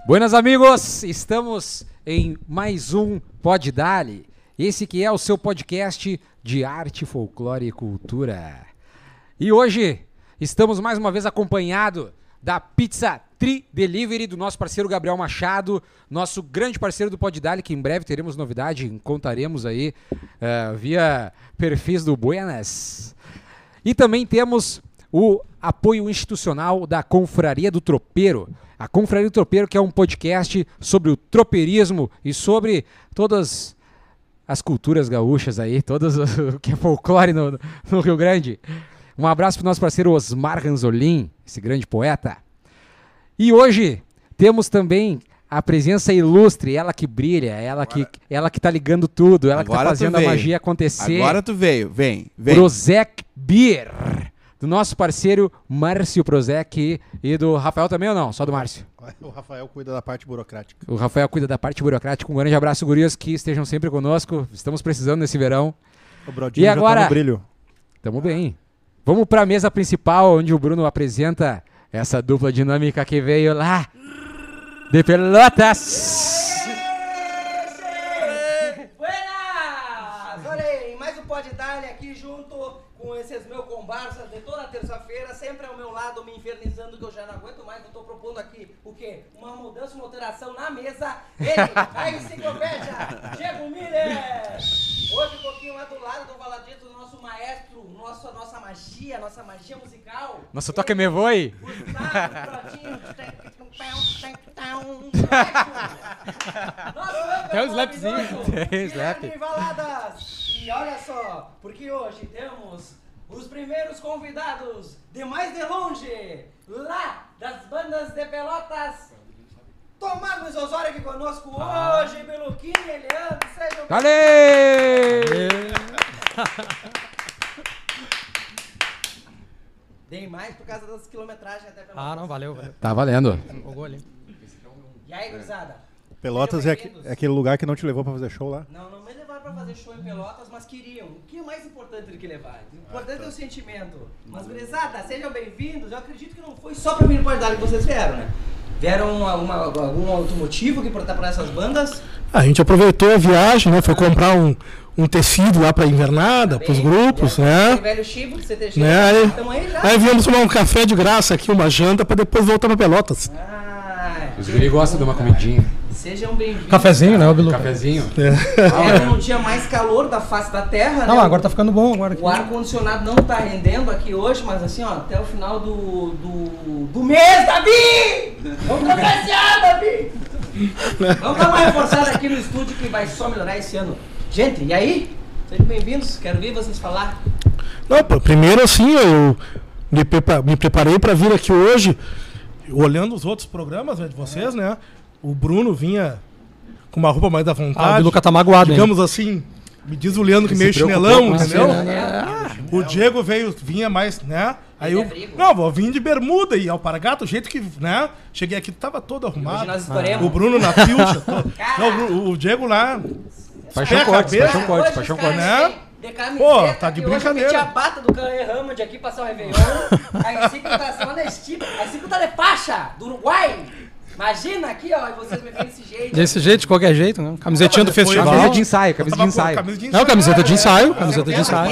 Buenas amigos, estamos em mais um Pod Dali, esse que é o seu podcast de arte, folclore e cultura. E hoje estamos mais uma vez acompanhado da Pizza Tri Delivery do nosso parceiro Gabriel Machado, nosso grande parceiro do Pod Dali, que em breve teremos novidade, contaremos aí via perfis do Buenas. E também temos o apoio institucional da Confraria do Tropeiro. A Confraria do Tropeiro, que é um podcast sobre o tropeirismo e sobre todas as culturas gaúchas aí, todas o que é folclore no Rio Grande. Um abraço para o nosso parceiro Osmar Ranzolin, esse grande poeta. E hoje temos também a presença ilustre, ela que brilha, ela que tá ligando tudo, ela que tá fazendo a magia acontecer. Agora tu veio, vem. Prozec Beer, do nosso parceiro Márcio Prozec e do Rafael também ou não? Só do Márcio? O Rafael cuida da parte burocrática. O Rafael cuida da parte burocrática. Um grande abraço, gurias, que estejam sempre conosco. Estamos precisando nesse verão. O Brodinho e agora, já tá no brilho. Tamo bem. Vamos para a mesa principal, onde o Bruno apresenta essa dupla dinâmica que veio lá de Pelotas. Buenas! Olha aí, mais um Pod Dali aqui junto com esses meus comparsas de toda terça-feira, sempre ao meu lado, me infernizando, que eu já não aguento mais. Eu tô propondo aqui o quê? Uma mudança, uma alteração na mesa. Ele, a enciclopédia, Diego Miller. Hoje um pouquinho lá do lado do Valadito, do nosso maestro, nossa magia musical. Nossa, toca me voe. Tem um slapzinho. Tem slap. E olha só, porque hoje temos os primeiros convidados de mais de longe, lá das bandas de Pelotas. Tomar Luiz Osório aqui conosco hoje, Beluquinha, Eliandro, sejam Dei mais por causa das quilometragens até Pelotas. Ah, não, valeu. Tá valendo. Jogou ali. E aí, gurizada? Pelotas é aquele lugar que não te levou pra fazer show lá? Não me levaram pra fazer show em Pelotas, mas queriam. O que é mais importante do que levar? O importante é o sentimento. Mas, gurizada, sejam bem-vindos. Eu acredito que não foi só pra mim no Pod Dali que vocês vieram, né? Vieram algum outro motivo que pra essas bandas? A gente aproveitou a viagem, né? Foi comprar um tecido lá pra invernada, pros grupos, né? Velho Chivo, que você tem né? aí já. Aí viemos tomar um café de graça aqui, uma janta, pra depois voltar pra Pelotas. Os guri gostam de uma comidinha. Sejam bem-vindos. Cafezinho, né, Bilu? Cafezinho. É um dia mais calor da face da terra, Não, né? agora tá ficando bom. Agora O ar-condicionado não tá rendendo aqui hoje, mas assim, ó, até o final do mês, Davi! Vamos trocar esse ar, Davi! Vamos dar uma reforçada aqui no estúdio que vai só melhorar esse ano. Gente, e aí? Sejam bem-vindos, quero ver vocês falar. Não, primeiro assim, eu me preparei pra vir aqui hoje, olhando os outros programas, né, de vocês, né? O Bruno vinha com uma roupa mais à vontade. o Bilu tá magoado, hein? digamos assim, me diz o Leandro que meio chinelão, entendeu? né? O Diego vinha mais, né? Aí eu, vou vir de bermuda e alpargata, o jeito que, né? Cheguei aqui, tava todo arrumado. Hoje nós estouremos. O Bruno na pilcha. Não, o Diego lá. Paixão corte, né? De camiseta, Pô, tá de que brincadeira. Hoje eu meti a bata do Canê Ramad aqui passar o Réveillon. A enciclo tá semana estiva. A enciclo tá de faixa, do Uruguai. Imagina aqui, ó, e vocês me veem desse jeito. Desse jeito, de qualquer jeito, né? Camisetinha do festival. Camisa de ensaio. Não, camiseta de ensaio. Camiseta de ensaio.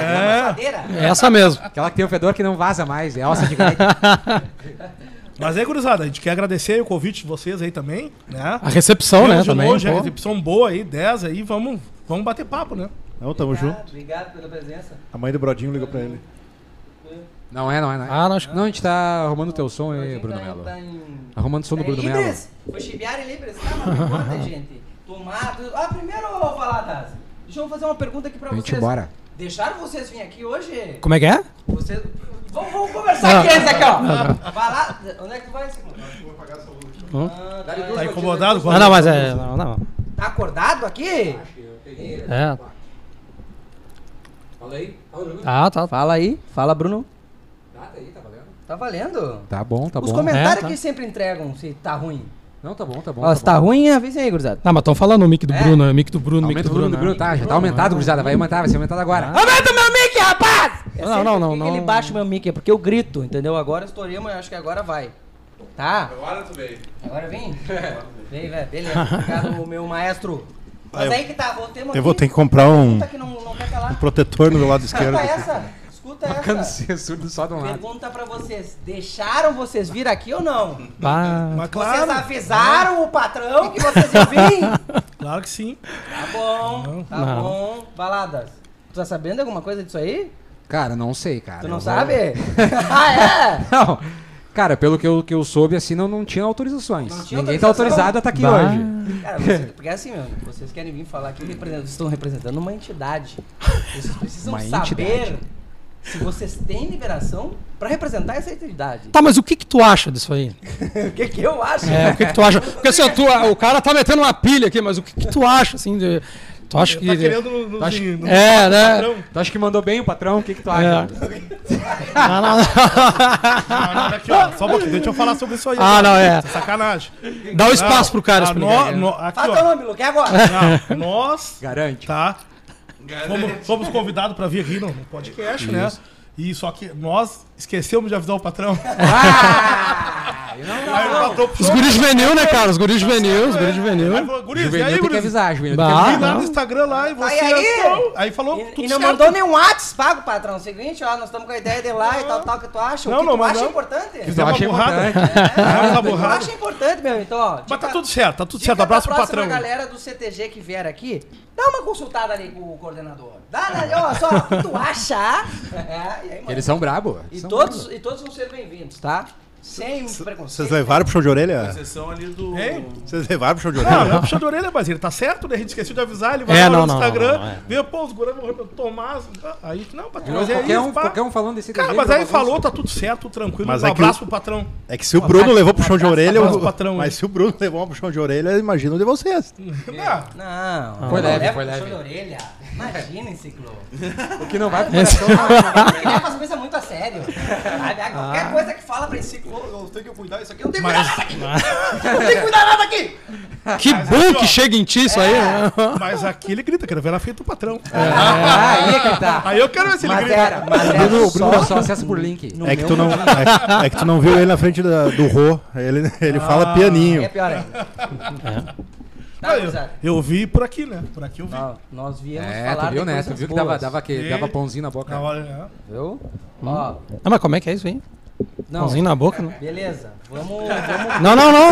É essa mesmo. Aquela que tem o fedor que não vaza mais, é alça de gaita. Mas aí, gurizada, a gente quer agradecer o convite de vocês aí também, né? A recepção, né, também. Hoje, a recepção boa aí, 10 aí, vamos bater papo, né? Não, tamo junto. Obrigado pela presença. A mãe do Brodinho ligou pra ele. Não é. Ah, não, acho que... Não, a gente tá arrumando o teu som aí, Bruno Melo. Arrumando o som do Bruno Melo. Foi chibiar em Libres. Tá, mas não importa, gente. Tomado. Primeiro, Valadas, deixa eu fazer uma pergunta aqui pra vocês. Gente, bora. Deixaram vocês virem aqui hoje? Como é que é? Vocês... Vamos conversar aqui, esse aqui, ó. Vai lá. Onde é que tu vai, segundo? Vou apagar essa luz. Tá incomodado? Não, mas é... Não. Tá acordado aqui? É. Fala aí. Tá. Fala aí. Fala, Bruno. Tá valendo. Tá valendo? Tá bom. Os comentários tá. que sempre entregam se tá ruim. Não, tá bom. Ó, se tá ruim, avisa aí, gurizada. Não, mas estão falando o mic do Bruno, né? Mic do Bruno, Aumenta o volume do Bruno, tá? Já tá aumentado, gurizada. Vai ser aumentado agora. Aumenta o meu mic, rapaz! Não. Ele baixa o meu mic, é porque eu grito, entendeu? Agora estourei, mas acho que agora vai. Tá? Agora tu veio. Agora eu vim? Vem, velho. Beleza. Obrigado, meu maestro. Mas aí que tá, Eu vou ter que comprar um que não quer calar. protetor no meu lado esquerdo. Escuta aqui. essa. Escuta Bacana essa. ser surdo só de um lado. Pergunta pra vocês. Deixaram vocês vir aqui ou não? Bah, Mas Vocês claro, avisaram o patrão que vocês iam vir? claro que sim. Tá bom, tá Não. bom. Baladas. Tu tá sabendo de alguma coisa disso aí? Cara, não sei, cara. Tu não Eu vou- sabe? Ah, é? Não. Cara, pelo que eu soube, assim, não tinha autorizações. Não tinha Ninguém tá autorização? autorizado a estar aqui Bah. hoje. Cara, porque assim, meu, vocês querem vir falar aqui, estão representando uma entidade. Vocês precisam Uma saber entidade. se vocês têm liberação pra representar essa entidade. Tá, mas o que tu acha disso aí? O que eu acho? É, o que tu acha? Porque assim, o cara tá metendo uma pilha aqui, mas o que tu acha, assim, de... Tu acha que... Tá querendo no acho- É, né? patrão. Tu acha que mandou bem o patrão? O que tu acha? Ah, não. Não, aqui, ó, só um pouquinho, deixa eu falar sobre isso aí. Ah, não, é. Isso sacanagem. Dá um espaço pro cara Ah, explicar. aqui, Fala teu ó. nome, Luque, agora. Não, nós, Garante. tá? Fomos convidados pra vir aqui no podcast, né? E só que nós esquecemos de avisar o patrão. Aí o patrão Os guris juvenil, né, cara? Os guris juvenil, os guris juvenil. Aí falou, guris, e Juvenil aí, tem que guris? avisar, juvenil tem Bah. que Vi avisar. lá no Instagram lá e você... aí? Aí falou E tudo não certo. mandou nenhum WhatsApp, pago, patrão. Seguinte, ó, nós estamos com a ideia de ir lá e tal, o que tu acha? Não, O que não, tu acha mandou. importante? Tu acha burrada. importante? Uma O que tu burrada. acha importante, meu, então, ó. Mas tá tudo certo, tá tudo Dica certo. Abraço pra pro próxima patrão. galera do CTG que vier aqui, dá uma consultada ali com o coordenador. Ó, só, o que tu acha? E aí, mano. Eles são brabo. E São todos vão ser bem-vindos, tá? Sem preconceito. Vocês levaram pro chão de orelha? Sessão ali do. Hein? Vocês levaram pro chão de Não, não orelha? é puxão de orelha, mas ele tá certo, né? A gente esqueceu de avisar, ele vai É, lá não, no não, Instagram, não, é. vê, pô, os guras morreram pelo Tomás. Aí, não, patrão, Virou mas é isso, pá. qualquer um falando desse Cara, jeito, mas aí bagunça. falou, tá tudo certo, tudo tranquilo. Mas Um é que abraço o- pro patrão. É que se o Bruno levou pro chão de orelha, abraço, patrão, mas hein? se o Bruno levou um puxão de orelha, imagina o de vocês. Não, Foi leve, leva foi puxão leve. de orelha. Imagina, Ciclo. O que não vai pro coração. não. Ele leva as coisas muito a sério. Qualquer coisa que fala pra esse Ciclo, eu tenho que cuidar disso aqui, eu não tenho que cuidar nada aqui. Eu não tenho que cuidar nada aqui. Que bom que chega em ti isso aí, né? Mas aqui ele grita, quero ver na frente do patrão. Aí é que tá. Aí eu quero ver se ele Mas grita. era Bruno, só... só acessa por link. É que, é que tu não viu ele na frente do Rô. Ele fala pianinho. É pior ainda. Tá, Ah, gurizada. eu vi por aqui, né? Por aqui eu vi. Nós viemos É, falar tu viu, de né? coisas Tu viu que boas. dava pãozinho na boca. Na hora, né? Viu? Ó, Não, mas como é que é isso aí? não, Pãozinho na boca, né? beleza. Vamos Não.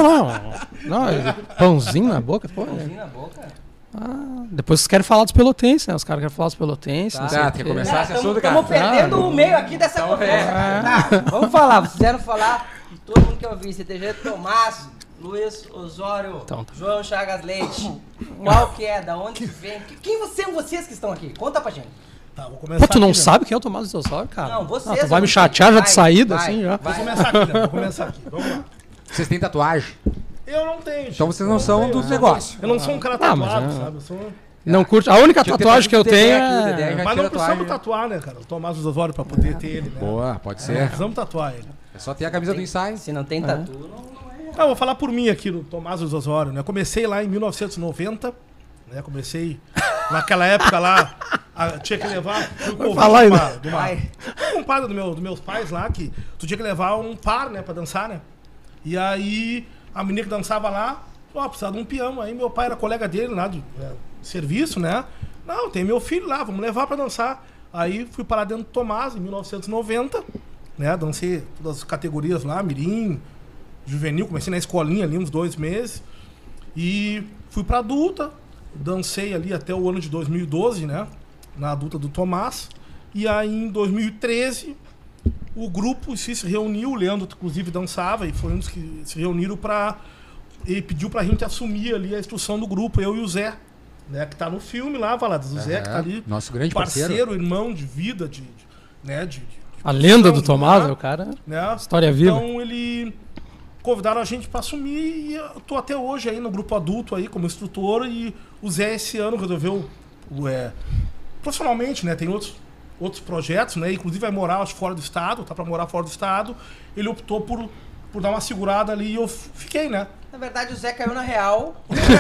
Não, pãozinho na boca, pô. pãozinho na boca. Depois vocês querem falar dos pelotenses, né? Os caras querem falar dos pelotenses. não sei Tá, o tem que quê. começar esse assunto, cara. Estamos perdendo o meio aqui dessa conversa. Tá, vamos falar. Vocês quiseram falar de todo mundo que eu vi. CTG Tomás, Luiz Osório, Então, tá. João Chagas Leite. Qual que é? Da onde que vem? Quem são vocês que estão aqui? Conta pra gente. Tá, vou começar Pô, tu não aqui, né? sabe quem é o Tomás Osório, cara? Não, vocês. Tu eu vai não me sei. chatear já de Vai, saída, vai, assim, já? Vou vai. começar aqui, né? Vou começar aqui. Vamos lá. Vocês têm tatuagem? Eu não tenho. Então gente. vocês não são do negócio. Eu não sou um cara Ah, mas tatuado, é. sabe? Eu sou... Não curte. A única Tinha que ter tatuagem que eu trazido o tenho Dedé aqui, o é... Dedé já Mas tira não a tatuagem. precisamos tatuar, né, cara? O Tomás Osório pra poder ter ele, né? Boa, pode Não ser. precisamos tatuar ele. É só ter a camisa do ensaio. Se não tem tatu, não é. Ah, vou falar por mim aqui, no Tomás Osório, né? Comecei lá em 1990, né? Comecei naquela época lá, tinha que levar... Fui convite falar aí, de uma compadre dos meus pais lá, que tu tinha que levar um par, né, pra dançar, né? E aí, a menina que dançava lá, ó, precisava de um peão. Aí meu pai era colega dele lá de serviço, né? Não, tem meu filho lá, vamos levar pra dançar. Aí fui parar dentro do Tomás, em 1990, né? Dancei todas as categorias lá, mirim, juvenil, comecei na escolinha ali uns 2 meses. E fui pra adulta, dancei ali até o ano de 2012, né? Na adulta do Tomás. E aí em 2013, o grupo se reuniu, o Leandro inclusive dançava, e foi um dos que se reuniram pra... E pediu pra gente assumir ali a instrução do grupo, eu e o Zé, né? Que tá no filme lá, Valadas. O Zé que tá ali. Nosso grande parceiro. Irmão de vida, né? A lenda do profissão, Tomás, né? o cara... Né? História viva. Então ele convidaram a gente para assumir e eu tô até hoje aí no grupo adulto aí como instrutor, e o Zé esse ano resolveu profissionalmente, né, tem outros projetos, né, inclusive vai morar acho, fora do estado, tá para morar fora do estado. Ele optou por por dar uma segurada ali e eu fiquei, né? Na verdade, o Zé caiu na real.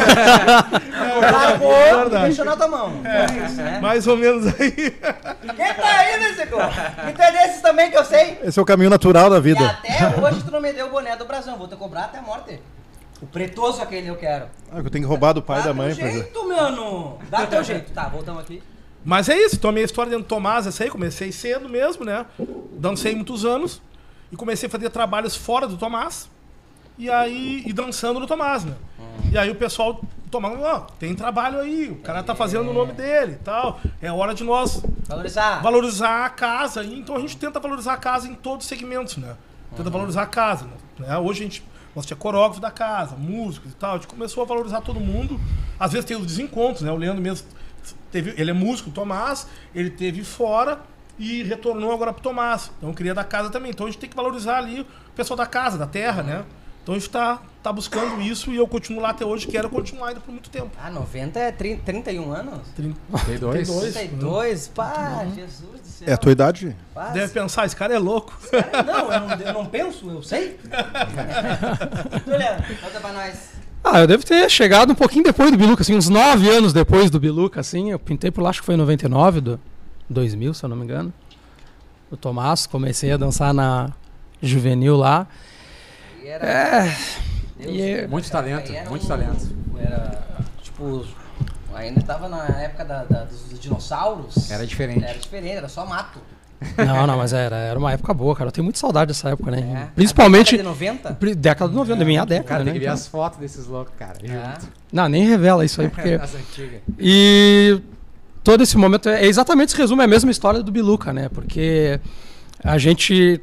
verdade. E deixou na tua mão. É isso, né? Mais ou menos aí. Quem tá aí, né, Zico? E tem desses também que eu sei. Esse é o caminho natural da E vida. até hoje tu não me deu o boné do brasão. Vou te cobrar até a morte. O pretoso aquele eu quero. Ah, que eu tenho que roubar do pai e Dá da mãe. teu jeito, mano. Dá teu jeito. Tá, voltamos aqui. Mas é isso, então a minha história dentro do Tomás, essa aí, comecei cedo mesmo, né? Dancei muitos anos e comecei a fazer trabalhos fora do Tomás e dançando no Tomás, né? E aí o pessoal do Tomás, ó, tem trabalho aí, o cara tá fazendo o nome dele e tal, é hora de nós valorizar a casa, e então a gente tenta valorizar a casa em todos os segmentos, né? Tenta valorizar a casa, né? Hoje nós tinha coreógrafo da casa, músicos e tal, a gente começou a valorizar todo mundo, às vezes tem os desencontros, né? O Leandro mesmo, ele é músico, o Tomás, ele teve fora e retornou agora pro Tomás. Então eu queria da casa também. Então a gente tem que valorizar ali o pessoal da casa, da terra, né? Então a gente tá buscando isso e eu continuo lá até hoje, quero continuar ainda por muito tempo. Ah, 90 é 31 anos? 32. 32? Pá, Jesus do céu. É a tua idade? Pá, Deve pensar, esse cara é louco. cara, não, eu não penso, eu sei. Juliano, conta pra nós. Ah, eu devo ter chegado um pouquinho depois do Biluca, assim, uns 9 anos depois do Biluca, assim. Eu pintei por lá, acho que foi em 99, 2000, se eu não me engano. O Tomás, comecei a dançar na Juvenil lá. E era... Muito talento, muito talento. Era, tipo, ainda tava na época dos dinossauros. Era diferente. Era só mato. Não, mas era uma época boa, cara. Eu tenho muita saudade dessa época, né? É. Principalmente... A década de 90? Década de 90, da minha O década, cara né? tem que ver Então- as fotos desses loucos, cara. Junto. Não, nem revela isso aí, porque... As antigas. E todo esse momento é exatamente esse resumo, é a mesma história do Biluca, né? Porque a gente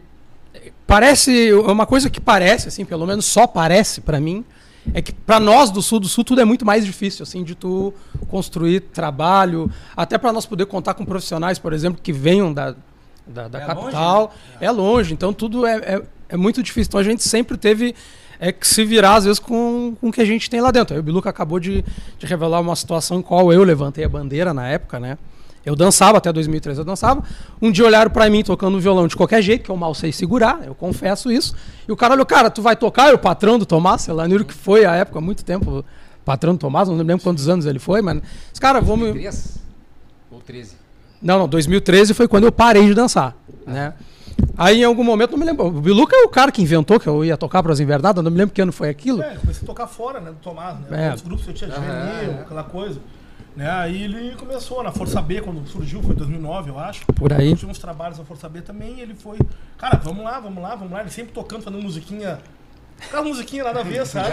parece, uma coisa que parece, assim, pelo menos só parece pra mim, é que pra nós do sul tudo é muito mais difícil, assim, de tu construir trabalho, até pra nós poder contar com profissionais, por exemplo, que venham da capital, longe, né? é longe, então tudo é muito difícil. Então a gente sempre teve que se virar, às vezes, com o que a gente tem lá dentro. Aí o Biluca acabou de revelar uma situação em qual eu levantei a bandeira na época, né? Eu dançava, até 2003 eu dançava. Um dia olharam pra mim tocando violão de qualquer jeito, que eu mal sei segurar, eu confesso isso. E o cara olhou, cara, tu vai tocar? Eu, o patrão do Tomás, sei lá, que foi à época, há muito tempo, patrão do Tomás, não lembro quantos anos ele foi, mas... Os caras, vamos... 3 ou 13? Não, 2013 foi quando eu parei de dançar, né? Aí em algum momento, não me lembro, o Biluca é o cara que inventou que eu ia tocar para as Invernadas, não me lembro que ano foi aquilo. É, comecei a tocar fora, né, do Tomás, né? É. Os grupos que eu tinha juvenil, aquela coisa. Né? Aí ele começou na Força B, quando surgiu, foi em 2009, eu acho. Por aí. Eu tinha uns trabalhos na Força B também, e ele foi, cara, vamos lá. Ele sempre tocando, fazendo musiquinha, aquela musiquinha nada a ver, sabe?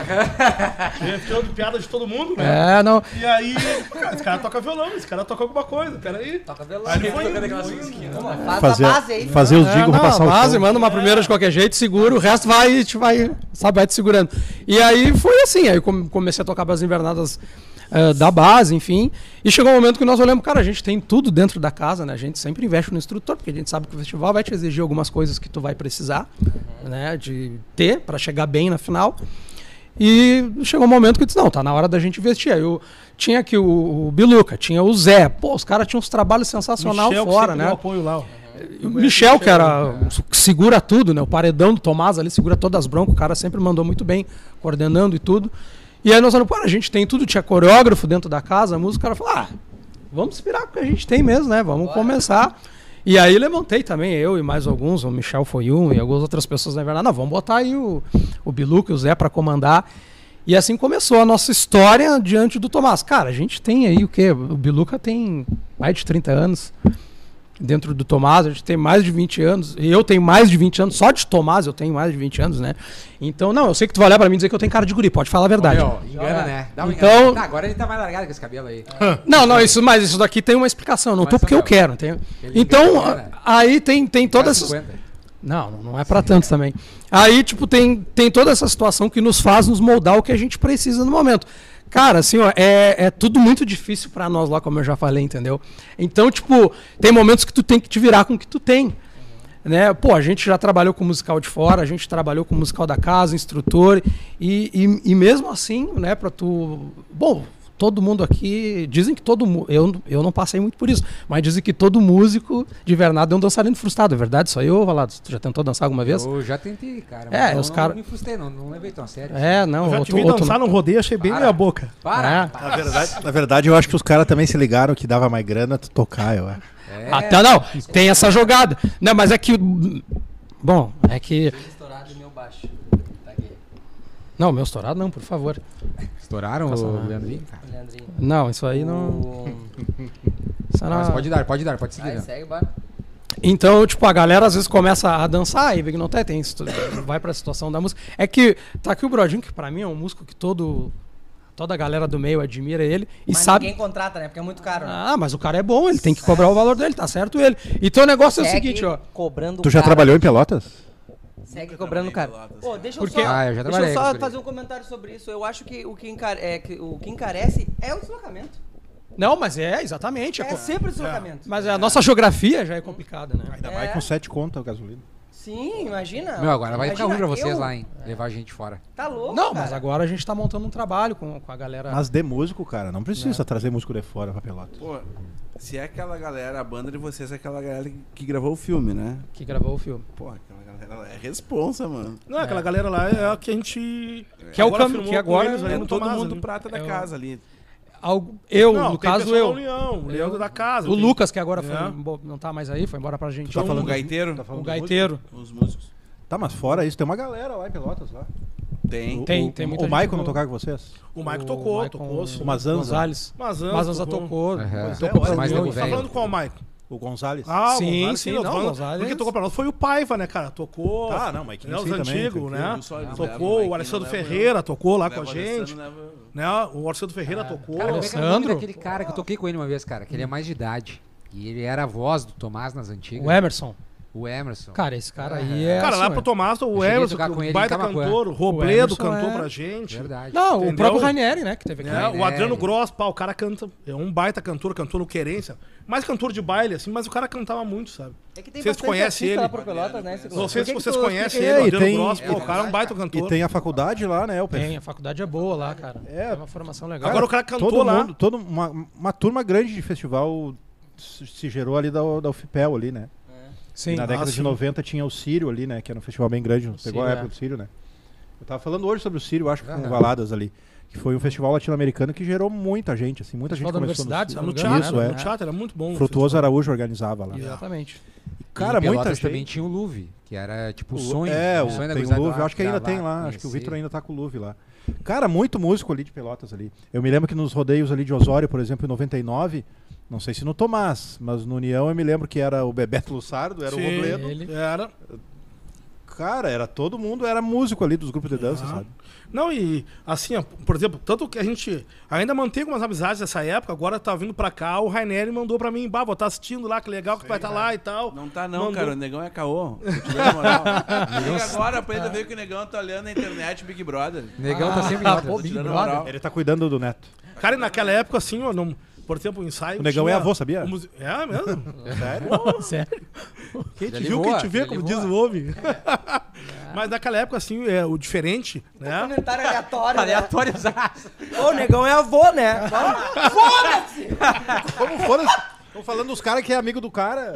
Tirando piada de todo mundo, né? É, não. E aí, cara, esse cara toca violão, esse cara toca alguma coisa, peraí. Toca violão. Aí ele foi Tocando indo, aquelas foi indo. musiquinhas. Faz a base aí. Fazer os digos pra passar o base, som. manda uma primeira de qualquer jeito, segura, o resto vai te segurando. E aí foi assim, aí eu comecei a tocar para as Invernadas da base, enfim. E chegou um momento que nós olhamos, cara, a gente tem tudo dentro da casa, né? A gente sempre investe no instrutor, porque a gente sabe que o festival vai te exigir algumas coisas que tu vai precisar, né? De ter para chegar bem na final. E chegou um momento que eu disse, não, tá na hora da gente investir. Aí eu tinha aqui o Biluca, tinha o Zé. Pô, os caras tinham uns trabalhos sensacionais Michel, que fora, sempre né? deu apoio lá, ó. O Michel, que segura tudo, né? O paredão do Tomás ali segura todas as broncas, o cara sempre mandou muito bem, coordenando e tudo. E aí nós falamos, pô, a gente tem tudo, tinha coreógrafo dentro da casa, a música, o cara falou, vamos se virar com o que a gente tem mesmo, né? Vamos começar. E aí levantei também, eu e mais alguns, o Michel foi um, e algumas outras pessoas na verdade, não, vamos botar aí o Biluca e o Zé para comandar. E assim começou a nossa história diante do Tomás. Cara, a gente tem aí o quê? O Biluca tem mais de 30 anos. Dentro do Tomás, a gente tem mais de 20 anos. E eu tenho mais de 20 anos. Só de Tomás eu tenho mais de 20 anos, né? Então, não, eu sei que tu vai olhar pra mim e dizer que eu tenho cara de guri. Pode falar a verdade. Ô, meu, engana, né? Dá uma Então- enganada. Tá, agora ele tá mais largado com esse cabelo aí. Não, mas isso daqui tem uma explicação. Eu não Mas tô porque eu Samuel, quero. Entendeu? ele Então, engana. aí tem todas Quase essas... 50. Não é pra tanto também. Aí, tipo, tem toda essa situação que nos faz nos moldar o que a gente precisa no momento. Cara, assim, ó, é tudo muito difícil pra nós lá, como eu já falei, entendeu? Então, tipo, tem momentos que tu tem que te virar com o que tu tem. Né? Pô, a gente já trabalhou com musical de fora, a gente trabalhou com musical da casa, instrutor, e mesmo assim, né, pra tu... Bom, todo mundo aqui, dizem que eu não passei muito por isso, mas dizem que todo músico de verdade é um dançarino frustrado, é verdade? Isso aí, ô Valado, tu já tentou dançar alguma vez? Eu já tentei, cara. Os não me frustrei, não levei tão a sério. Não. Eu já te vi dançar no rodeio, achei bem meia boca. Para! Na verdade, eu acho que os caras também se ligaram que dava mais grana tu tocar, eu acho. Até não, tem essa jogada. Não, mas é que... Bom, é que... Estourado e meu baixo. Tá aqui. Não, meu estourado não, por favor. Estouraram o Leandrinho, cara? Leandrinho. Não, isso aí não... Isso não... Mas pode dar, pode seguir. Vai, Né? segue, bora. Então, tipo, a galera às vezes começa a dançar e vê que não tem vai pra situação da música. É que tá aqui o Brodinho, que pra mim é um músico que toda a galera do meio admira ele e Mas sabe... ninguém contrata, né? Porque é muito caro. Né? Ah, mas o cara é bom, ele tem que cobrar o valor dele, tá certo ele. Então o negócio é o seguinte, ó. Cobrando Tu já caro. trabalhou em Pelotas? Segue cobrando caro. Pô, deixa eu Porque- só, eu já trabalhei com isso fazer um comentário sobre isso. Eu acho que o que encarece é o deslocamento. Não, mas exatamente. É sempre o deslocamento. Mas a nossa geografia já é complicada, né? Ainda mais com 7 conto a gasolina. Sim, imagina. Meu, agora vai ficar ruim pra vocês eu- lá, hein? Levar a gente fora. Tá louco, Não, cara. mas agora a gente tá montando um trabalho com a galera. Mas de músico, cara, não precisa trazer músico de fora pra Pelotas. Pô, se é aquela galera, a banda de vocês é aquela galera que gravou o filme, né? Que gravou o filme. Pô, aquela galera é responsa, mano. Não, aquela galera lá é a que a gente... Que é o agora caminho, firmou que agora com eles ali É no todo Tomás, mundo ali. prata da casa ali. Não, No tem caso pessoal eu. da União, o Leandro da casa. O tem- Lucas, que agora É. não tá mais aí, foi embora pra gente. Tá falando O gaiteiro, Tá falando O dos gaiteiro. os músicos. Tá, mas fora isso, tem uma galera lá em Pelotas lá. Tem. Tem muita O gente Maicon não boa. tocava com vocês? O Maico tocou, Maicon tocou sim. O Mazanza. Gonzalez. Mazanza Mazanza tocou. Aham. Tocou pra Mais mim. nego Tá velho. falando qual o Maico? O Gonzalez? Ah, Sim, o Gonzalez, sim, eu tô não, falando- Gonzalez. Porque tocou pra nós foi o Paiva, né, cara? Tocou. Tá, não, mas que né, os sim também, antigos, tranquilo. né? Eu só- Tocou leva o o Maiquinho, Alessandro leva Ferreira, tocou lá com a Leva gente. Alessandro, Né? O Alessandro Ferreira tocou. Cara, como é que é o nome Alessandro? daquele cara que eu toquei com ele uma vez, cara? Que ele é mais de idade. E ele era a voz do Tomás nas antigas. O Emerson. O Emerson. Cara, esse cara aí é. Cara, lá assim, pro Tomás, o cheguei a Emerson, tocar com o ele em baita Camaquã. cantor, o O Robledo Emerson cantou é- pra gente. Verdade. Não, o Entendeu? próprio Rainieri, né? Que teve aqui. Né? O Adriano Rainieri. Gross, pá, o cara canta. É um baita cantor, cantor no Querência. Mais cantor de baile, assim, mas o cara cantava muito, sabe? É que tem Vocês bastante conhecem artista ele? lá por Pelotas, né? Não sei se Por que vocês que tu conhecem explica ele, o isso? Adriano E tem- Gross, pô, o cara é um baita cantor. E tem a faculdade lá, né? Tem, a faculdade é boa lá, cara. É. Tem uma formação legal. Agora o cara cantou todo lá. mundo, uma turma grande de festival se gerou ali da UFPEL ali, né? Sim. E na década de sim. 90 tinha o Sírio ali, né? Que era um festival bem grande. Pegou Sírio, a época é. do Sírio, né? Eu tava falando hoje sobre o Sírio, acho que com Aham. o Valadas ali. Que foi um festival latino-americano que gerou muita gente, assim. Muita Festival gente da começou Universidade, se não No me engano, teatro, né? Isso, é. no teatro, era muito bom. Frutuoso Araújo organizava lá. Exatamente. Cara, E em muita Pelotas gente. também tinha o Luve, que era tipo o O- sonho. É, o sonho da tem o gurizada Luve, lá, acho que ainda chegar tem lá. Acho que o conhecer. Vitor ainda tá com o Luve lá. Cara, muito músico ali de Pelotas ali. Eu me lembro que nos rodeios ali de Osório, por exemplo, em 99, não sei se no Tomás, mas no União eu me lembro que era o Bebeto Lussardo, era o Robledo. Ele- Era. Cara, era todo mundo, era músico ali dos grupos de dança, sabe? Não, e assim, ó, por exemplo, tanto que a gente ainda mantém algumas amizades nessa época, agora tá vindo pra cá, o Rainieri mandou pra mim, vou tá assistindo lá, que legal que tu vai estar lá e tal. Não tá não, Mandou. cara. O negão é caô. Tô te dando moral. Liga agora pra ele ver que o negão tá olhando na internet Big Brother. Negão tá sempre em Ah, ordem. pô, Tô te Big dando Brother. moral. Ele tá cuidando do neto. Cara, e naquela época, assim, ó, não, por exemplo, o ensaio. O negão tinha é avô, sabia? o É mesmo? Sério? Sério? Quem te Já viu, levou, quem te vê, já como levou. diz o homem. Mas naquela época, assim, o diferente, né? Comentário aleatório, né? Aleatórios. Ô, o negão é avô, né? Foda-se! Como foda Estão falando dos caras que é amigo do cara.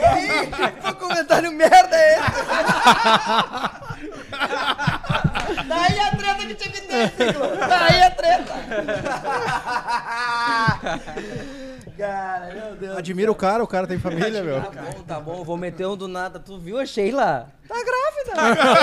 Que comentário merda é esse? Daí a treta que tinha que ter, Ciclo. Daí a treta. Cara, meu Deus. Admira o cara tem família, meu. Tá bom, vou meter um do nada. Tu viu a Sheila? Tá grávida.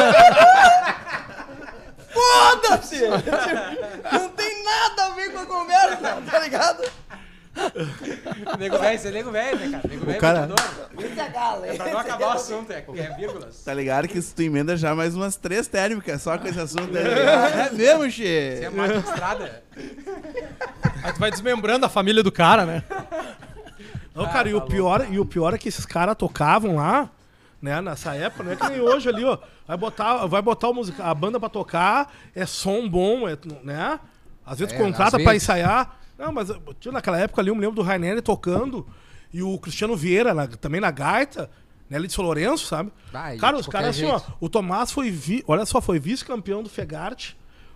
Foda-se! Não tem nada a ver com a conversa, tá ligado? Nego velho, você é nego velho, né, cara? Nego velho cara- é matador. Isso é gala. Pra não acabar o assunto, é vírgulas. Tá ligado que se tu emenda já mais umas 3 térmicas só com esse assunto aí. É mesmo, Você che? é máquina de estrada. Aí tu vai desmembrando a família do cara, né? Não, cara, e o pior é que esses caras tocavam lá, né, nessa época, não é que nem hoje ali, ó. Vai botar a banda pra tocar, é som bom, né? Às vezes É, contrata às pra vezes. ensaiar. Não, mas tio, naquela época ali eu me lembro do Rainieri tocando e o Cristiano Vieira também na gaita, né, ali de São Lourenço, sabe? Vai, Cara, de os qualquer caras assim, ó, jeito. o Tomás olha só, foi vice-campeão do Fegarte.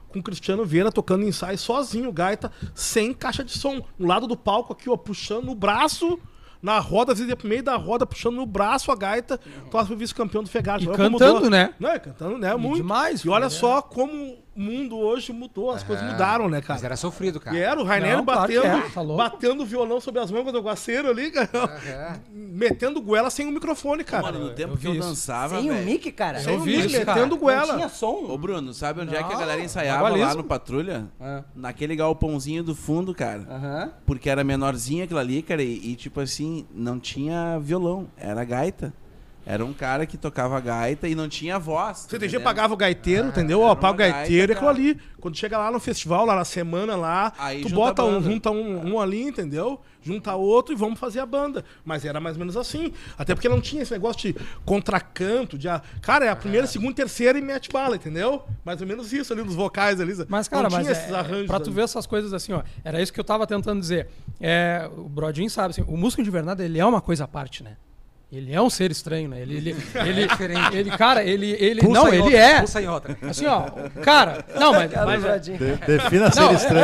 com o Cristiano Vieira tocando ensaio sozinho, gaita, sem caixa de som. No lado do palco aqui, ó, puxando no braço, na roda, às vezes ia pro meio da roda, puxando no braço a gaita, próximo vice-campeão do Fegarte. E Olha cantando, como mudou. né? Não, cantando, né? Muito. Demais, E olha né? só como o mundo hoje mudou, as coisas mudaram, né, Mas cara? era sofrido, cara. E era o Rainer Não, claro que tá louco. batendo o violão sobre as mangas do aguaceiro ali, cara. Metendo goela sem o microfone, cara. Mano, no tempo eu que eu vi isso. dançava, Sem o velho. mic, cara. Sem o vi mic, isso, cara. metendo Não goela. tinha som. Ô, Bruno, sabe onde é que a Não, galera ensaiava lá igualismo. no Patrulha? É. Naquele galpãozinho do fundo, cara. Aham. Porque era menorzinho aquilo ali, cara, e tipo assim, não tinha violão, era gaita. Era um cara que tocava gaita e não tinha voz. O tá CTG entendendo? pagava o gaiteiro, entendeu? Ó, era paga o uma gaiteiro e gaita, aquilo ali. Quando chega lá no festival, lá na semana lá, Aí tu junta bota a banda. junta um ali, entendeu? Junta outro e vamos fazer a banda. Mas era mais ou menos assim. Até porque não tinha esse negócio de contracanto, de... Cara, é a primeira, segunda, terceira e mete bala, entendeu? Mais ou menos isso ali, dos vocais ali. Mas, cara, não mas tinha esses arranjos pra tu ali. ver essas coisas assim, ó. Era isso que eu tava tentando dizer. O Brodinho sabe, assim, o músico de verdade, ele é uma coisa à parte, né? Ele é um ser estranho, né? Ele cara, ele Pulsa não, em ele outra, é. Pulsa em outra. Assim, ó, cara, não, mas Defina ser Não, estranho.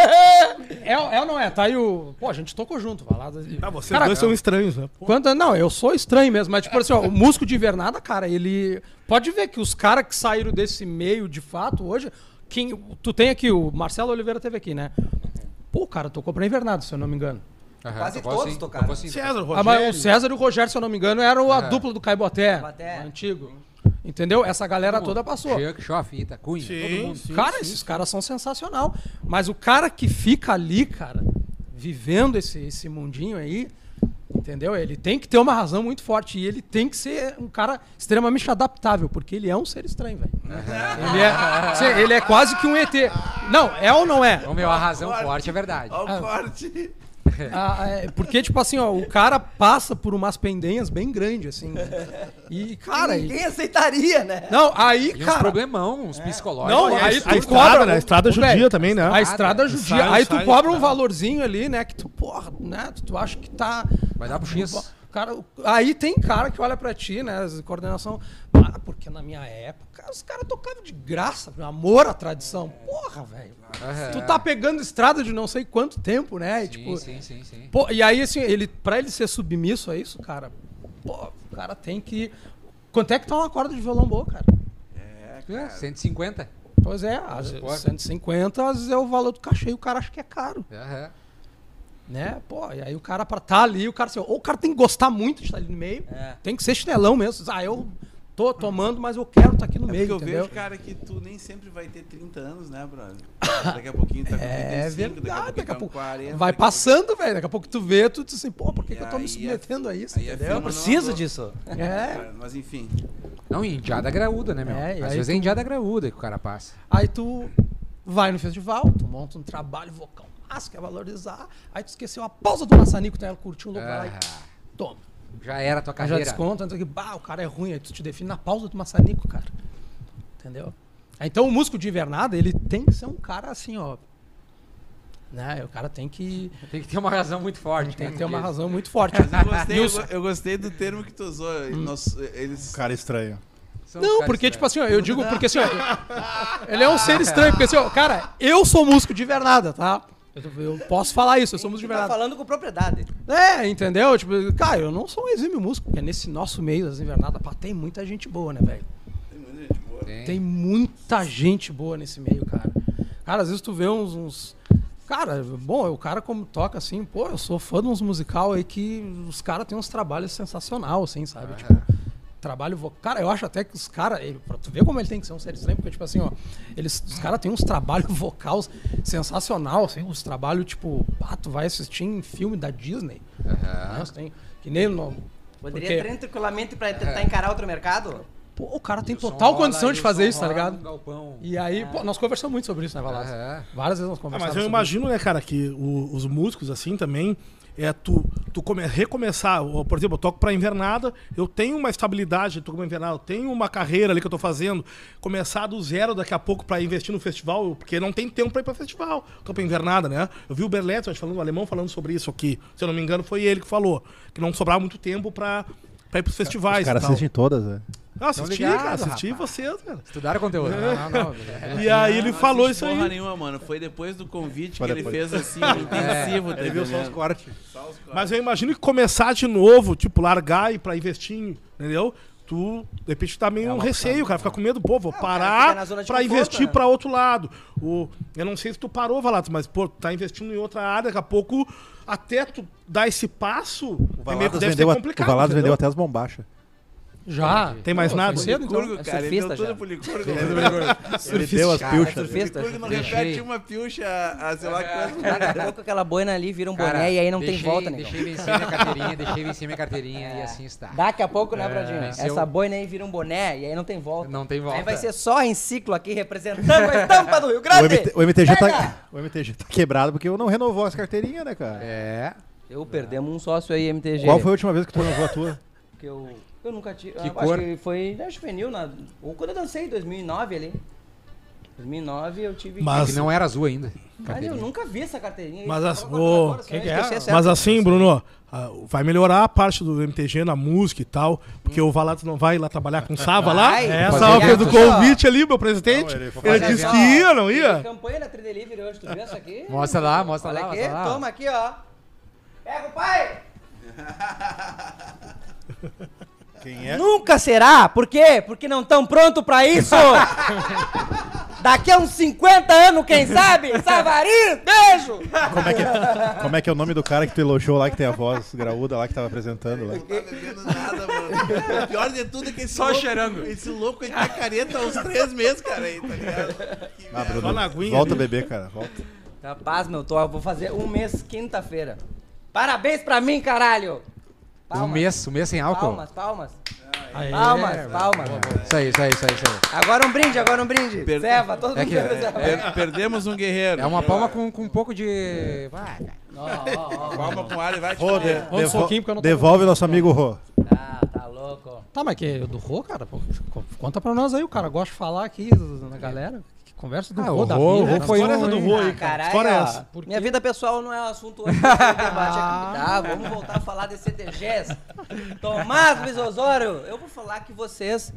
é ou não é? Tá aí o, pô, a gente tocou junto, vai lá. Ah, vocês Cara, dois são estranhos, né? Pô. Não, eu sou estranho mesmo, mas tipo assim, ó, o músico de invernada, cara, ele pode ver que os caras que saíram desse meio de fato hoje, tu tem aqui o Marcelo Oliveira teve aqui, né? Pô, o cara tocou pra invernada, se eu não me engano. Quase todos tocaram. César, Ah, mas Rogério. o César e o Rogério, se eu não me engano, eram a dupla do Caiboté, Caiboté. antigo. Entendeu? Essa galera toda passou. Chuck, Schoff, Ita, Cunha, todo Sim, mundo. sim. Cara, esses caras são sensacional. Mas o cara que fica ali, cara, vivendo esse mundinho aí, entendeu? Ele tem que ter uma razão muito forte. E ele tem que ser um cara extremamente adaptável, porque ele é um ser estranho, velho. Ele é quase que um ET. Não, é ou não é? Ô, meu, a razão forte é verdade. Ó o corte. Porque, tipo assim, ó, o cara passa por umas pendenhas bem grandes, assim. E, cara. Ninguém aceitaria, né? Não, aí, E uns cara. problemão, uns psicológicos. Não, E aí a tu estrada, cobra. né? A estrada Ô, judia velho, também, né? A estrada judia. Ensaio, Aí tu ensaio, cobra um estrada. valorzinho ali, né? Que tu, porra, né? Tu acha que tá. Vai dar pro X. Cara, aí tem cara que olha pra ti, né? As coordenação. Porque na minha época os caras tocavam de graça, por amor à tradição. Porra, velho. Tu tá pegando estrada de não sei quanto tempo, né? E, tipo, Sim. pô, e aí, assim, pra ele ser submisso a isso, cara, pô, o cara tem que. Quanto é que tá uma corda de violão boa, cara? 150. Pois é, às vezes 150, às vezes é o valor do cachê e o cara acha que é caro. Aham. Né? Pô, e aí o cara pra tá ali, o cara assim, ou o cara tem que gostar muito de estar ali no meio, tem que ser chinelão mesmo. Eu tô tomando, mas eu quero estar aqui no meio, Porque eu entendeu? vejo, cara, que tu nem sempre vai ter 30 anos, né, brother? Daqui a pouquinho tá com 35, É verdade, daqui daqui a a pouco pouco tá com 40. vai daqui a pouco- passando, velho. Daqui a pouco tu vê, tu diz assim, pô, por que, E que eu tô me aí submetendo a isso, aí a entendeu? firma Eu preciso não- disso. É. Mas enfim. Não, e indiada graúda, né, meu? É, e Às aí vezes é tu- indiada graúda que o cara passa. Aí tu vai no festival, tu monta um trabalho vocal massa, quer valorizar, aí tu esqueceu a pausa do maçanico, tu curtiu um louco, vai lá e toma. Já era a tua Aí já carreira. desconta, então, o cara é ruim, aí tu te define na pausa do maçanico, cara. Entendeu? Então o músico de invernada, ele tem que ser um cara assim, ó. Né? O cara tem que ter uma razão muito forte. ter uma razão muito forte. Mas eu gostei do termo que tu usou. Eles... Cara estranho. Não, porque, tipo assim, ó, eu digo porque assim, ó, ele é um ser estranho, porque assim, ó, cara, eu sou músico de invernada, tá? Eu posso falar isso, eu sou músico de Tá invernada. falando com propriedade. É, entendeu? Tipo, cara, eu não sou um exímio músico, porque nesse nosso meio das invernadas, pá, tem muita gente boa, né, velho? Tem muita gente boa nesse meio, cara. Cara, às vezes tu vê uns... Cara, bom, o cara como toca assim, pô, eu sou fã de uns musical aí que os caras têm uns trabalhos sensacional, assim, sabe? Tipo, trabalho vocal. Cara, eu acho até que os caras, pra tu ver como ele tem que ser um ser estranho, porque, tipo assim, ó, os caras têm uns trabalhos vocais sensacional, assim, uns trabalhos, tipo, tu vai assistir em filme da Disney. Né? Tem, que nem no. Poderia porque, tranquilamente pra tentar encarar outro mercado? pô, o cara tem total condição de fazer isso, tá ligado? Galpão. E aí, pô, nós conversamos muito sobre isso, né, Valas? Várias vezes nós conversamos. Mas eu sobre imagino, né, cara, que os músicos, assim, também, tu recomeçar. Por exemplo, eu toco pra invernada, eu tenho uma estabilidade, eu toco pra invernada, eu tenho uma carreira ali que eu tô fazendo, começar do zero daqui a pouco pra investir no festival, porque não tem tempo pra ir pra festival. Tô pra invernada, né? Eu vi o Berletz, falando, o alemão, falando sobre isso aqui. Se eu não me engano, foi ele que falou, que não sobrava muito tempo pra ir pros festivais. Os caras e tal. assistem todas, né? Eu assisti, ligados, cara, assisti rapaz. vocês, cara. Estudaram conteúdo. Não. E aí ele Não falou assisti isso aí. porra nenhuma, mano. Foi depois do convite Foi que ele depois. fez assim, intensivo. tá Ele viu só os entendendo? cortes. Mas eu imagino que começar de novo, tipo, largar e pra investir, entendeu? Tu, de repente, tá meio um receio, cara. Fica com medo, pô, vou o cara parar fica na zona de pra conforto, investir né? pra outro lado. Eu não sei se tu parou, Valatos, mas, pô, tá investindo em outra área, daqui a pouco, até tu dar esse passo, O é meio que Valados deve ser vendeu, complicado. o Valados entendeu? vendeu até as bombachas. Já. Tem mais Pô, nada? foi cedo, então. Licurgo, cara. Ele deu surfista tudo já. pro Licurgo. Ele deu as Cara, pilchas. surfista. Licurgo não Deixei. repete uma pilcha a sei lá quanto. Daqui a pouco aquela boina ali vira um Cara, boné e aí não tem deixei- volta, né? Deixei vencer minha carteirinha, e assim está. Daqui a pouco, né, Bradinho? venceu. Essa boina aí vira um boné e aí não tem volta. Não tem volta. Aí vai ser só em ciclo aqui, representando a estampa do Rio Grande. O MTG Pega! o MTG tá quebrado porque eu não renovou as carteirinhas, né, cara? É. Eu perdemos um sócio aí, MTG. Qual foi a última vez que tu renovou a tua? Que eu nunca tive. Que Acho cor? que foi na juvenil, ou quando eu dancei, em 2009 ali. 2009 eu tive. Mas- Que não era azul ainda. Mas eu carteirinha. nunca vi essa carteirinha. Mas Isso, as- agora, ô, agora, que senão que eu é? esqueci certo. Mas assim, Bruno, vai melhorar a parte do MTG na música e tal, porque o Valados não vai lá trabalhar com o Sava lá. Vai, É, fazer Sava fez o eventos. convite ali, meu presidente. Não, ele foi Ele fazer disse evento. que ia, não Teve ia? campanha na Tridelivery hoje, tu viu essa aqui? Mostra lá, mostra Olha lá. aqui, mostra lá. toma aqui, ó. Pega o pai! Quem é? Nunca será! Por quê? Porque não estão prontos pra isso! Daqui a uns 50 anos, quem sabe? Savari, beijo! Como é que é o nome do cara que tu elogiou lá, que tem a voz graúda lá, que tava apresentando lá? Não tá bebendo nada, mano. O pior de tudo é que esse Só louco, cheirando. Esse louco ele tá careta há uns 3 meses, cara, aí, tá ligado? Que Ah, merda. Bruno, Só na aguinha volta a ali. beber, cara, volta. Rapaz, meu, vou fazer um mês quinta-feira. Parabéns pra mim, caralho! Um mês sem álcool? Palmas. Aê, Palmas. Isso aí. Agora um brinde. Per- Ceva, todo É mundo que- quer ceva. Perdemos um guerreiro. É uma palma com um pouco de... Vai, cara. Palma com ar e vai te Rô, comer. Vamos um pouquinho, porque eu não tô- devolve nosso amigo Rô. Tá louco. Tá, mas que do Rô, cara? Pô, conta pra nós aí, o cara gosta de falar aqui na galera. Que conversa do Ah, Rô, o da Rô- vida. o Rô foi História um... essa do Rô aí, cara. Caralho, História é ó, essa. Por minha quê? vida pessoal não é o assunto hoje do debate aqui, tá? Vamos voltar a falar desse CTGs. Tomás Luiz Osório, eu vou falar que vocês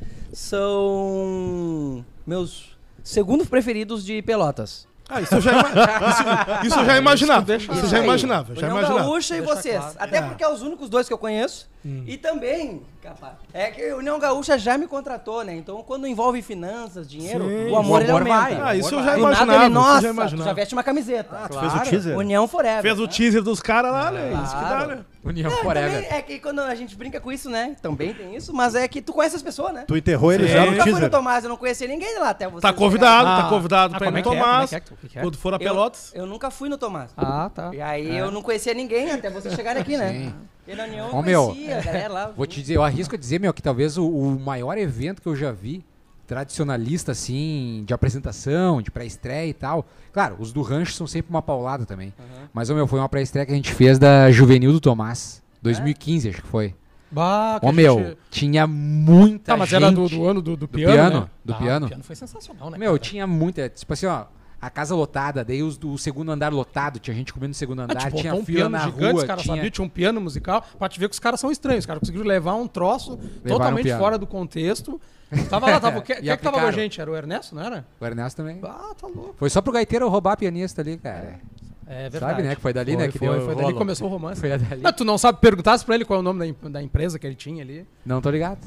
são meus segundos preferidos de Pelotas. Ah, isso eu já, isso eu já imaginava. Isso eu já aí, imaginava, já União imaginava. Gaúcha e Deixa vocês. claro. Até porque é os únicos dois que eu conheço. E também, capaz, é que a União Gaúcha já me contratou, né? Então, quando envolve finanças, dinheiro, Sim. o amor, O ele amor aumenta. vai. Ah, isso eu já Do nada imaginava. ele, isso eu nossa, já tu imaginava. já veste uma camiseta. Tu fez o teaser? União Forever. Fez o teaser dos caras lá, né? Isso que dá, Claro. né? União Também Forever. é que quando a gente brinca com isso, né? Também tem isso, mas é que tu conhece as pessoas, né? Tu enterrou ele Sim. já Eu no nunca fui no teaser. Tomás, eu não conhecia ninguém de lá até você. Tá convidado, Ah, tá convidado pra ir como no é que é? Tomás. Como é que é? O que que é? Quando for a Pelotas. Eu nunca fui no Tomás. Ah, tá. E aí eu não conhecia ninguém até vocês chegarem aqui, né? Sim. E na União Ô, eu meu, conhecia a galera lá. Vou te dizer, eu arrisco a dizer, meu, que talvez o maior evento que eu já vi, tradicionalista, assim, de apresentação, de pré-estreia e tal. Claro, os do rancho são sempre uma paulada também. Mas, ô, meu, foi uma pré-estreia que a gente fez da Juvenil do Tomás. 2015, acho que foi. Bah, que Ô, a meu, gente- tinha muita Tá, mas gente. era do ano do piano, piano, né? do Ah, piano. O piano foi sensacional, né? Meu, cara? tinha muita, tipo assim, ó, a casa lotada, daí o segundo andar lotado, tinha gente comendo no segundo andar, tipo, tinha botou um fila piano na gigante, rua, os caras tinha... sabiam, tinha um piano musical, pra te ver que os caras são estranhos, os caras conseguiram levar um troço totalmente piano. fora do contexto. Tava lá, tava, quem é que tava com a aplicaram. gente? Era o Ernesto, não era? O Ernesto também. Ah, tá louco. Foi só pro gaiteiro roubar a pianista ali, cara. É verdade. Sabe, né, que foi dali, né, que foi, deu foi dali rolo. que começou o romance. Foi dali. Mas tu não sabe, perguntasse pra ele qual é o nome da empresa que ele tinha ali. Não tô ligado.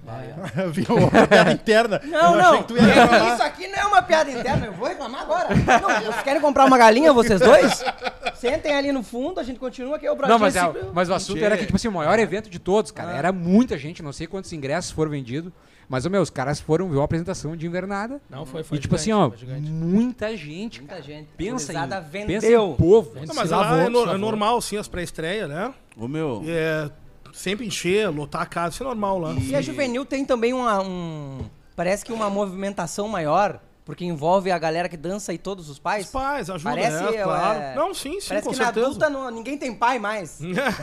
Viu uma piada interna. Não, Eu achei não. que tu ia reclamar. Isso aqui não é uma piada interna. Eu vou reclamar agora. Não, vocês querem comprar uma galinha, vocês dois? Sentem ali no fundo, a gente continua aqui. É o Não, Bradinho. mas o assunto era que, tipo assim, o maior evento de todos, cara. Era muita gente, não sei quantos ingressos foram vendidos. Mas, ô, meu, os caras foram ver uma apresentação de invernada. Não, foi E, tipo assim, ó, foi gigante. muita gente, Muita cara. gente. Pensa Gurizada pensa em vendeu. povo. Vende. Não, mas Se lá lavou, é, se é lavou. normal, sim, as pré-estreias, né? Ô, meu, É, sempre encher, lotar a casa, isso é normal lá. E a Juvenil tem também parece que uma movimentação maior, porque envolve a galera que dança e todos os pais. Os pais ajudam, Parece, né? Claro. é, Não, sim, Parece com que certeza. na adulta ninguém tem pai mais.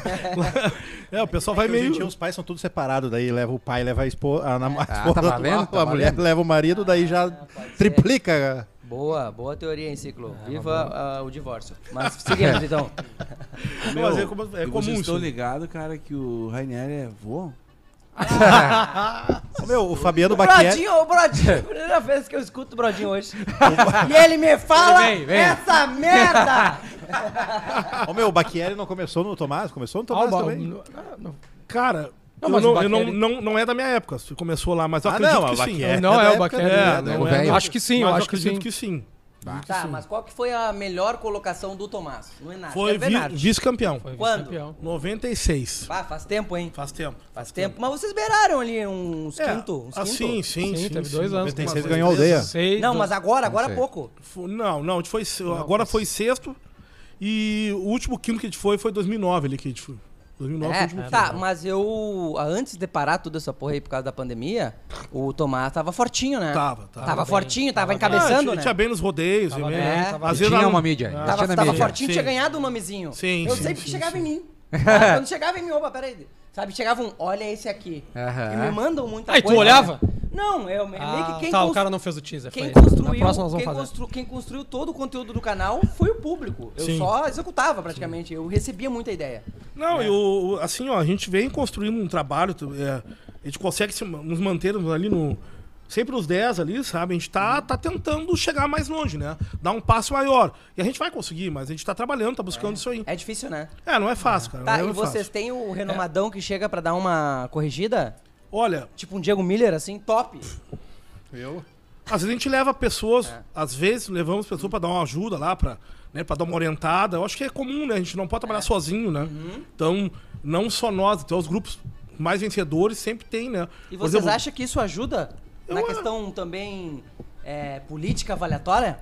É, o pessoal vai Hoje em meio... dia os pais são tudo separados, daí leva o pai, leva a esposa, a tá valendo, tá a mulher valendo. leva o marido, daí já triplica. Boa teoria, hein, Ciclo? Viva o divórcio. Mas seguimos, então. Mas é, é e comum vocês estão isso. ligados, cara, que o Rainier é vô? Meu, o Fabiano Baquieri... O Brodinho, primeira vez que eu escuto o Brodinho hoje. E ele me fala Vem. essa merda! Ô, meu, o Baquieri não começou no Tomás? Começou no Tomás também. Cara, Não, mas o Baqueri- não é da minha época. Se começou lá, mas eu Ah, acredito não, que o sim. Baqueri. Não, da é o época Baqueri. dele, não o é, velho. não. Acho que sim, Mas eu acho que acredito sim. que sim. Tá, mas qual que foi a melhor colocação do Tomás? No Enarte. Foi vice-campeão. Foi Quando? vice-campeão. 96. Ah, faz tempo, hein? Faz tempo. Faz tempo. Mas vocês beiraram ali uns quinto? Uns Sim, quinto? sim. Teve 2 anos. 96 Mas ganhou a aldeia. Sei, Não, mas agora há sei. pouco. Não, a gente foi. Agora foi sexto. E o último quinto que a gente foi 2009 ali que a gente foi. 2009 foi o último Tá, quinto. mas antes de parar toda essa porra aí por causa da pandemia, o Tomás tava fortinho, né? Tava Fortinho, tava Tava encabeçando, tinha, né? tinha bem nos rodeios. Tava bem, bem, né? tava Às Tinha vezes uma ela- mídia. Tava Tinha na mídia. fortinho, Sim. tinha ganhado um nomezinho. Sim, Eu sim, sempre sim, chegava sim. em mim. Quando chegava em mim, opa, peraí. Sabe, chegava olha esse aqui. Aham. E me mandam muita Aí, tu coisa. olhava? Não, meio que quem Tá, o cara não fez o teaser. Quem foi. construiu, Na próxima nós vamos fazer. quem construiu todo o conteúdo do canal foi o público. Eu Sim. só executava praticamente. Eu recebia muita ideia. Não, e assim, ó, a gente vem construindo um trabalho, a gente consegue nos mantermos ali sempre nos 10 ali, sabe? A gente tá tentando chegar mais longe, né? Dar um passo maior. E a gente vai conseguir, mas a gente tá trabalhando, tá buscando isso aí. É difícil, né? Não é fácil, cara. Tá, não é e vocês fácil. têm o renomadão que chega pra dar uma corrigida? Olha, Tipo um Diego Miller, assim, top. às vezes a gente leva pessoas, às vezes levamos pessoas pra dar uma ajuda lá, pra dar uma orientada. Eu acho que é comum, né? A gente não pode trabalhar sozinho, né? Então, não só nós, até os grupos mais vencedores sempre tem, né? E Por vocês exemplo, acham que isso ajuda na questão também política avaliatória?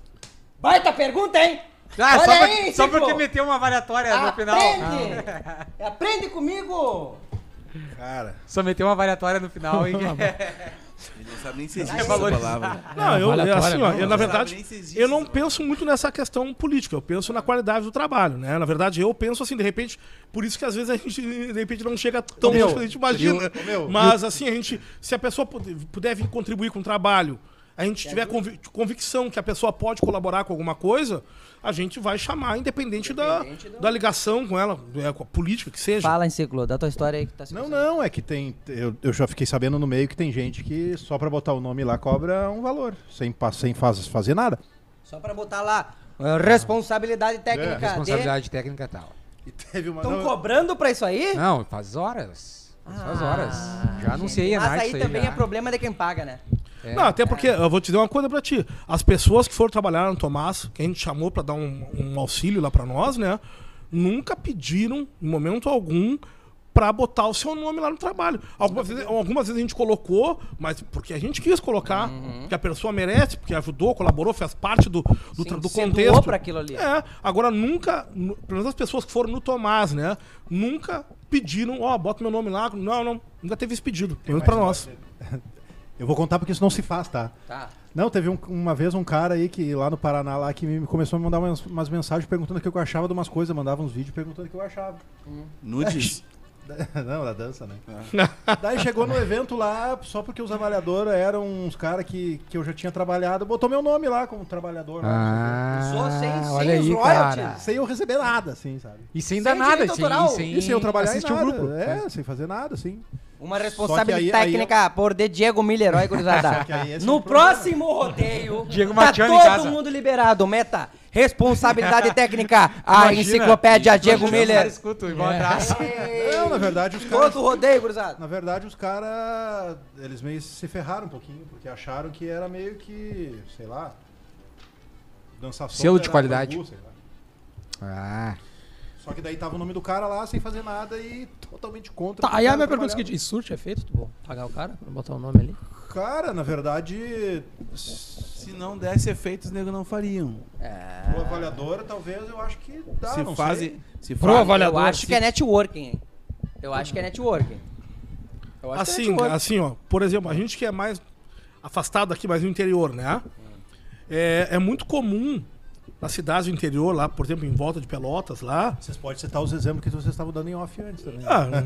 Baita pergunta, hein? Ah, Olha aí, só Chico! porque meteu uma variatória no final. Aprende! Aprende comigo! Cara, Só meteu uma variatória no final e... Ele não sabe nem se existe Aí, essa palavra. Não, eu, Avaliatória, assim, ó, não, eu, na não verdade, sabe nem se existe eu não essa penso muito nessa questão política, eu penso na qualidade do trabalho, né? Na verdade, eu penso assim, de repente, por isso que às vezes a gente, de repente, não chega tão longe quanto a gente imagina. Mas, assim, a gente, se a pessoa puder vir contribuir com o trabalho, a gente tiver convicção que a pessoa pode colaborar com alguma coisa, a gente vai chamar, independente da ligação com ela, com a política que seja. Fala em ciclo, da tua história aí que tá se não, é que tem. Eu já fiquei sabendo no meio que tem gente que só pra botar o nome lá cobra um valor, sem fazer nada. Só pra botar lá, responsabilidade técnica. Responsabilidade técnica e tal. E teve uma. Estão cobrando pra isso aí? Não, faz horas. Faz horas. Já anunciei a Mas Nath aí isso aí também já. é problema de quem paga, né? Não, até porque, eu vou te dizer uma coisa pra ti. As pessoas que foram trabalhar no Tomás, que a gente chamou pra dar um auxílio lá pra nós, né? Nunca pediram, em momento algum, pra botar o seu nome lá no trabalho. Algumas vezes a gente colocou, mas porque a gente quis colocar, porque a pessoa merece, porque ajudou, colaborou, fez parte do Se contexto. doou pra aquilo ali. Agora nunca, pelo menos as pessoas que foram no Tomás, né? Nunca pediram, bota meu nome lá. Não, nunca teve esse pedido, pelo menos pra nós. Eu vou contar porque isso não se faz, tá? Tá. Não, teve uma vez um cara aí que lá no Paraná lá que me começou a me mandar umas mensagens perguntando o que eu achava de umas coisas, mandava uns vídeos perguntando o que eu achava. Nudes? Não, da dança, né? Daí chegou no evento lá, só porque os avaliadores eram uns caras que eu já tinha trabalhado, botou meu nome lá como trabalhador. Ah, sem olha os aí, royalties. cara. Sem eu receber nada, assim, sabe? E sem Sem dar nada, direito autoral. E sem eu trabalhar em assistir nada. o grupo. Sem fazer nada, assim. Uma responsabilidade Só que aí técnica por de Diego Miller, olha, gurizada. que aí esse é No um problema. próximo rodeio, Diego tá Matiano em todo casa. mundo liberado. Meta, responsabilidade técnica, a Imagina, enciclopédia Diego Os caras Miller. escutam e vão atrás. Não, na verdade, os caras. Todo rodeio, gurizada. Na verdade, os caras. Eles meio se ferraram um pouquinho, porque acharam que era meio que. Sei lá. Dança solta Selo de era qualidade. bambu, sei lá. Ah, Só que daí tava o nome do cara lá sem fazer nada e totalmente contra. Tá, o aí a cara minha pergunta é o trabalhava. seguinte, e surte é feito? Tu vou pagar o cara pra botar o nome ali? Cara, na verdade, Se não desse efeito, os negros não fariam. pro avaliador, talvez eu acho que dá, se não faz, sei. se Pro faz, avaliador. Eu acho que é networking, hein? Eu acho que é networking. Eu acho que é Assim, networking. assim, ó, por exemplo, a gente que é mais afastado aqui, mais no interior, né? É muito comum nas cidades do interior, lá, por exemplo, em volta de Pelotas, lá. Vocês podem citar os exemplos que vocês estavam dando em off antes também.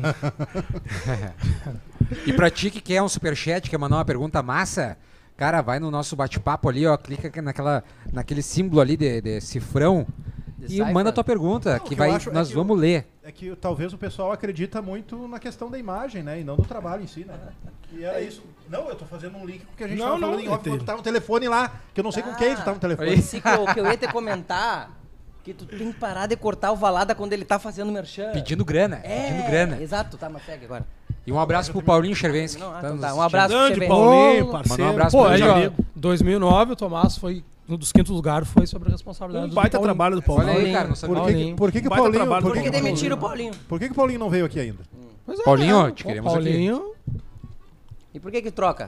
E pra ti que quer um superchat, quer mandar uma pergunta massa, cara, vai no nosso bate-papo ali, ó, clica naquele símbolo ali de cifrão E manda a tua pergunta, que que eu vai, acho é nós que vamos ler. É que talvez o pessoal acredita muito na questão da imagem, né? E não do trabalho em si, né? E era isso. Não, eu tô fazendo um link com o que a gente Não, tava falando não, em off, entendi. tu tá no telefone lá, que eu não sei com quem tu tá no telefone. Esse que eu ia te comentar, que tu tem que parar de cortar o Valada quando ele tá fazendo merchan. Pedindo grana, pedindo grana. Exato, tá, mas segue agora. E um abraço pro Paulinho Chervensky. Não, tá então nos tá, um assistindo. abraço pra Grande você, Paulinho, Ô, parceiro. mandar um abraço Pô, pra aí, ele. ó, 2009 o Tomás foi um dos quintos lugares, foi sobre a responsabilidade Um do baita Paulinho. trabalho do Olha Paulinho. aí, cara, não sabia. Por que o Baita Paulinho... trabalho do Porque Paulinho. demitiram o Paulinho. Por que o Paulinho não veio aqui ainda? Pois é, Paulinho, né? te Pô, queremos aqui. Paulinho, E por que troca?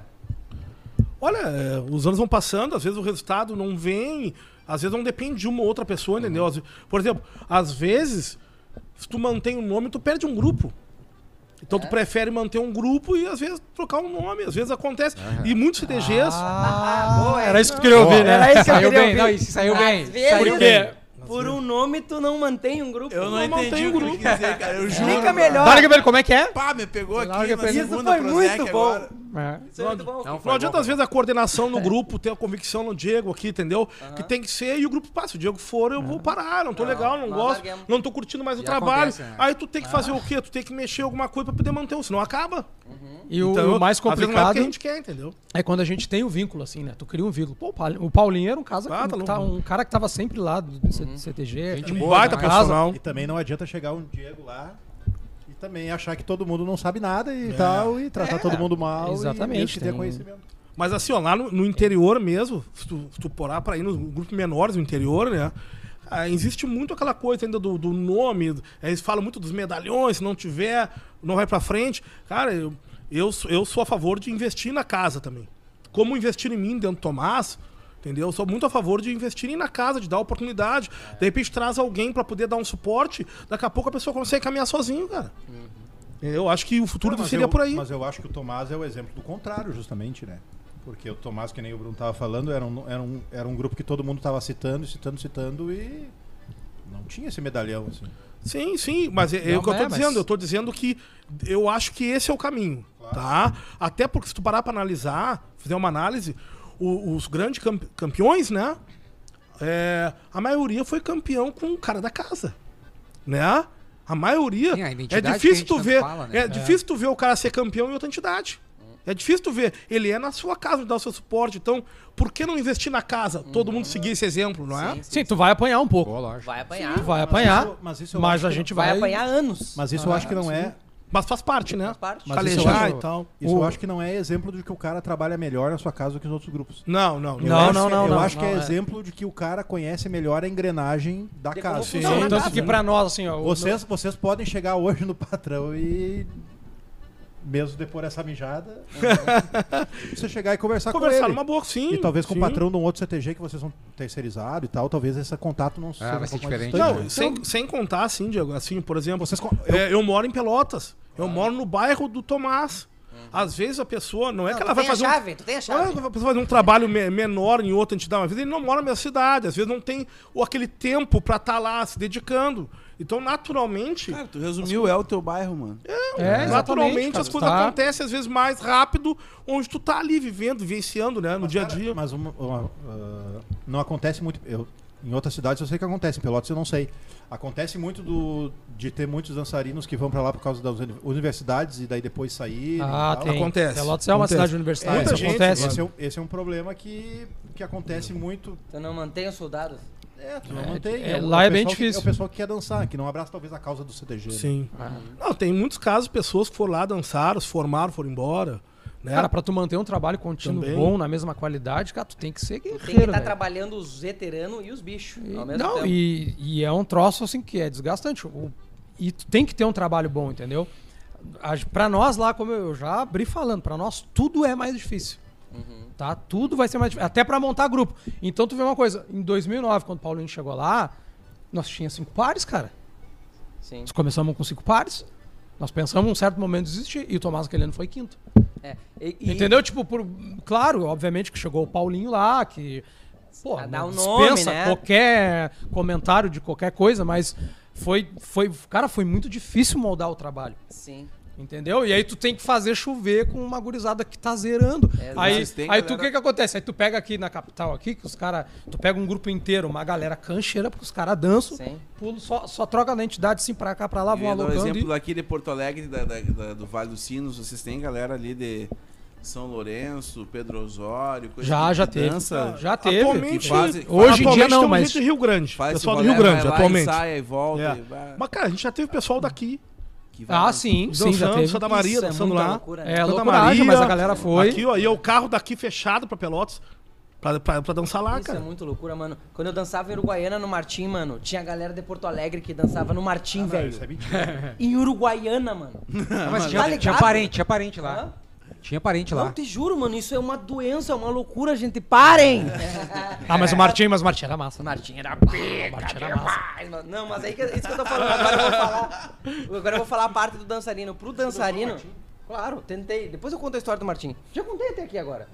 Olha, os anos vão passando, às vezes o resultado não vem, às vezes não depende de uma ou outra pessoa, entendeu? Por exemplo, às vezes, se tu mantém um nome, tu perde um grupo. Então tu prefere manter um grupo e às vezes trocar um nome, às vezes acontece. E muitos CDGs... boa, era isso que eu queria ouvir, né? Era isso que eu Saiu queria bem, ouvir. não, isso saiu bem. Às vezes, Saiu Por bem. quê? por um nome, tu não mantém um grupo. Eu não Não entendi tem o que grupo. ele quis dizer, cara. Eu juro. Explica melhor. Larga ver como é que é? Pá, me pegou aqui Larga na pra ele. Isso segunda foi Prozec muito bom. agora. É. Isso é muito bom. Não adianta, às vezes, a coordenação no grupo ter a convicção no Diego aqui, entendeu? Que tem que ser, e o grupo passa. Se o Diego for, eu vou parar, não tô legal, não nós gosto, larguemos. não tô curtindo mais o E trabalho. acontece, né? Aí tu tem que fazer o quê? Tu tem que mexer alguma coisa pra poder manter o, senão acaba. E o Então, mais às vezes não é complicado porque a gente quer, entendeu? é quando a gente tem o vínculo, assim, né? Tu cria um vínculo. Pô, o Paulinho era um um cara que tava sempre lá do CTG. Gente Um boa, baita né? profissional. E também não adianta chegar um Diego lá e também achar que todo mundo não sabe nada e tal, e tratar todo mundo mal. Exatamente, E mesmo que tenha tem- conhecimento. Mas assim, ó, lá no interior mesmo, se tu parar pra ir nos grupos menores do interior, né? Existe muito aquela coisa ainda do nome. Eles falam muito dos medalhões, se não tiver, não vai pra frente. Cara, eu sou a favor de investir na casa também. Como investir em mim dentro do Tomás, entendeu? Eu sou muito a favor de investir na casa, de dar oportunidade. De repente traz alguém pra poder dar um suporte, daqui a pouco a pessoa consegue caminhar sozinho, cara. Eu acho que o futuro Não, mas seria por aí. Mas eu acho que o Tomás é o exemplo do contrário, justamente, né? Porque o Tomás, que nem o Bruno tava falando, era um grupo que todo mundo tava citando e não tinha esse medalhão, assim. Sim, mas é Não, o que eu tô mas- dizendo. Eu tô dizendo que eu acho que esse é o caminho, tá? Até porque se tu parar pra analisar, fazer uma análise, os grandes campeões, né? A maioria foi campeão com o cara da casa, né? A maioria. Sim, a É identidade difícil que a tu gente ver, tanto fala, né? é difícil tu ver o cara ser campeão em outra entidade. É difícil tu ver. Ele é na sua casa, dar o seu suporte. Então, por que não investir na casa? Todo mundo seguir esse exemplo, não é? Sim, tu vai apanhar um pouco. Pô, lógico. Vai apanhar. Tu vai apanhar, mas isso eu mas acho a que gente Vai vai... apanhar anos. Mas isso eu acho que não é. Mas faz parte, né? Faz parte. Mas isso eu Calejar acho- e tal. Isso eu acho que não é exemplo de que o cara trabalha melhor na sua casa do que os outros grupos. Não. Não, Eu acho não, que- não, Eu não, acho que não, é é. exemplo de que o cara conhece melhor a engrenagem da De casa. como Sim. funciona a Tanto casa, que né? pra nós, assim, ó... Vocês podem chegar hoje no patrão e mesmo depois dessa mijada, você chegar e conversar com Conversar ele. numa boa, sim. E talvez com sim. o patrão de um outro CTG que vocês vão terceirizado e tal, talvez esse contato não seja vai ser um pouco mais diferente, distante. Não, né? sem contar, assim, Diego, assim, por exemplo, Vocês eu moro em Pelotas. Eu moro no bairro do Tomás. Às vezes a pessoa, não é que ela vai fazer Tu tem a não é chave. que a pessoa fazer um trabalho menor em outra entidade, às vezes ele não mora na minha cidade, às vezes não tem aquele tempo pra estar lá se dedicando. Então, naturalmente, Cara, tu resumiu, o teu bairro, mano. exatamente, naturalmente cara, as coisas tá- acontecem às vezes mais rápido onde tu tá ali vivendo, vivenciando, né, no dia a dia. Mas não acontece muito. Em outras cidades eu sei que acontece, em Pelotas eu não sei. Acontece muito de ter muitos dançarinos que vão pra lá por causa das universidades e daí depois saírem. Ah, e tal. tem. Acontece. Pelotas é uma Acontece. cidade universitária, Muita isso gente, acontece. Esse é um problema que acontece muito. Tu não mantém os soldados. Tu não mantém. lá é bem pessoal difícil. É o pessoal que quer dançar, que não abraça talvez a causa do CTG. né? Sim. Não, tem muitos casos, pessoas que foram lá, dançaram, se formaram, foram embora. Né? Cara, pra tu manter um trabalho contínuo Também. bom, na mesma qualidade, cara, tu tem que ser Tu tem que guerreiro, estar velho. trabalhando os veteranos e os bichos ao mesmo Não, tempo. e é um troço, assim, que é desgastante. E tu tem que ter um trabalho bom, entendeu? Pra nós lá, como eu já abri falando, pra nós tudo é mais difícil. Tá? Tudo vai ser mais difícil. Até pra montar grupo. Então tu vê uma coisa, em 2009, quando o Paulinho chegou lá, nós tínhamos 5 pares, cara. Sim. Nós começamos com 5 pares. Nós pensamos em um certo momento desistir. E o Tomás aquele ano foi quinto. Entendeu? Tipo, claro, obviamente que chegou o Paulinho lá, que pô, Pra dar não o nome, dispensa né? qualquer comentário de qualquer coisa, mas foi muito difícil moldar o trabalho. Sim. Entendeu? E aí tu tem que fazer chover com uma gurizada que tá zerando. Aí Vocês têm, tu, o galera? que acontece? Aí tu pega aqui na capital, aqui, que os caras... Tu pega um grupo inteiro, uma galera cancheira, porque os caras dançam, Sim. pulam, só troca a identidade assim pra cá, pra lá, Eu vão ia dar um alocando. exemplo daqui de Porto Alegre, do Vale dos Sinos. Vocês têm galera ali de São Lourenço, Pedro Osório, coisa Já que teve. dança, Já teve. Atualmente, que fazem- Hoje em dia atualmente não, tem um mas... gente de Rio Grande. faz Pessoal esse do Rio rolê, Grande, vai lá, atualmente. ensaia e volta. É. E vai- Mas, cara, a gente já teve pessoal daqui. que vai Ah, lá. sim, Dançando, já teve. Santa Maria, Isso é dançando muita lá. loucura, né? É, Santa loucuragem, mas a galera foi. Aqui, ó, e o carro daqui fechado pra Pelotas, pra dançar lá, Isso cara. é muito loucura, mano. Quando eu dançava em Uruguaiana no Martim, mano, tinha galera de Porto Alegre que dançava no Martim, velho. Isso é mentira. Em Uruguaiana, mano. Ah, mas Tá tinha ligado? parente lá. Hã? Tinha parente lá. Não, te juro, mano, isso é uma doença, é uma loucura, gente. Parem! Ah, mas o Martim era massa. O Né? Martim era pica, Martim era demais, mano. Não, mas aí isso que eu tô falando. Agora eu vou falar a parte do dançarino. Pro dançarino... Claro, tentei. Depois eu conto a história do Martim. Já contei até aqui agora.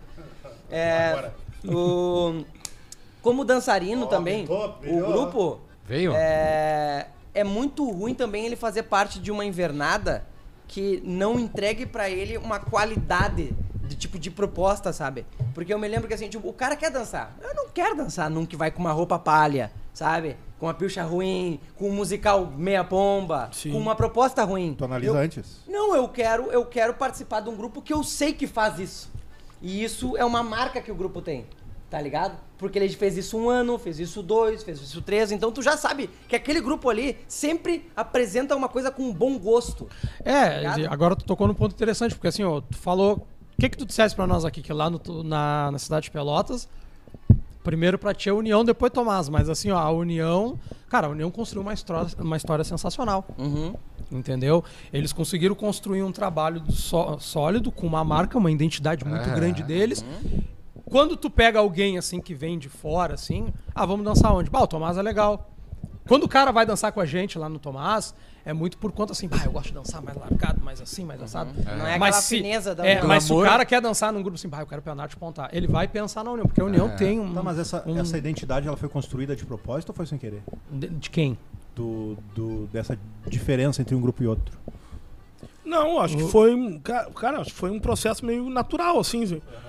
Como dançarino também, o grupo... Veio? É muito ruim também ele fazer parte de uma invernada que não entregue pra ele uma qualidade de tipo de proposta, sabe? Porque eu me lembro que assim, tipo, o cara quer dançar. Eu não quero dançar num que vai com uma roupa palha, sabe? Com uma pilcha ruim, com um musical meia bomba, Sim. com uma proposta ruim. Tu analisa antes. Não, eu quero participar de um grupo que eu sei que faz isso. E isso é uma marca que o grupo tem, tá ligado? Porque ele fez isso 1 ano, fez isso 2, fez isso 3, então tu já sabe que aquele grupo ali sempre apresenta uma coisa com bom gosto. Obrigado. Agora tu tocou num ponto interessante, porque assim, ó, tu falou... O que tu disseste pra nós aqui, que lá na cidade de Pelotas, primeiro pra ti é a União, depois Tomás, mas assim, ó, a União... Cara, a União construiu uma história sensacional. Uhum. Entendeu? Eles conseguiram construir um trabalho sólido, com uma marca, uma identidade muito grande deles. Quando tu pega alguém, assim, que vem de fora, assim... Ah, vamos dançar onde? O Tomás é legal. Quando o cara vai dançar com a gente lá no Tomás, é muito por conta, assim... eu gosto de dançar mais largado, mais assim, mais assado. Não é aquela fineza da União. Mas se o Glamour. cara quer dançar num grupo assim... eu quero penar de pontar. Ele vai pensar na União, porque a União tem um... Tá, mas essa identidade ela foi construída de propósito ou foi sem querer? De quem? Dessa diferença entre um grupo e outro? Não, acho que foi... Cara, acho que foi um processo meio natural, assim.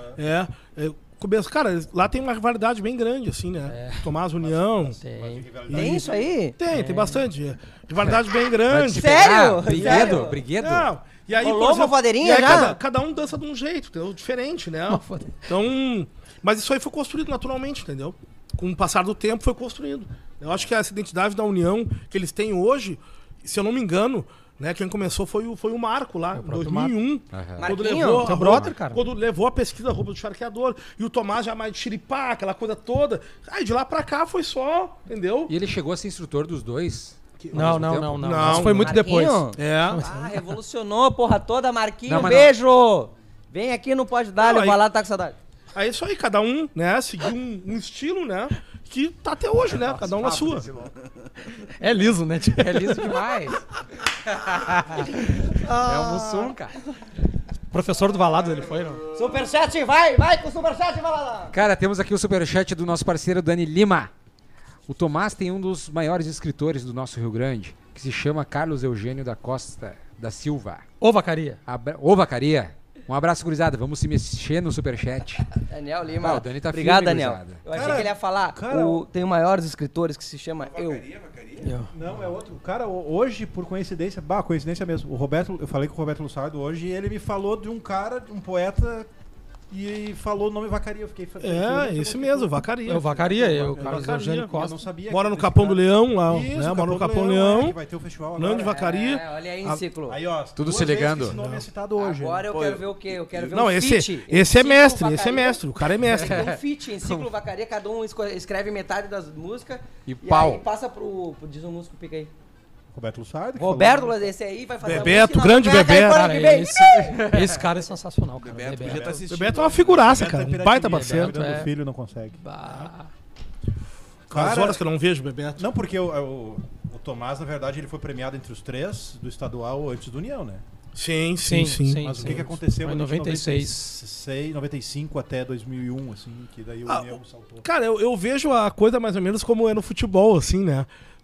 Começo, cara, lá tem uma rivalidade bem grande, assim, né? Tomás União. Tem isso aí? Tem bastante. Rivalidade bem Vai grande. se Sério? pegar? Sério? Briguedo? Não. E aí, Rolou uma fadeirinha e aí já? cada um dança de um jeito, entendeu? Diferente, né? Então, mas isso aí foi construído naturalmente, entendeu? Com o passar do tempo foi construído. Eu acho que essa identidade da União que eles têm hoje, se eu não me engano, né, quem começou foi o Marco lá, em próprio 2001. Quando Marquinho? levou, Teu brother, cara. Quando levou a pesquisa roupa do charqueador. E o Tomás já mais de xiripá, aquela coisa toda. Aí de lá pra cá foi só, entendeu? E ele chegou a ser instrutor dos dois? Não. Não. Isso foi muito depois. Marquinho? É. Ah, revolucionou a porra toda, Marquinho. Não, mas Beijo! Vem aqui no Pode Dar, Não, vai aí- lá, tá com saudade. Aí é isso aí, cada um, né, seguiu um estilo, né, que tá até hoje, né, cada um na sua. É liso, né? É liso demais. É o Mussum, cara. Professor do Valados ele foi, não? Superchat, vai com o superchat, vai lá. Cara, temos aqui o superchat do nosso parceiro Dani Lima. O Tomás tem um dos maiores escritores do nosso Rio Grande, que se chama Carlos Eugênio da Costa da Silva. Ô, Vacaria. Ô, Vacaria. Um abraço, gurizada. Vamos se mexer no superchat. Daniel Lima. O Dani tá Obrigado, firme, Daniel. gurizada. Eu achei Cara, que ele ia falar. cara, Tem o maiores escritores que se chama Eu. Não, é outro. Cara, hoje, por coincidência, coincidência mesmo. Eu falei com o Roberto Lussardo hoje e ele me falou de um cara, de um poeta, e falou o nome Vacaria. Eu fiquei Esse mesmo, Vacaria. É o Vacaria, o Carlos Vacaria. Eugênio Eu Costa. não sabia. Mora que no esse Capão cara- do Leão, lá, Isso, né, mora no Capão do Leão, que vai ter o festival Nando de agora. Vacaria. Olha aí em ciclo. Aí, ó, Tudo duas se vezes ligando. que esse nome é citado hoje. Agora eu Pô, quero ver o quê? Eu quero ver Não, um esse feat. é Ciclo mestre, Vacaria. esse é mestre, o cara é mestre. Um feat em ciclo Vacaria, cada um escreve metade das músicas. E pau. aí passa pro diz um músico, pica aí. Roberto Lussardo. que Roberto, falou- esse aí vai fazer Bebeto, a música na grande novela Bebeto. Caipora Cara, que vem. esse cara é sensacional, cara. Bebeto podia estar O assistindo. Bebeto é uma figuraça, cara, Bebeto é um baita piratininha, parceiro. cuidando do é. filho não consegue. Bah. Faz Cara- horas que eu não vejo o Bebeto. Não, porque o Tomás, na verdade, ele foi premiado entre os 3 do estadual antes do União, né? Sim. Mas o que aconteceu Foi em ali de 96. 95 até 2001, assim, que daí o União saltou. Cara, eu vejo a coisa mais ou menos como é no futebol, assim, né?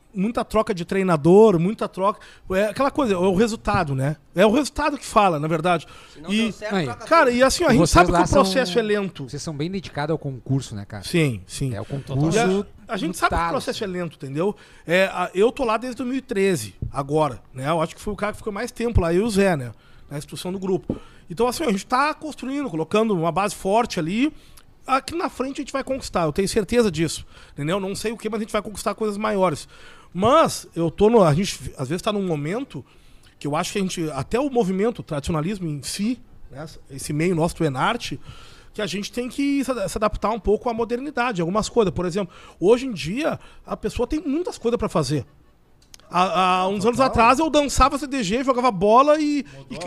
muita troca de treinador, muita troca. É aquela coisa, é o resultado, né? É o resultado que fala, na verdade. Se não E, deu certo, aí, troca cara, tudo. e assim, ó, a gente Vocês sabe que lá o processo são- é lento. Vocês são bem dedicados ao concurso, né, cara? Sim, sim. É o E concurso. a gente sabe que o processo é lento, entendeu? Eu tô lá desde 2013, agora, né? Eu acho que foi o cara que ficou mais tempo lá, eu e o Zé, né? Na instrução do grupo. Então, assim, a gente tá construindo, colocando uma base forte ali. Aqui na frente a gente vai conquistar, eu tenho certeza disso. Entendeu? Não sei o que, mas a gente vai conquistar coisas maiores. Mas a gente às vezes tá num momento que eu acho que a gente, até o movimento, o tradicionalismo em si, né? Esse meio nosso do Enarte, que a gente tem que se adaptar um pouco à modernidade, algumas coisas. Por exemplo, hoje em dia, a pessoa tem muitas coisas para fazer. Há uns anos atrás eu dançava CDG, jogava bola e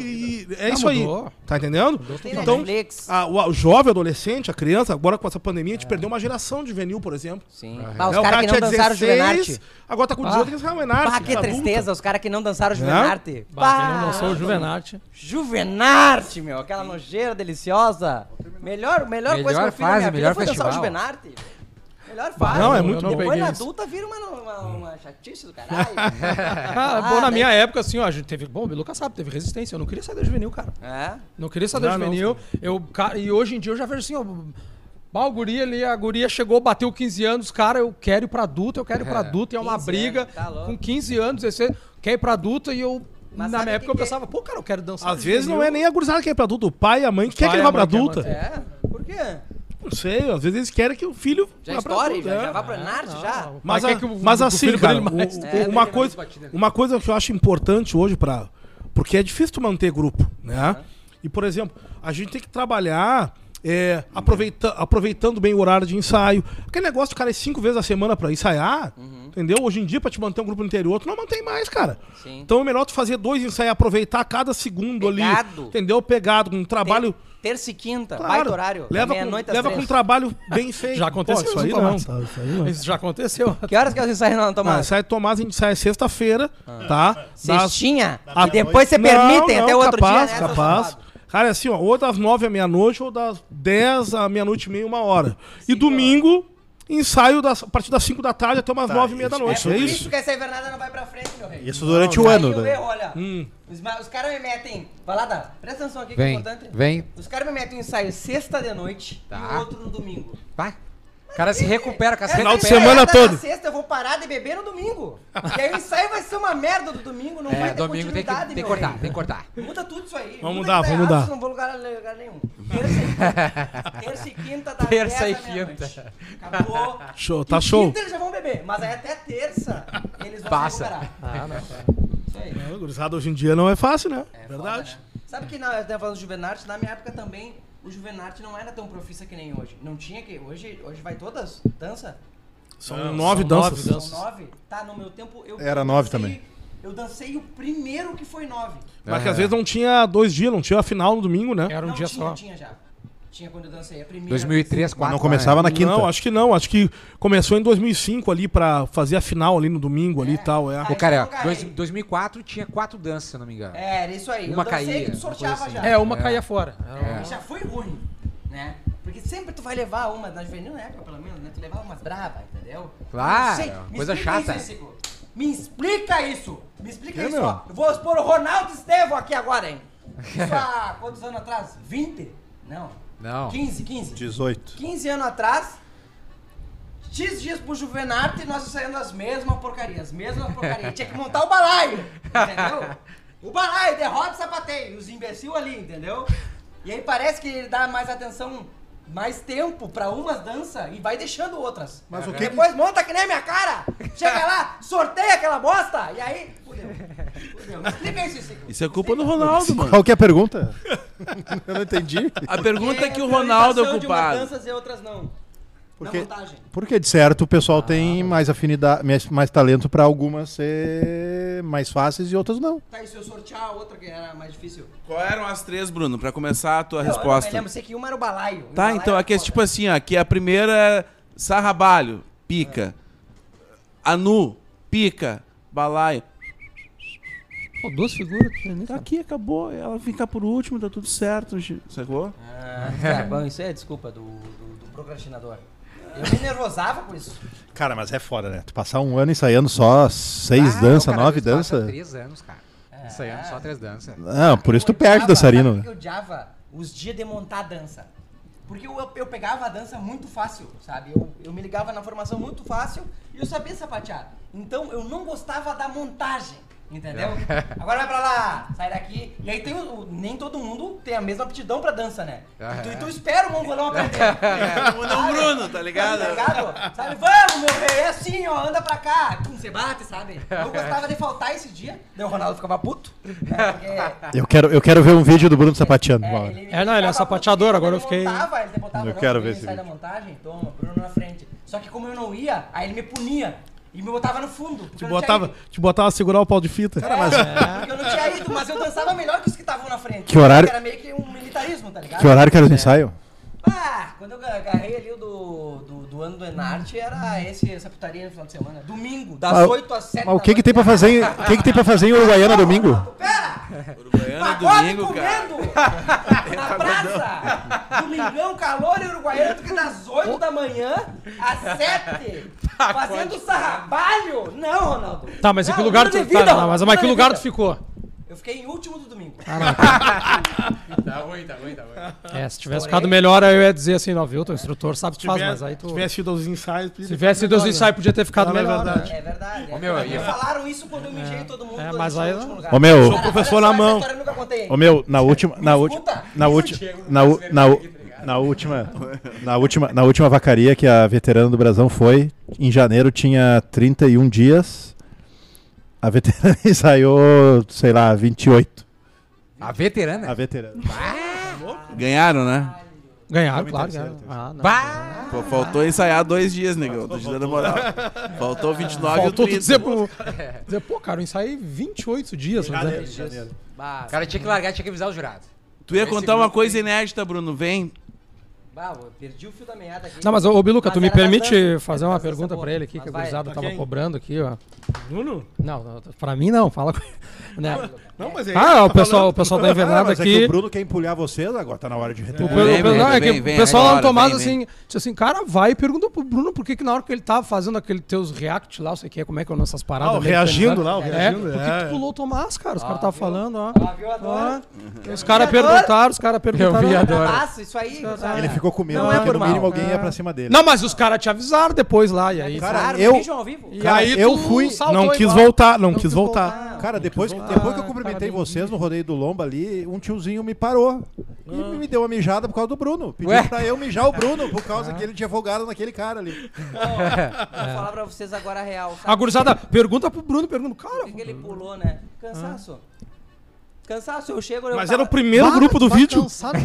é Não, isso aí. mudou. Tá entendendo? Tem Então, Netflix. o jovem, adolescente, a criança, agora com essa pandemia, a gente perdeu uma geração de juvenil, por exemplo. Sim. É, Bah, os o caras que não tinha dançaram o Juvenarte. 16, agora tá com 18 e quer ser o Enarte. Bah, que tá tristeza, adulta. os caras que não dançaram o Juvenarte. Bah, quem não dançou o Juvenarte. Juvenarte, meu, aquela nojeira deliciosa. Melhor coisa que eu fiz na fase, minha vida melhor foi dançar o festival. Juvenarte. Melhor fase. Não, é muito bom. Depois na isso. adulta vira uma chatice do caralho. Bom, na daí- minha época, assim, ó, a gente teve. Bom, o Lucas sabe, teve resistência. Eu não queria sair da juvenil, cara. É. Não queria sair da Não, juvenil. E hoje em dia eu já vejo assim, ó. Bah, o guri ali, a guria chegou, bateu 15 anos, cara, eu quero ir pra adulta, eu quero ir pra adulta, e é uma 15 briga. anos, tá louco. Com 15 anos, você quer ir pra adulta e eu. Mas na sabe minha época eu que- pensava, pô, cara, eu quero dançar. Às vezes não é nem a gurizada que quer pra adulto, o pai e a mãe que quer pai que e ele vá a pra mãe quer adulta. manter. É? Por quê? Não sei, às vezes eles querem que o filho Já vá pra estoure, adulto, já é. vai pro Enarte, já. Mas, Pai quer que o- mas o assim, filho cara, brilhe mais. uma coisa que eu acho importante hoje porque é difícil tu manter grupo, né? E, por exemplo, a gente tem que trabalhar aproveitando bem o horário de ensaio. Aquele negócio de cara ir 5 vezes a semana pra ensaiar, entendeu? Hoje em dia, pra te manter um grupo no interior, tu não mantém mais, cara. Sim. Então é melhor tu fazer 2 ensaios, aproveitar cada segundo Pegado. ali, entendeu? Pegado, com um trabalho... Terça e quinta, Claro, baita horário. leva meia-noite às com um 3. trabalho bem feito. Já aconteceu Pô, isso isso, aí não, Tomás. tá, isso aí não. Isso já aconteceu. Que horas que eu saio não, Ah, Tomás? ensaio Tomás, a gente sai sexta-feira, tá? Das- Cestinha? Ah, E depois você permitem até o outro capaz, dia, né? capaz. seu safado? Cara, é assim, ó, ou das 9 à meia-noite, ou das 10 à meia-noite e meia, 1 hora. E domingo, ensaio a partir das 5 da tarde até umas 9h30 da noite. Por É isso isso? que essa invernada não vai pra frente, meu rei. Isso durante Não, o ano, aí eu né? erro, olha. Os caras me metem... Balada, presta atenção aqui que é Vem, importante. vem. Os caras me metem um ensaio sexta de noite Tá. e o outro no domingo. Vai. O cara se recupera, o cara se Final de recupera. semana ensaiada todo. Na sexta eu vou parar de beber no domingo. E aí o ensaio vai ser uma merda do domingo, não vai ter Domingo tem que continuidade, tem que meu cortar, rei. tem que cortar. Muda tudo isso aí. Vamos Muda mudar, que tá vamos errado, mudar. senão Não vou lugar nenhum. Terça e quinta da Terça 10 e da meia-noite. quinta. Acabou. Show, tá E show. quinta eles já vão beber, mas aí até terça eles vão Passa. se recuperar. Isso aí. É, gurizada, hoje em dia não é fácil, né? É Verdade. foda, né? Sabe que eu tava falando do Juvenarte, na minha época também, o Juvenarte não era tão profissa que nem hoje. Não tinha que. Hoje vai todas? Dança? São 9 danças. nove danças. São 9? Tá, no meu tempo eu. Era eu 9 dancei- também. Eu dancei o primeiro que foi 9. Mas que às vezes não tinha 2 dias, não tinha a final no domingo, né? Era um não, dia tinha, só. Tinha já. Tinha quando eu dancei. A primeira. 2003, Mas 4. não começava na quinta. Não, acho que não. Acho que começou em 2005 ali pra fazer a final ali no domingo ali e tal. É. Aí O cara, eu caí. 2004 tinha 4 danças, se eu não me engano. Era isso aí. Uma eu dancei caía, que tu uma sorteava coisa já. assim. É, uma caía fora. E já foi ruim, né? Porque sempre tu vai levar uma, na juvenil na época pelo menos, né? Tu levava umas bravas, entendeu? Claro, Eu não sei. Me coisa explica chata. Isso, Cico. Me explica isso. Me explica Que, isso, meu? ó. Eu vou expor o Ronaldo Estevão aqui agora, hein? Isso há quantos anos atrás? 20? Não. Não. 15. 18. 15 anos atrás, X dias pro Juvenarte e nós ensaiando as mesmas porcarias. Tinha que montar o balaio, entendeu? O balaio, derrota e sapateio. E os imbecil ali, entendeu? E aí parece que ele dá mais atenção, mais tempo pra umas danças e vai deixando outras. Mas o que Depois monta que nem a minha cara. Chega lá, sorteia aquela bosta e aí... Fudeu. Me explica isso, Cico. Isso é culpa do Ronaldo, mano. Qual que é a pergunta? Eu não entendi. A pergunta é que o Tem Ronaldo é organização de umas culpado. danças e outras não. Porque, Na montagem. porque de certo o pessoal tem mais afinidade, mais talento pra algumas ser mais fáceis e outras não. Tá, e se eu sortear a outra que era mais difícil? Qual eram as 3, Bruno, pra começar a tua Eu não me resposta? lembro, sei que uma era o balaio. O Tá, balaio então era aqui é foda. tipo assim, ó, que a primeira é sarrabalho, pica. Anu, pica, balaio. Pô, 2 figuras. Tá aqui, acabou. Ela fica por último, tá tudo certo, sacou? Tá bom, isso é desculpa do procrastinador. Eu me nervosava com isso. Cara, mas é foda, né? Tu passar um ano ensaiando só 6 danças, 9 danças. 3 anos, cara. Ensaiando só 3 danças. Não, por isso tu Eu perde odiava, dançarino. sabe por que eu odiava os dias de montar a dança? Porque eu pegava a dança muito fácil, sabe? Eu me ligava na formação muito fácil e eu sabia sapatear. Então eu não gostava da montagem, entendeu? Agora vai pra lá, sai daqui. E aí tem nem todo mundo tem a mesma aptidão pra dança, né? E tu espera o mongolão aprender. Não, Bruno, tá ligado? Tá ligado? Sabe, vamos, meu rei, é assim, ó, anda pra cá. Pum, você bate, sabe? Eu gostava de faltar esse dia, daí o Ronaldo ficava puto. Né? Porque Eu quero ver um vídeo do Bruno sapateando. uma hora. ele Não, ele é sapateador, agora eu fiquei... Ele botava, Eu não, quero quando ver ele esse sai da montagem, toma, Bruno na frente. Só que como eu não ia, aí ele me punia e me botava no fundo. porque eu não tinha ido. Te botava a segurar o pau de fita. Porque eu não tinha ido, mas eu dançava melhor que os que estavam na frente. Que horário- Era meio que um militarismo, tá ligado? Que horário que era o ensaio? Quando eu agarrei ali o do ano do Enarte, era essa putaria no final de semana. Domingo, das 8 às 7 Mas o que tem pra fazer, em Uruguaiana domingo? Pera! Uruguaiana é Pagode domingo, cara. comendo! Na praça! Domingão, calor em Uruguaiana, tu que das 8 da manhã às 7 fazendo sarrabalho? Não, Ronaldo. Tá, mas em Não, que lugar muda tu... de vida, Tá, não, mas muda que de lugar vida. tu ficou? Eu fiquei em último do domingo. Tá ruim. Se tivesse ficado melhor, aí eu ia dizer assim, não, viu? Teu instrutor sabe o que faz, mas aí tu... Se tivesse ido aos ensaios... Se tivesse ido aos ensaios, podia ter ficado Não, é melhor. verdade. né? É verdade. Ô, meu, Me falaram isso quando eu mijei todo mundo. quando mas eu aí cheguei no não. último lugar. Ô, meu. Sou professor Olha na só, mão. essa história eu nunca contei. Ô meu, na última vacaria que a veterana do Brasão foi, em janeiro tinha 31 dias. A veterana ensaiou, sei lá, 28. A veterana? A veterana. Ganharam, né? Ganharam, Vamos claro. em terceiro, Ganharam. Ah, não. Bah! Pô, faltou ensaiar 2 dias, negão. Tô te dando moral. Faltou 29 Faltou e tu 30. dizer, pô, cara, eu ensaiei 28 dias. né? Janeiro. Bah, O cara tinha que largar, tinha que avisar os jurados. Tu ia contar uma coisa inédita, Bruno. Vem. eu perdi o fio da meada aqui. Não, mas ô Biluca, Mas tu me era das permite danças. fazer Era uma das danças pergunta boas. pra ele aqui, Mas que a vai, gurizada pra tava quem? cobrando aqui, ó. Bruno? Não, pra mim não, fala com né? Não, mas é Ah, o pessoal da invernada mas é que aqui. o Bruno quer empulhar vocês, agora tá na hora de O, reter. não, é que o vem, pessoal lá no agora, Tomás, vem, assim, disse assim, cara, vai e pergunta pro Bruno por que na hora que ele tava fazendo aquele teus react lá, sei que como é que eu não essas paradas. Ah, o meio reagindo organizadas. lá, o É, reagindo, por que é. tu pulou o Tomás, cara? Os caras estavam falando, ó. Viu a dor? Os caras perguntaram, Eu vi a dor. Massa, isso aí. Ele ficou com medo, Não é porque no por mal. mínimo alguém ia pra cima dele. Não, mas os caras te avisaram depois lá, e aí... Cara, Claro, eu- vídeo ao vivo. E cara, aí eu tu fui- saltou Não quis igual. voltar, não quis voltar. Cara, depois que eu cumprimentei vocês no rodeio do Lomba ali, um tiozinho me parou. E me deu uma mijada por causa do Bruno. Pediu Ué? pra eu mijar o Bruno, por causa que ele tinha folgado naquele cara ali. Vou falar pra vocês agora a real. A Sabe gurizada pergunta pro Bruno, cara... por que ele pulou, né? Cansaço. Cansaço, eu chego... eu Mas tava- era o primeiro grupo do vídeo. Cansado.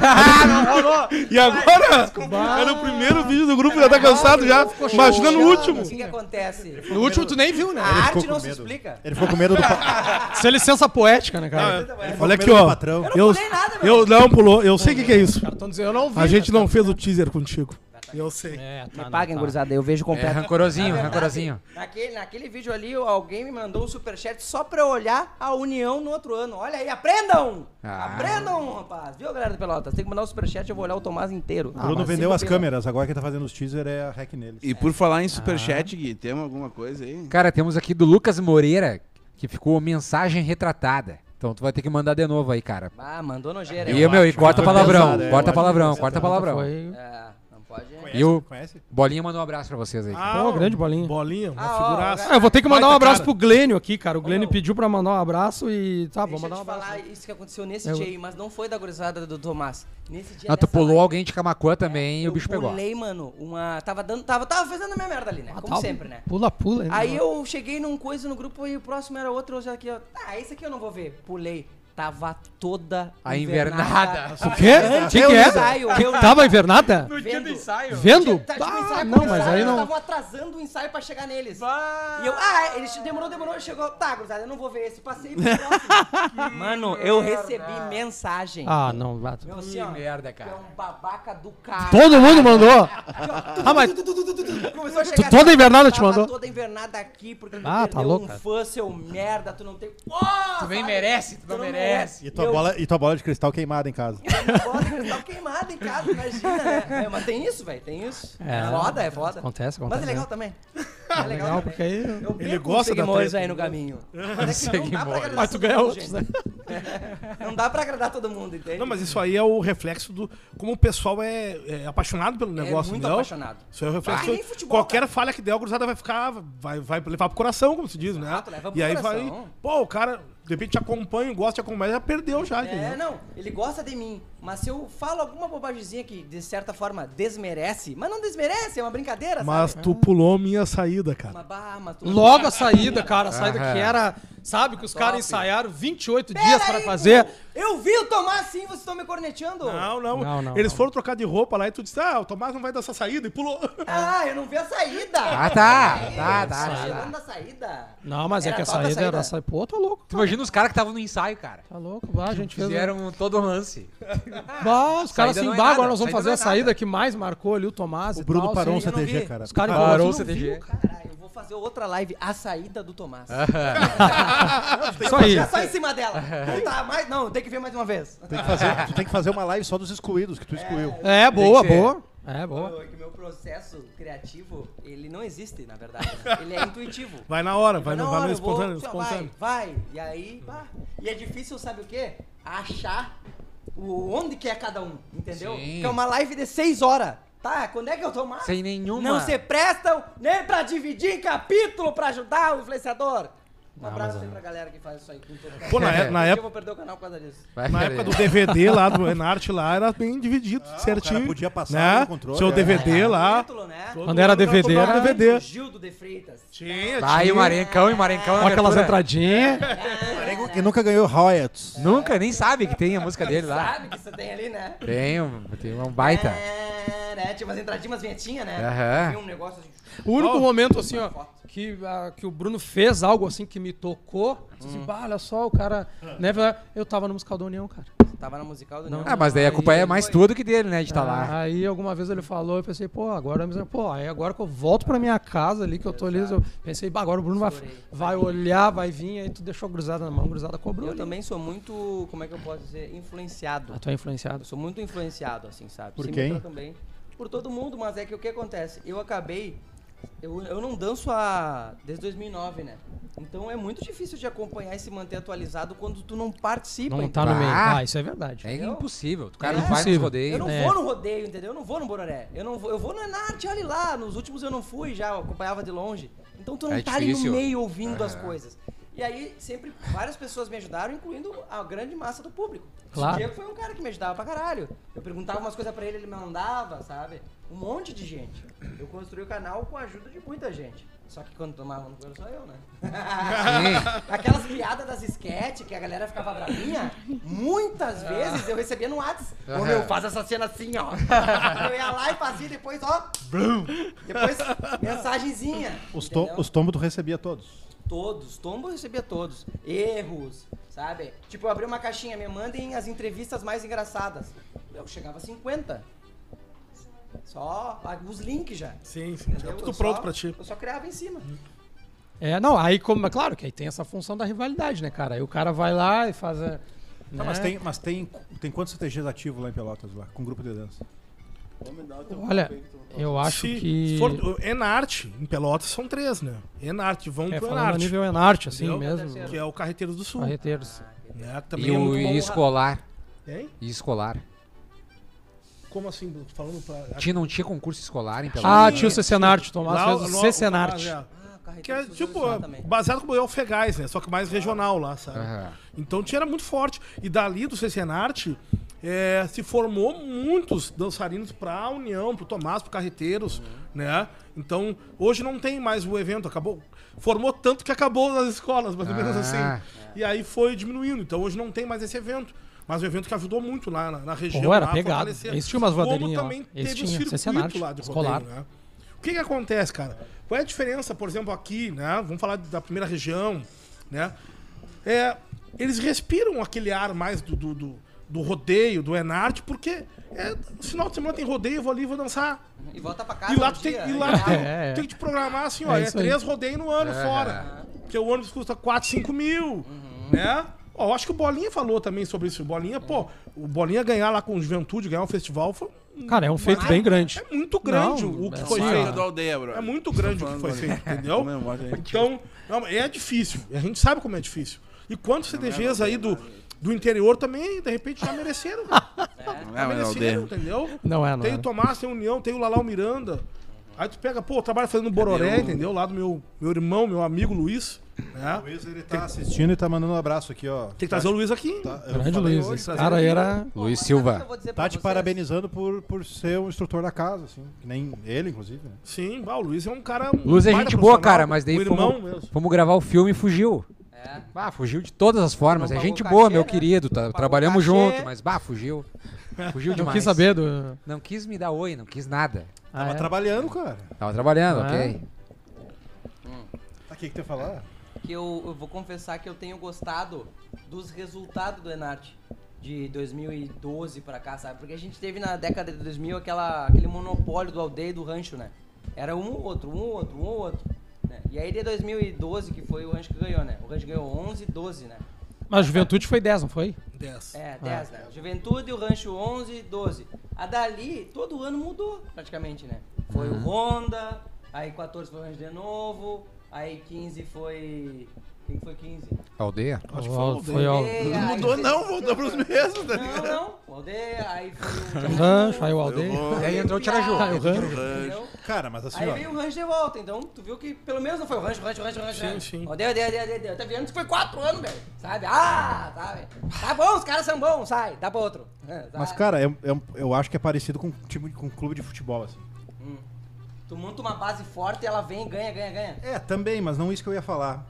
E agora? Era o primeiro vídeo do grupo, já tá cansado já. Imagina no último. O que acontece? No último tu nem viu, né? A arte ficou com não se medo. explica. Ele ficou com medo do, Isso é licença poética, né, cara? Olha aqui, do ó. patrão. Eu não pulei nada, Eu não pulou, eu sei o que é isso. Tão dizendo, eu não vi. A gente não fez o teaser contigo. Eu sei. Me paguem, gurizada, eu vejo completo. rancorosinho, Na verdade, rancorosinho. Naquele vídeo ali, alguém me mandou um superchat só pra eu olhar a União no outro ano. Olha aí, aprendam! Aprendam, rapaz. Viu, galera do Pelotas? Tem que mandar um superchat, eu vou olhar o Tomás inteiro. O Bruno vendeu as câmeras, agora quem tá fazendo os teaser é a hack neles. E por falar em superchat, Gui, tem alguma coisa aí? Cara, temos aqui do Lucas Moreira, que ficou mensagem retratada. Então tu vai ter que mandar de novo aí, cara. Ah, mandou nojeira. E, meu, e corta foi palavrão, pensado, corta eu palavrão, acho que corta foi palavrão. Foi... Não pode... E o Conhece? Bolinha mandou um abraço pra vocês aí. Pô, grande bolinha. Bolinha, uma Ah, ó, figuraça. Ah, eu vou ter que mandar um Baita abraço cara. pro Glênio aqui, cara. O Glênio meu. pediu pra mandar um abraço e... Tá, vou Deixa eu mandar um te abraço. falar isso que aconteceu nesse Eu- dia aí, mas não foi da gurizada do Tomás. Nesse dia Ah, tu nessa pulou live, alguém de Camaquã também e o bicho pegou. Eu pulei, mano, tava fazendo a minha merda ali, né? Ah, Como tá, sempre, né? Pula. Hein, Aí né? eu cheguei num coisa no grupo e o próximo era outro, eu já aqui, ó. Esse aqui eu não vou ver. Pulei. Tava toda A invernada. O quê? Antes O que do é? ensaio, eu- Tava invernada? Vendo. Vendo? Tá, tipo, Ah, ensaio não, começar, mas aí eles não... estavam atrasando o ensaio pra chegar neles. E eu, eles demorou, chegou. Tá, gurizada, eu não vou ver esse, passei pro próximo. Mano, eu recebi mensagem. Ah, não. Vai. Meu, assim, Que ó, merda, tu é cara. um babaca do cara. Todo mundo mandou. Ah, mas... Começou a chegar Toda assim, invernada te tava mandou? toda invernada aqui, porque tu Ah, tá perdeu louco, um cara. fã, seu merda, tu não tem... Tu nem merece, tu não merece. merece. E tua bola de cristal queimada em casa. Bola de cristal queimada em casa, imagina, né? Mas tem isso, velho, tem isso. É foda. Acontece. Mas é legal também. É legal, também. porque aí... Eu Ele perco gosta uns da seguidores treta. aí no caminho. Mas é que não dá pra agradar Mas tu todo ganha mundo, outros, né? gente. Não dá pra agradar todo mundo, entende? Não, mas isso aí é o reflexo do como o pessoal é apaixonado pelo negócio, muito entendeu? apaixonado. Isso é o reflexo. Que nem futebol, Qualquer cara. falha que der, a gurizada vai levar pro coração, como se diz, Exato, né? leva pro E aí coração. vai. Pô, o cara, de repente, te acompanha, gosta de acompanhar, já perdeu já, entendeu? Não, ele gosta de mim, mas se eu falo alguma bobagemzinha que, de certa forma, desmerece, mas não desmerece, é uma brincadeira, Mas sabe? tu pulou minha saída, cara. Mas tu... Logo a saída, cara. A saída Aham. que era... Sabe, que os Top. caras ensaiaram 28 Pera dias pra aí, fazer. pô. Eu vi o Tomás sim, vocês estão me corneteando. Não. Eles foram trocar de roupa lá e tu disse, o Tomás não vai dar essa saída e pulou. Ah, eu não vi a saída. Tá. Chegando da saída. Não, mas é Era que a top a saída era... saída. Pô, tá louco. Tu imagina os caras que estavam no ensaio, cara. Tá louco. Bah, a gente fez... Fizeram todo o lance. Bah, os caras Saída assim, não é bah, nada, agora nós vamos saída fazer não é a saída nada. que mais marcou ali o Tomás O e Bruno tal, parou um assim. eu não CTG, vi. cara. Os caras Parou igual o assim, CTG. Caralho, eu vou fazer outra live, a saída do Tomás. Isso aí. Já só em cima dela. Não tá mais, não, tem que ver mais uma vez. Tu tem que fazer uma live só dos excluídos, que tu excluiu. É, boa, Tem que ser. boa. É, boa. Que meu processo criativo, ele não existe, na verdade. Né? Ele é intuitivo. Vai na hora, vai Na no hora, eu espontâneo. vou, vai. E aí, pá. E é difícil, sabe o quê? Achar onde que é cada um, entendeu? Sim. Que é uma live de 6 horas. Tá, quando é que eu tô mais? Sem nenhuma. Não se prestam nem pra dividir em capítulo pra ajudar o influenciador. Um abraço aí pra galera que faz isso aí com todo mundo. Pô, na Eu época, vou perder o canal por causa disso. Vai na perder. época do DVD lá, do Enarte lá, era bem dividido, certinho. cara podia passar né? no controle, Seu é. DVD lá. Título, né? todo Quando era mundo DVD, comprava era- DVD. O Gildo de Freitas. Tinha, Vai, o Marencão na Com aquelas abertura. entradinhas. Que nunca ganhou royalties. Nunca, nem sabe que tem a música dele lá. Sabe que você tem ali, né? Tem um baita. Né? Tinha umas entradinhas, umas vinhetinhas, né? Aham. Tinha um negócio assim. O único Oh. momento, assim, ó, que o Bruno fez algo assim que me tocou. Disse assim, bah, olha só, o cara. Né, eu tava no musical da União, cara. Tava na musical do Não. União. Ah, mas daí a culpa é mais tua do que dele, né, de estar lá. Aí alguma vez ele falou, eu pensei, pô, agora que eu volto pra minha casa ali, que eu tô ali, eu pensei, bah, agora o Bruno vai olhar, vai vir, aí tu deixou a gurizada na mão, a gurizada cobrou Eu ali. também sou muito, como é que eu posso dizer, influenciado. Ah, tu é influenciado. Eu sou muito influenciado, assim, sabe? Por Sim, quem? eu também. Por todo mundo, mas é que o que acontece? Eu acabei... Eu não danço desde 2009, né? Então é muito difícil de acompanhar e se manter atualizado quando tu não participa. Não tá entendeu? no meio. Ah. Ah, isso é verdade. É Entendeu? impossível. O cara É não vai nos impossível. Eu rodeios. não É. vou no rodeio, entendeu? Eu não vou no Bororé. Eu vou no Enarte, olha lá. Nos últimos eu não fui já, eu acompanhava de longe. Então tu não É tá ali difícil. no meio ouvindo as coisas. E aí sempre várias pessoas me ajudaram, incluindo a grande massa do público. Claro. O Diego foi um cara que me ajudava pra caralho. Eu perguntava umas coisas pra ele, ele me mandava, sabe? Um monte de gente. Eu construí o canal com a ajuda de muita gente. Só que quando tomava no coelho só eu, né? Sim. Aquelas piadas das sketch que a galera ficava bravinha, muitas vezes eu recebia no WhatsApp. Ô meu, faz essa cena assim, ó. Eu ia lá e fazia depois, ó. Depois, mensagenzinha. entendeu? Os tombos tu recebia todos. Todos, tombo eu recebia todos. Erros, sabe? Tipo, eu abri uma caixinha, me mandem as entrevistas mais engraçadas. Eu chegava a 50. Só os links já. Sim, Entendeu? já tudo Eu pronto só- pra ti. Eu só criava em cima. É, não, aí como, claro que aí tem essa função da rivalidade, né, cara? Aí o cara vai lá e faz a... Não, né? mas tem quantos CTGs ativos lá em Pelotas, lá, com grupo de dança? Olha, eu acho Se que... for Enarte, em Pelotas são 3, né? Enarte, vão pro falando a Enarte. nível Enarte, assim Entendeu? mesmo. Que é o Carreteiros do Sul. Carreteiros. Né? Que também E é o muito bom. escolar. Hein? E escolar. Como assim? Falando pra... Não tinha concurso escolar em Ah, Pelotas? tinha o Cecenarte, o Tomás Lá, fez o no- Cecenarte. Ah, Ah, que é carreteiros tipo, lá também. baseado como é o Fegais, né? Só que mais regional lá, sabe? Aham. Então tinha, era muito forte. E dali do Cecenarte se formou muitos dançarinos pra União, pro Tomás, pro Carreteiros, né? Então hoje não tem mais o evento, acabou. Formou tanto que acabou nas escolas, mais ou menos Ah. assim. E aí foi diminuindo. Então hoje não tem mais esse evento. Mas o evento que ajudou muito lá na região. Pô, era lá, pegado. fortalecer. Eles tinham umas voadeirinhas Como lá. também Eles teve um tinham, circuito Cecenarte, lá de escolar. rodeio, né? O que acontece, cara? Qual é a diferença, por exemplo, aqui, né? Vamos falar da primeira região, né? Eles respiram aquele ar mais do rodeio, do Enarte, porque no final de semana tem rodeio, eu vou ali e vou dançar. E volta pra casa. E lá um tu tem, dia, e lá né? tu tem, É. tem que te programar assim, ó, É isso aí. 3 rodeios no ano fora. Porque o ônibus custa 4, 5 mil, né? Ó, eu acho que o Bolinha falou também sobre isso. O Bolinha, o Bolinha ganhar lá com o Juventude, ganhar um festival foi... Cara, é um feito bem grande. É muito grande Não, o que é foi assim, feito. Da aldeia, bro. É muito grande o que foi feito, entendeu? Comemora aí. Então, não, é difícil. A gente sabe como é difícil. E quantos CDGs aí do interior também, de repente, já mereceram. Não é mais aldeia. Mereceram, entendeu? Não é, não Tem é. o Tomás, tem o União, tem o Lalau Miranda. Aí tu pega, pô, eu trabalho fazendo Bororé, Cadê o- entendeu? Lá do meu irmão, meu amigo Luiz. Né? O Luiz, ele tá assistindo e tá mandando um abraço aqui, ó. Tem que trazer o Luiz aqui. Tá, eu Grande falei Luiz. hoje, Esse trazer cara aí ele. era. Luiz Mas Silva. sabe o que eu vou dizer pra tá te vocês? parabenizando por ser um instrutor da casa, assim. Que nem ele, inclusive, né? Sim, o Luiz é um cara... Luiz é baita gente boa, profissional, cara, mas daí um irmão fomos, mesmo. fomos gravar o filme e fugiu. É. Fugiu de todas as formas. Não É pagou gente cachê, boa, meu né? querido. Não pagou Trabalhamos cachê. junto, mas fugiu. Fugiu Não demais. quis saber do. Não quis me dar oi, não quis nada. Tava é? trabalhando, cara. Tava trabalhando, Ah. ok. O que tu ia falar? Que eu vou confessar que eu tenho gostado dos resultados do Enarte de 2012 pra cá, sabe? Porque a gente teve na década de 2000 aquele monopólio do aldeia e do rancho, né? Era um ou outro, né? E aí de 2012 que foi o rancho que ganhou, né? O rancho ganhou 11, 12, né? Mas a Juventude foi 10, não foi? 10. É, 10, né? Juventude, o rancho 11, 12. A dali, todo ano mudou praticamente, né? Foi o Honda, aí 14 foi o rancho de novo, aí 15 foi... Quem foi 15? Aldeia? Acho que Ó, foi foi o ó, Aldeia. Aldeia, Não aí mudou fez- não, voltou pros mesmos, tá Não, ligado? não. O Aldeia, aí foi o rancho, aí o Eu aldeia. vou- E aí entrou o Tiraju. Ah, o rancho. Entendeu? Cara, mas assim, Aí ó. veio o rancho de volta, então tu viu que pelo menos não foi o rancho. Sim, sim. Aldeia. Tá vendo que foi 4 anos, velho. Sabe? Sabe? Tá bom, os caras são bons, sai, dá pra outro. Mas, cara, eu acho que é parecido com com clube de futebol, assim. Tu monta uma base forte e ela vem e ganha. É, também, mas não isso que eu ia falar.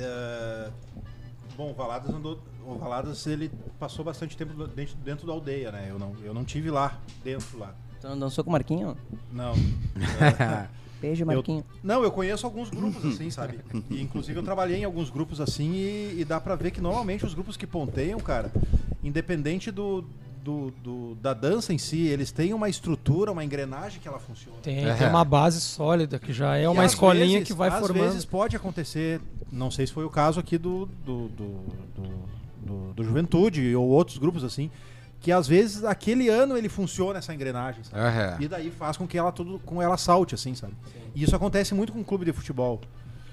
Bom, o Valadas, ele passou bastante tempo dentro da aldeia, né? Eu não tive lá, dentro lá. Tu não dançou com o Marquinho? Não. Beijo, Marquinho. Não, eu conheço alguns grupos assim, sabe? E, inclusive eu trabalhei em alguns grupos assim e dá pra ver que normalmente os grupos que ponteiam, cara, independente da dança em si, eles têm uma estrutura, uma engrenagem que ela funciona. Tem uma base sólida, que já é uma E às escolinha vezes- que vai às formando. vezes pode acontecer, não sei se foi o caso aqui do Juventude ou outros grupos assim, que às vezes aquele ano ele funciona essa engrenagem, sabe? Aham. E daí faz com que ela salte assim, sabe? E isso acontece muito com o clube de futebol.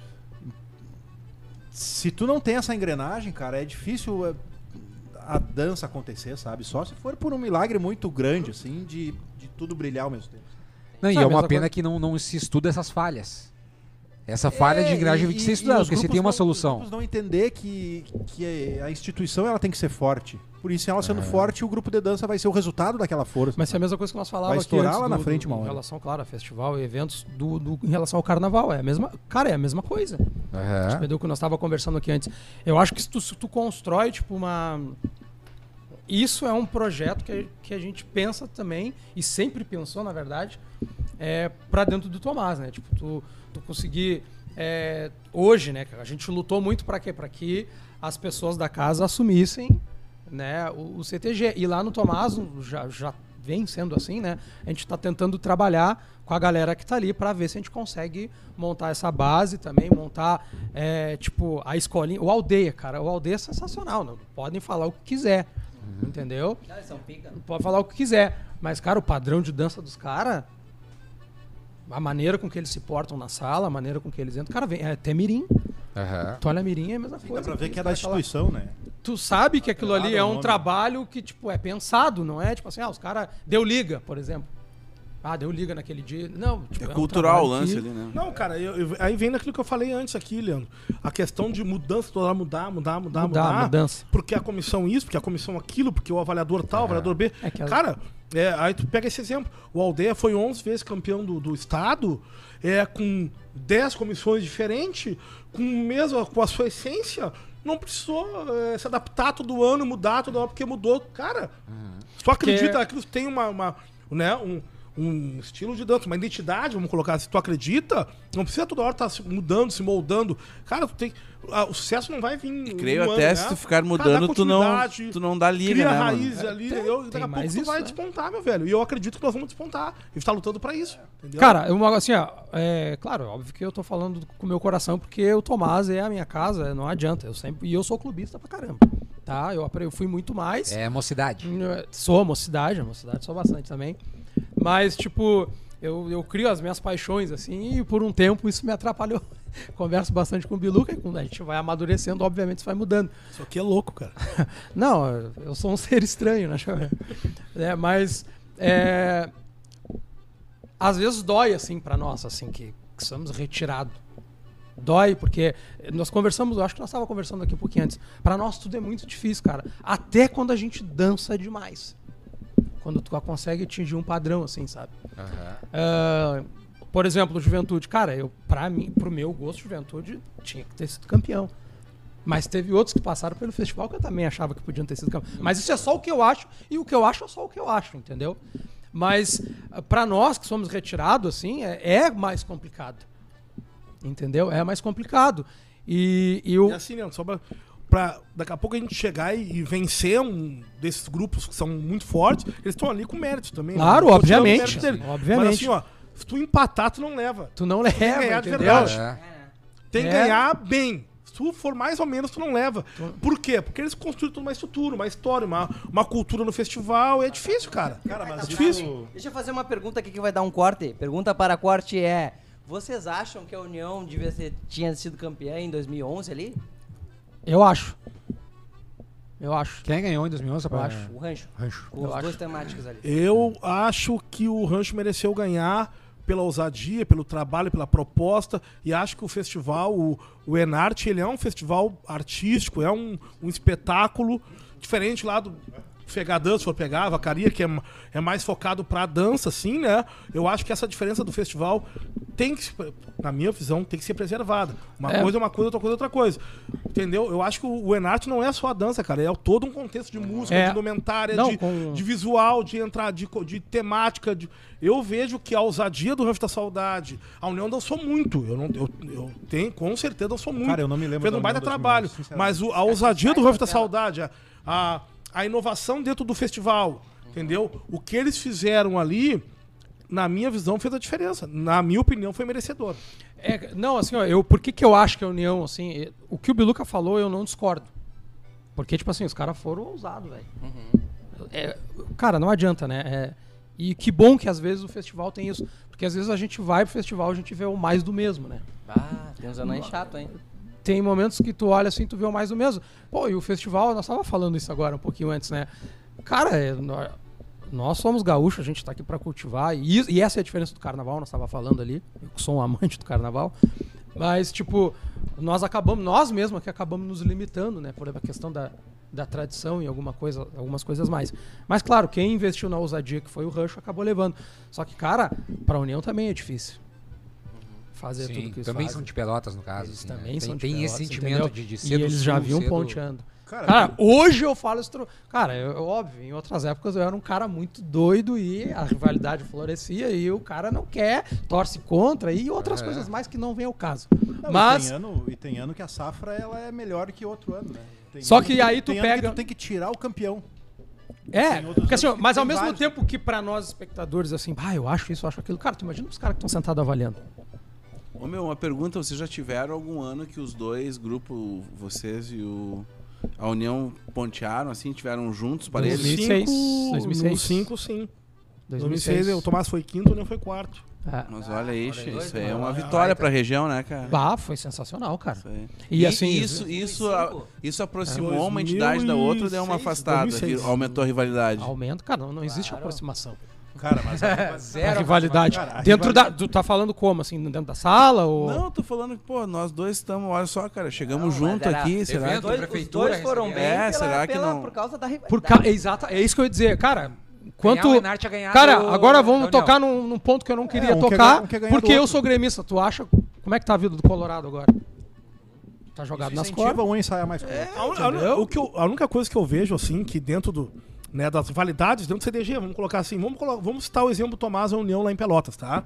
Se tu não tem essa engrenagem, cara, é difícil a dança acontecer, sabe? Só se for por um milagre muito grande, assim, de tudo brilhar ao mesmo tempo. Não, e Sabe, é uma essa pena coisa- que não se estuda essas falhas. Essa falha de engrenagem tem que ser estudada, os porque você grupos tem uma não- solução. Os grupos não entender que a instituição ela tem que ser forte. Por isso, ela sendo forte, o grupo de dança vai ser o resultado daquela força. Mas é a mesma coisa que nós falávamos Vai aqui estourar antes lá na frente uma em hora. relação, claro, a festival e eventos em relação ao carnaval. É a mesma, cara, é a mesma coisa. Aham. Entendeu o que nós estávamos conversando aqui antes. Eu acho que se tu constrói, tipo, uma... Isso é um projeto que a gente pensa também, e sempre pensou, na verdade, pra dentro do Tomás, né? Tipo, tu conseguir... hoje, né? A gente lutou muito pra quê? Pra que as pessoas da casa assumissem, né, o CTG. E lá no Tomás, já vem sendo assim, né? A gente está tentando trabalhar com a galera que está ali para ver se a gente consegue montar essa base também, montar, tipo, a escolinha. O Aldeia, cara. O Aldeia é sensacional, né? Podem falar o que quiser, entendeu? Eles são pica. Pode falar o que quiser. Mas, cara, o padrão de dança dos caras, a maneira com que eles se portam na sala, a maneira com que eles entram, cara, vem até mirim. Aham. Tu olha a mirim, é a mesma Dá coisa. pra ver que é da Vai falar- instituição, né? Tu sabe que aquilo ali é ao um nome. trabalho que, tipo, é pensado, não é? Tipo assim, os caras... Deu liga, por exemplo. Deu liga naquele dia. Não, tipo, É um cultural o trabalho lance que- ali, né? Não, cara, aí vem naquilo que eu falei antes aqui, Leandro. A questão de mudança, toda hora mudar. mudança. Porque a comissão isso, porque a comissão aquilo, porque o avaliador tal, o avaliador B. É que as- Cara, aí tu pega esse exemplo. O Aldeia foi 11 vezes campeão do estado, com 10 comissões diferentes, com a sua essência. Não precisou se adaptar todo ano, mudar toda hora, porque mudou. Cara, se tu acredita que tem um estilo de dança, uma identidade, vamos colocar assim, se tu acredita, não precisa toda hora estar se mudando, se moldando. Cara, tu tem. O sucesso não vai vir. Creio um até ano, se né? tu ficar Cara, mudando, dá tu não continuidade, dá liga, cria né, mano? raízes ali, entendeu? Daqui tem a pouco mais tu isso, vai né? despontar, meu velho. E eu acredito que nós vamos despontar. A gente tá lutando pra isso, entendeu? Cara, assim, claro, óbvio que eu tô falando com o meu coração, porque o Tomás é a minha casa, não adianta. E eu sou clubista pra caramba. tá? Eu fui muito mais. É mocidade. Sou mocidade sou bastante também. Mas, tipo, eu crio as minhas paixões, assim, e por um tempo isso me atrapalhou. Converso bastante com o Biluca, e quando a gente vai amadurecendo, obviamente isso vai mudando. Isso aqui é louco, cara. Não, eu sou um ser estranho, né? Mas, às vezes dói, assim, pra nós, assim, que somos retirados. Dói, porque nós conversamos, eu acho que nós estávamos conversando aqui um pouquinho antes. Pra nós tudo é muito difícil, cara. Até quando a gente dança demais. Quando tu consegue atingir um padrão, assim, sabe? Por exemplo, Juventude. Cara, pro meu gosto, Juventude tinha que ter sido campeão. Mas teve outros que passaram pelo festival que eu também achava que podiam ter sido campeão. Mas isso é só o que eu acho, e o que eu acho é só o que eu acho, entendeu? Mas pra nós que somos retirados, assim, é mais complicado. Entendeu? É mais complicado. E assim, Leandro, só pra daqui a pouco a gente chegar e vencer um desses grupos que são muito fortes, eles estão ali com mérito também. Claro, né? obviamente. Mas assim, ó, se tu empatar, tu não leva. Tu não leva, ganhar de entendeu? verdade. Tem que ganhar bem. Se tu for mais ou menos, tu não leva. Por quê? Porque eles construíram toda uma estrutura, uma história, uma cultura no festival. É difícil, cara. Cara, mas é difícil. Deixa eu fazer uma pergunta aqui que vai dar um corte. Pergunta para corte é: vocês acham que a União tinha sido campeã em 2011 ali? Eu acho. Quem ganhou em 2011? Eu acho. O Rancho. Com Eu os acho. dois temáticos ali. Eu acho que o Rancho mereceu ganhar pela ousadia, pelo trabalho, pela proposta, e acho que o festival, o Enarte, ele é um festival artístico, é um espetáculo diferente lá do Fegadã, se for pegar, a Vacaria, que é mais focado pra dança, assim, né? Eu acho que essa diferença do festival tem que, na minha visão, tem que ser preservada. Uma coisa é uma coisa, outra coisa é outra coisa. Entendeu? Eu acho que o Enarte não é só a dança, cara, é todo um contexto de música, de indumentária, de visual, de temática. Eu vejo que a ousadia do Rancho da Saudade, a União dançou muito. Eu tenho, com certeza, dançou muito. Cara, eu não me lembro. Fez um da baita União trabalho. 2011, Mas a ousadia do Rancho da Saudade, a inovação dentro do festival, entendeu? O que eles fizeram ali, na minha visão, fez a diferença. Na minha opinião, foi merecedor. Não, assim, ó, por que eu acho que a União, assim, o que o Biluca falou, eu não discordo. Porque, tipo assim, os caras foram ousados, velho. Cara, não adianta, né? E que bom que às vezes o festival tem isso. Porque às vezes a gente vai pro festival e a gente vê o mais do mesmo, né? Tem uns anões chato, hein? Tem momentos que tu olha assim, tu vê o mais do mesmo. Pô, e o festival, nós tava falando isso agora um pouquinho antes, né? Cara, nós somos gaúchos, a gente tá aqui pra cultivar. E essa é a diferença do carnaval, nós tava falando ali. Eu sou um amante do carnaval. Mas, tipo, nós mesmos que acabamos nos limitando, né? Por a questão da tradição e algumas coisas mais. Mas, claro, quem investiu na ousadia, que foi o Rancho, acabou levando. Só que, cara, pra União também é difícil. Fazer tudo que eles também fazem. são de Pelotas, no caso. Eles assim, né? também são de Tem Pelotas, esse sentimento entendeu? de ser E do eles sul, já vinham ser do- ponteando. Cara, Cara, hoje eu falo isso. Cara, óbvio, em outras épocas eu era um cara muito doido e a rivalidade florescia e o cara não quer, torce contra e outras coisas mais que não vem ao caso. não, Mas, tem ano que a safra ela é melhor que outro ano, né? Tem Só ano que aí tu tem ano pega- que tu tem que tirar o campeão. outros porque assim, ó, anos que mas ao tem mesmo vários. tempo que pra nós espectadores, assim, eu acho isso, eu acho aquilo. Cara, tu imagina os caras que estão sentados avaliando. Ô meu, uma pergunta, vocês já tiveram algum ano que os dois grupos, vocês e a União pontearam, assim, tiveram juntos para eles? 2006. 2006. No 5, sim. 2006. 2006 o Tomás foi quinto, o União foi quarto. Mas olha aí, isso aí é mano. uma vitória pra região, né, cara? Foi sensacional, cara. Isso aí. E assim, isso aproximou uma entidade da outra, deu uma 2006, afastada, 2006. aumentou a rivalidade. aumenta, cara, não existe aproximação. Cara, mas A rivalidade. Cara, a Dentro tu tá falando como? Assim, dentro da sala? Ou... Não, tô falando que, pô, nós dois estamos, olha só, cara, chegamos Não, junto mas era aqui, será evento, que... Os prefeitura dois foram bem recebeu. Será que não? por causa da rivalidade. Exato, é isso que eu ia dizer, cara. Ganhar Quanto... o Enarte a ganhar Cara, do- agora da vamos União. tocar num ponto que eu não queria um quer tocar, ganhar- um quer ganhar porque do eu outro. sou gremista. Tu acha... Como é que tá a vida do Colorado agora? Tá jogado nas incentiva cordas. um a ensaiar mais forte. A única coisa que eu vejo, assim, que dentro das rivalidades, dentro do CDG, vamos colocar assim, vamos citar o exemplo do Tomás e a União lá em Pelotas, tá?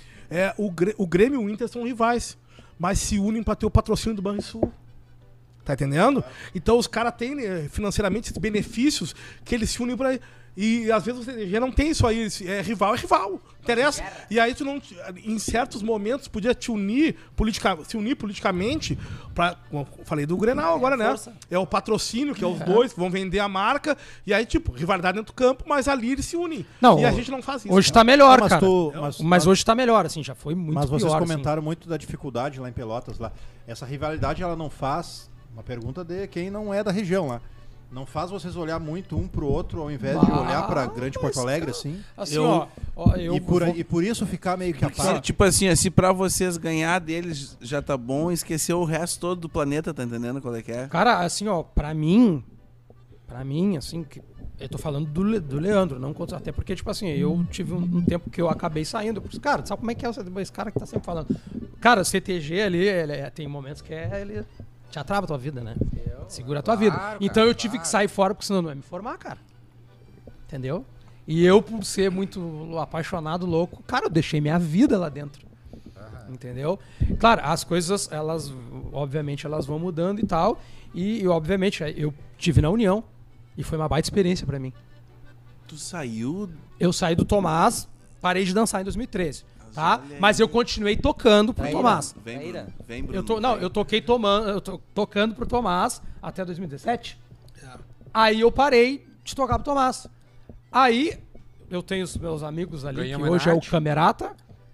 O Grêmio e o Inter são rivais, mas se unem para ter o patrocínio do Banrisul. Tá entendendo? Então os caras têm financeiramente esses benefícios que eles se unem para. E às vezes o CTG não tem isso aí, é rival, interessa. E aí tu não, em certos momentos, podia se unir politicamente pra, como eu falei do Grenal agora, né? É o patrocínio, que é os dois que vão vender a marca, e aí, tipo, rivalidade dentro do campo, mas ali eles se unem. Não, e a gente não faz isso. Hoje tá melhor, Mas cara. tu- Mas hoje tá melhor, assim, já foi muito Mas pior. vocês assim. comentaram muito da dificuldade lá em Pelotas. Lá. Essa rivalidade, ela não faz... Uma pergunta de quem não é da região lá. Não faz vocês olhar muito um pro outro ao invés de olhar pra Grande Porto Alegre, assim? Assim, Eu- E por isso ficar meio que a par. Tipo assim, se pra vocês ganhar deles já tá bom, esquecer o resto todo do planeta, tá entendendo qual é que é? Cara, assim, ó, pra mim, assim, que eu tô falando do Leandro, não contra, até porque, tipo assim, eu tive um tempo que eu acabei saindo. Cara, sabe como é que é esse cara que tá sempre falando? Cara, o CTG ali, tem momentos que ele te atrava a tua vida, né? Segura a tua vida. Então eu tive que sair fora, porque senão não ia me formar, cara. Entendeu? E eu, por ser muito apaixonado, louco, cara, eu deixei minha vida lá dentro. Entendeu? Claro, as coisas, obviamente, elas vão mudando e tal. E obviamente, eu tive na União. E foi uma baita experiência pra mim. Tu saiu... Eu saí do Tomás, parei de dançar em 2013. Tá? olha aí. Mas eu continuei tocando pro Traíra. Tomás. Vem, Traíra. Bruno. Vem, Bruno. Eu toquei tocando pro Tomás até 2017. Aí eu parei de tocar pro Tomás. Aí eu tenho os meus amigos ali, Ganhamos que hoje é o Enarte. Camerata.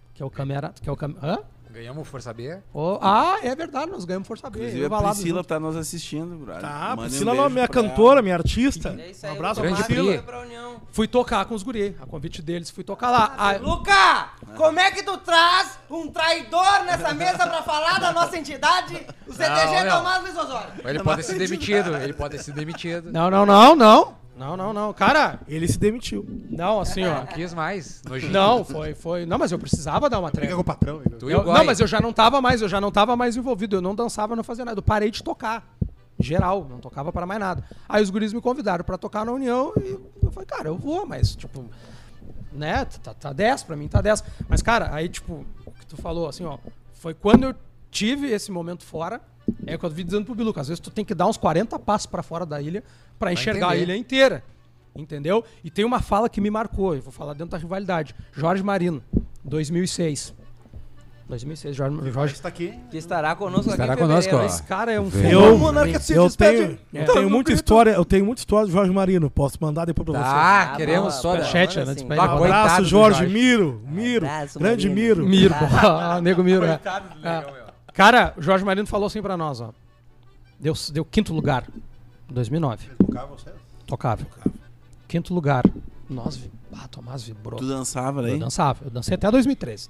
Hã? Ganhamos Força B. É verdade, nós ganhamos Força B. Inclusive eu a vou lá Priscila junto. tá nos assistindo, brother. Tá, Manda um Priscila é beijo minha pra cantora, ela. minha artista. É isso Um aí, abraço o pra Grande Tomás Priscila. Pri. foi pra União. Fui tocar com os guri. A convite deles, fui tocar lá. Aí- Luca, como é que tu traz um traidor nessa mesa pra falar da nossa entidade? O CTG Não. Tomás Luiz Osório. Ele pode ser demitido. Ele pode ser demitido. Não. Cara, Ele se demitiu. não, assim, ó. Não quis mais. Nojinho. Não, foi. Não, mas eu precisava dar uma Fica trégua. com o patrão. Tu e o Goi. Não, mas eu já não tava mais envolvido. Eu não dançava, não fazia nada. Eu parei de tocar. Geral, não tocava para mais nada. Aí os guris me convidaram pra tocar na União e eu falei, cara, eu vou, mas tipo, né, tá 10, pra mim tá 10. Mas, cara, aí, tipo, o que tu falou, assim, ó, foi quando eu tive esse momento fora, é o que eu vi dizendo pro Biluca, às vezes tu tem que dar uns 40 passos pra fora da ilha pra enxergar a entender. ilha inteira. Entendeu? E tem uma fala que me marcou, eu vou falar dentro da rivalidade. Jorge Marino, 2006. 2006, Jorge. Está aqui. Que estará conosco Estará aqui em conosco, fevereiro, ó. Esse cara é um Eu, fenômeno. eu tenho muita história do Jorge Marino. Posso mandar depois pra você. Tá, queremos boa, toda. boa. Superchat, manda né? sim. Despede. Bah, Um coitado abraço, do Jorge. Jorge. Miro. Abraço, Grande Marino. Miro. Nego Miro, é. Cara, o Jorge Marino falou assim pra nós, ó. Deu quinto lugar, em 2009. Tocava. Quinto lugar. Tomás vibrou. Tu dançava Eu daí? dançava. Eu dancei até 2013.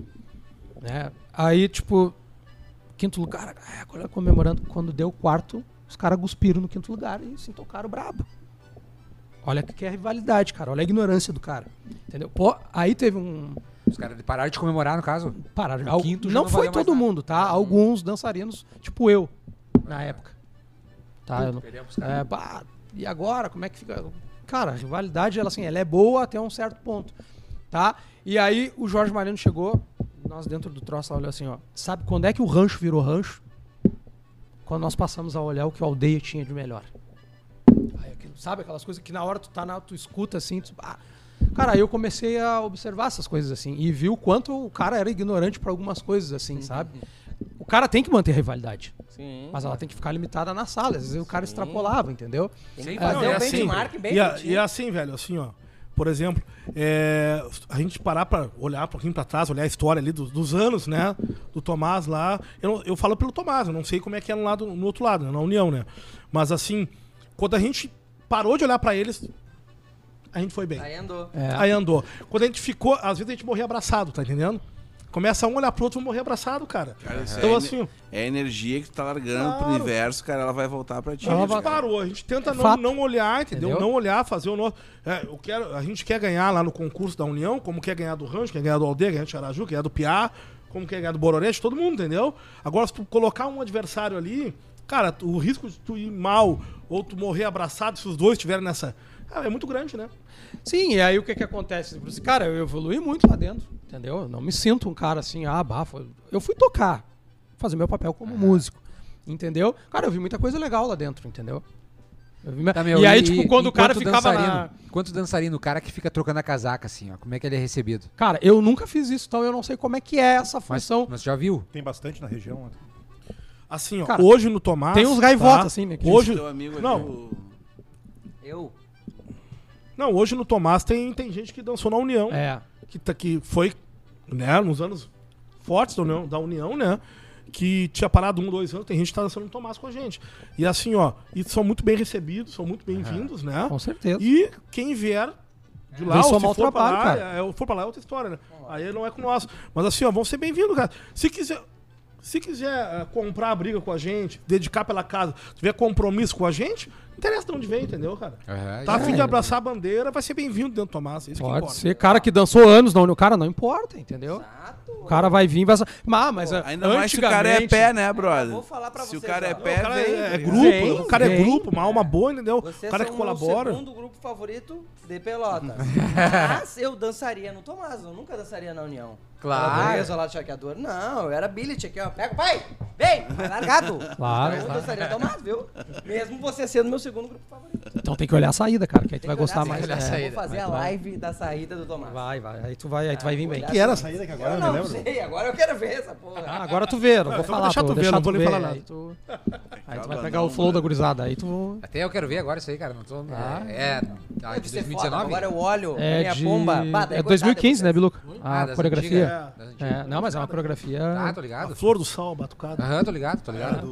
Né? Aí, tipo, quinto lugar, agora comemorando, quando deu o quarto, os caras cuspiram no quinto lugar e se tocaram brabo. Olha o que é rivalidade, cara. Olha a ignorância do cara. Entendeu? Pô, aí teve um... Os caras pararam de comemorar, no caso. Pararam. O quinto já não não foi valia mais todo nada. mundo, tá? Alguns dançarinos, tipo eu, na época. Tá? Eu não- Perdemos, cara. e agora, como é que fica? Cara, a rivalidade, ela é boa até um certo ponto, tá? E aí o Jorge Marino chegou, nós dentro do troço, olhou assim, ó. Sabe quando é que o rancho virou rancho? Quando nós passamos a olhar o que a aldeia tinha de melhor. Aí, sabe aquelas coisas que na hora tu escuta assim, cara, aí eu comecei a observar essas coisas assim e vi o quanto o cara era ignorante pra algumas coisas assim, sabe? O cara tem que manter a rivalidade, Sim. mas ela tem que ficar limitada na sala. Às vezes o cara extrapolava, entendeu? Tem que Sim, fazer não, um é assim, benchmark bem E curtinho. assim, velho, assim, ó. Por exemplo, a gente parar pra olhar um pouquinho pra trás, olhar a história ali dos anos, né? Do Tomás lá. Eu falo pelo Tomás, eu não sei como é que é no outro lado, né, na União, né? Mas assim, quando a gente parou de olhar pra eles, a gente foi bem. Aí andou. Aí andou. Quando a gente ficou, às vezes a gente morria abraçado, tá entendendo? Começa um olhar pro outro e morrer abraçado, cara. Cara, isso Então é, assim, é a energia que tu tá largando pro Claro. universo, cara, ela vai voltar pra ti. a Ela gente vai- parou, a gente tenta fato. não olhar, entendeu? Entendeu? Não olhar, fazer o nosso. A gente quer ganhar lá no concurso da União, como quer ganhar do Rancho, quer ganhar do Aldeia, quer ganhar do Charaju, quer ganhar do Piá, como quer ganhar do Bororete, todo mundo, entendeu? Agora, se tu colocar um adversário ali, cara, o risco de tu ir mal ou tu morrer abraçado, se os dois estiverem nessa. É muito grande, né? Sim, e aí o que que acontece? Cara, eu evolui muito lá dentro, entendeu? Eu não me sinto um cara assim, eu fui tocar, fazer meu papel como músico, entendeu? Cara, eu vi muita coisa legal lá dentro, entendeu? Tá, meu, E aí, tipo, quando o cara quanto ficava dançarino, Quanto dançarino, o cara que fica trocando a casaca, assim, ó, como é que ele é recebido? Cara, eu nunca fiz isso, então eu não sei como é que é essa Mas, função. mas já viu? Tem bastante na região. Né? Assim, ó, Cara, hoje no Tomás... tem uns gaivotas, tá? assim, né, que Hoje, Teu amigo ali, não, Eu? não, hoje no Tomás tem gente que dançou na União, É. que foi, né, nos anos fortes da União, né, que tinha parado 1, 2 anos, tem gente que tá dançando no Tomás com a gente. E assim, ó, e são muito bem recebidos, são muito bem-vindos, né? Com certeza. E quem vier de lá, Vem ou se somar o for pra trabalho, lá, cara. for pra lá é outra história, né? Aí não é com nós. Mas assim, ó, vão ser bem-vindos, cara. Se quiser comprar a briga com a gente, dedicar pela casa, tiver compromisso com a gente, não interessa de onde vem, entendeu, cara? já Tá a fim de é. abraçar a bandeira, vai ser bem-vindo dentro do Tomás. Isso que Pode importa. ser cara que dançou anos na União. Cara, não importa, entendeu? Exato. O cara vai vir e vai... Mas ainda mais se o cara é pé, né, brother? Vou falar pra Se o vocês, cara é ó. pé, O cara vem. é tá grupo, ligado? Vem, o cara é vem. grupo, uma alma boa, entendeu? O Vocês cara que são colabora. o segundo grupo favorito de Pelotas. Mas eu dançaria no Tomás, eu nunca dançaria na União. Claro. Eu lá do chaqueador. Não, eu era billet aqui, ó. Pega, pai! Vem! Vai largado! Claro, Eu claro. dançaria no Tomás, viu? Mesmo você sendo meu segundo grupo favorito. Então tem que olhar a saída, cara, que aí tu Tem vai que gostar olhar mais. olhar a Eu saída. vou fazer a Vai. live da saída do Tomás. Vai. Aí tu vai vir bem. Que era a saída que agora Eu eu não não me lembro. sei, agora eu quero ver essa porra. Ah, agora tu vê, não vou então falar. deixa tu ver, não vou nem falar nada. Aí tu vai Calma, pegar não, o flow mano. da gurizada. Aí tu... Até eu quero ver agora isso aí, cara. Não tô. Tá, Deve de ser 2019? foda. Agora eu olho É minha de... pomba. Bah, daí É coitada 2015, de né, vocês. Biluca? Ah, A das coreografia. antigas, das antigas. É, não, mas é uma coreografia... Ah, tô ligado. A flor do sal, batucada. Aham, tô ligado, tô ligado.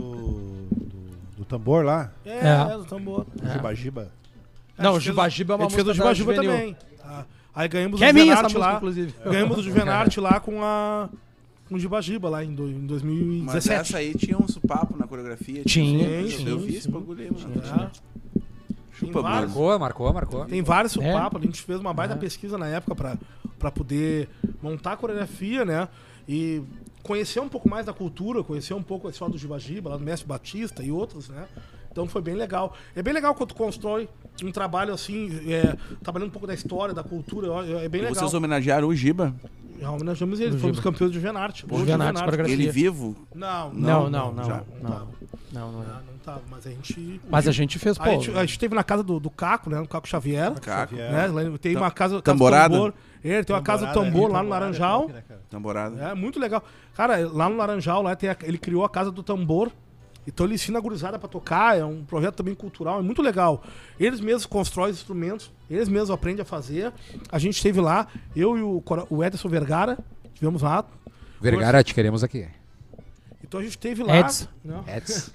Do tambor lá, Do tambor. Giba-giba. Não, o A gente fez- Giba-Giba é uma A gente fez o música da Giba-Giba Juvenil. também. Tá. Aí ganhamos Que o é minha essa Juvenarte música, lá. inclusive. Ganhamos o Juvenarte lá com o Giba-Giba lá em Mas 2017. essa aí tinha uns papo na coreografia. Tinha, Eu vi esse sim. bagulho aí, mano. Tá? Tem Chupa, vários. Bruno. Marcou. Tem vários É. papos, a gente fez uma baita pesquisa na época pra poder montar a coreografia, né? E conhecer um pouco mais da cultura, conhecer um pouco a história do Giba-Giba, lá do Mestre Batista e outros, né? Então foi bem legal. É bem legal quando tu constrói um trabalho assim, trabalhando um pouco da história, da cultura, é bem E legal. vocês homenagearam o Giba? Já homenageamos ele, O fomos Giba. campeões do Juvenarte. O Juvenarte, coreografia. Ele vivo? Não, Não, já. Não. Não tava, mas a gente... Mas a gente fez, pô... A gente esteve na casa do Caco, né? No Caco Xavier. Caco. Né? Lá tem uma casa do Tamborada? tambor. Ele tem uma casa do tambor lá no Laranjal. Tamborada. É muito legal. Cara, lá no Laranjal, ele criou a casa do tambor. Então ele ensina a gurizada pra tocar. É um projeto também cultural, é muito legal. Eles mesmos constroem os instrumentos, eles mesmos aprendem a fazer. A gente esteve lá, eu e o Ederson Vergara, estivemos lá. Vergara, te queremos aqui. Então a gente esteve lá. Eds. Né? Eds.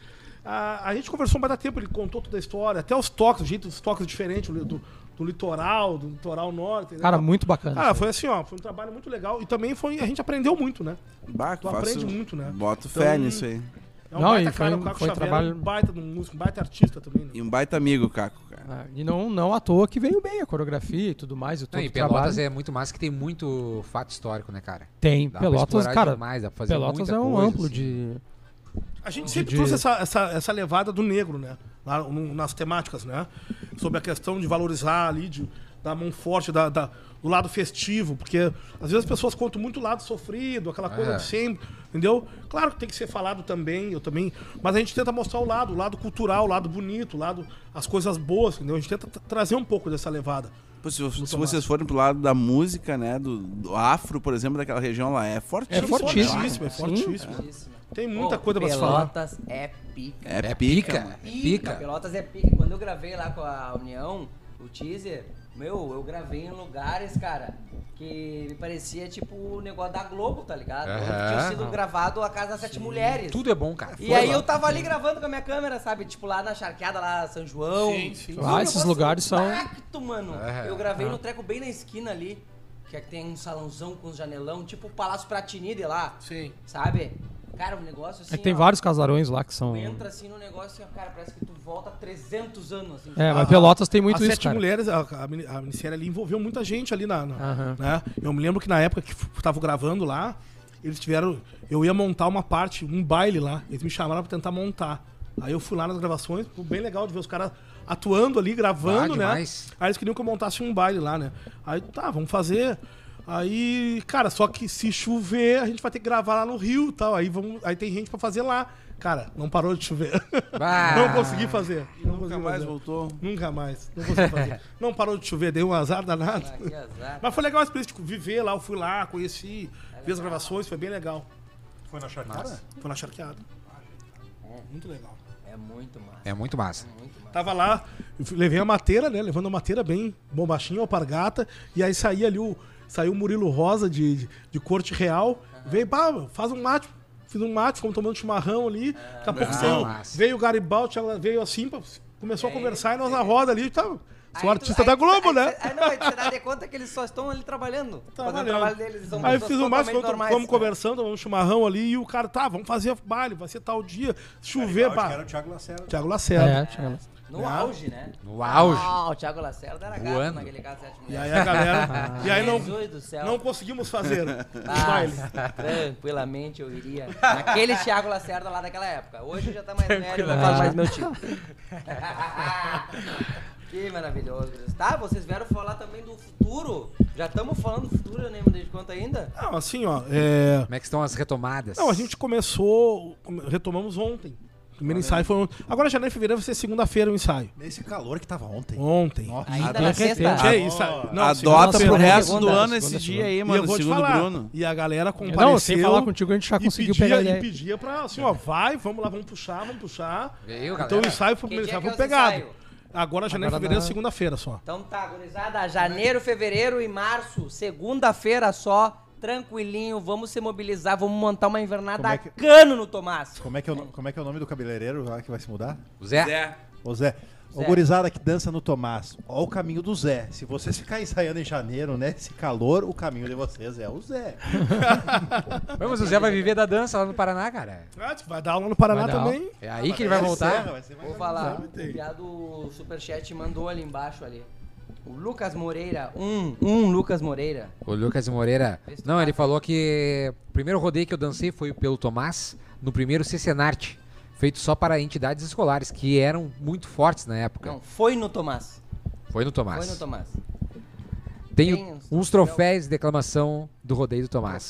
A gente conversou mais da tempo, ele contou toda a história, até os toques, o jeito dos toques diferentes do litoral, do litoral norte. Entendeu? Cara, muito bacana. Cara, foi assim, ó, foi um trabalho muito legal. E também a gente aprendeu muito, né? Bah, Tu aprende muito, né? Boto Então- fé nisso aí. É um Não, baita e foi- cara, o Caco foi Xavier trabalho- é um baita de um músico, um baita artista também, né? E um baita amigo, Caco, cara. Ah, e não à toa que veio bem a coreografia e tudo mais. E todo Não, e o trabalho. Pelotas é muito massa que tem muito fato histórico, né, cara? Tem. Dá pra Pelotas, explorar cara, demais, dá pra fazer Pelotas muita é um coisa, amplo assim. de... A gente De- sempre de- trouxe essa levada do negro, né? Lá nas temáticas, né? Sobre a questão de valorizar ali, da mão forte, do lado festivo, porque às vezes as pessoas contam muito o lado sofrido, aquela coisa de sempre, entendeu? Claro que tem que ser falado também, eu também, mas a gente tenta mostrar o lado cultural, o lado bonito, as coisas boas, entendeu? A gente tenta trazer um pouco dessa levada. Pô, se vocês forem pro lado da música, né, do afro, por exemplo, daquela região lá, é fortíssimo. É fortíssimo. É fortíssimo. Fortíssimo. Tem muita Ô, coisa pra se falar. Pelotas é pica. É É pica. pica. mano. Pica. Pelotas é pica. Quando eu gravei lá com a União, o teaser, eu gravei em lugares, cara, que me parecia tipo o negócio da Globo, tá ligado? Aham. Onde tinha sido gravado a Casa das Sete Mulheres. Tudo é bom, cara. E aí eu tava ali gravando com a minha câmera, sabe? Tipo lá na Charqueada, lá São João. Sim, sim. Um Ah, esses negócio lugares são- intacto, mano. É, Eu gravei no treco bem na esquina ali, que tem um salãozão com os janelão, tipo o Palácio Pratini de lá, Sim. sabe? Cara, um negócio assim, É que tem ó, vários casarões lá que são... tu entra assim no negócio e, ó, cara, parece que tu volta 300 anos, assim. É, mas Pelotas tem muito As isso, Sete cara. Mulheres, a minissérie ali envolveu muita gente ali Aham. né? Eu me lembro que na época que estavam gravando lá, eles tiveram... Eu ia montar uma parte, um baile lá. Eles me chamaram pra tentar montar. Aí eu fui lá nas gravações, foi bem legal de ver os caras atuando ali, gravando, né? demais. Aí eles queriam que eu montasse um baile lá, né? Aí, tá, vamos fazer. Aí, cara, só que se chover, a gente vai ter que gravar lá no Rio e tal. Aí tem gente pra fazer lá. Cara, não parou de chover. Bah. Não consegui fazer. Não Não Nunca consegui mais fazer. voltou. Nunca mais. Não consegui fazer. Não parou de chover, deu um azar danado. Ah, que azar. Mas foi legal a experiência, tipo, viver lá, eu fui lá, conheci, vi as gravações, foi bem legal. Foi na charcada? Foi na charqueada. Muito legal. É muito massa. É muito massa. Muito massa. Tava lá, levei a mateira, né? Levando a mateira bem bombachinha, alpargata, e aí saía ali saiu o Murilo Rosa de Corte Real, veio, pá, faz um mate. Fiz um mate, fomos tomando chimarrão ali. Daqui a pouco massa. veio o Garibaldi, veio assim, começou a conversar e nós na roda ali, tá? Sou Aí artista tu- da aí- Globo, aí- né? Aí não, aí tu dá de conta que eles só estão ali trabalhando. Fazendo o Trabalhando. trabalho deles. Eles são Aí pessoas fiz um mate, totalmente normais. vamos conversando, tomando chimarrão ali, e o cara, tá, vamos fazer baile, vai ser tal dia, chover, Que era pá. o Thiago Lacerda. Thiago Lacerda. É, tinha... No auge, né? No auge. Ah, o Thiago Lacerda era gato Voando. naquele caso 7 E mulheres. aí a galera. E aí Jesus do céu. não conseguimos fazer o Ah, baile. tranquilamente eu iria. Aquele Thiago Lacerda lá daquela época. Hoje já tá mais velho, não faz mais meu tipo. Que maravilhoso. Tá, vocês vieram falar também do futuro. Já estamos falando do futuro, eu nem me dei de conta ainda. Não, assim, ó. Como é que estão as retomadas? Não, a gente retomamos ontem. O primeiro ensaio foi ontem. Agora, janeiro e fevereiro vai ser segunda-feira o ensaio. Nesse calor que tava ontem. Ontem. Nossa. Ainda na sexta. Que isso? Não, Adota pro segunda-feira. resto do segunda, ano esse dia aí, E eu mano, vou te segundo o falar. Bruno. E a galera compareceu. Não, sem falar contigo, a gente já conseguiu pegar a ideia. E pedia pra, assim, ó, vai, vamos lá, vamos puxar. Veio, Então galera. o ensaio foi o Que primeiro dia ensaio, que é foi os pegado. ensaios? Agora, janeiro e Agora fevereiro, dá- segunda-feira só. Então tá, gurizada, janeiro, fevereiro e março, segunda-feira só, tranquilinho, vamos se mobilizar, vamos montar uma invernada Como é que- cano no Tomás. Como é que é o nome do cabeleireiro lá que vai se mudar? O Zé. Zé. Ô Zé. Ô gurizada que dança no Tomás. Ó o caminho do Zé. Se vocês ficarem ensaiando em janeiro, né? Esse calor, o caminho de vocês é o Zé. Mas o Zé vai viver da dança lá no Paraná, cara. Ah, tu vai dar aula no Paraná Vai dar aula. também. É aí que ele vai voltar. Vai ser mais Vou falar, Vai ter. o piado do Superchat mandou ali embaixo ali. O Lucas Moreira, Lucas Moreira. O Lucas Moreira. Não, ele falou que o primeiro rodeio que eu dancei foi pelo Tomás, no primeiro Cecenarte, feito só para entidades escolares, que eram muito fortes na época. Não, foi no Tomás. Foi no Tomás. Foi no Tomás. Tem Tem uns uns troféus de declamação do rodeio do Tomás.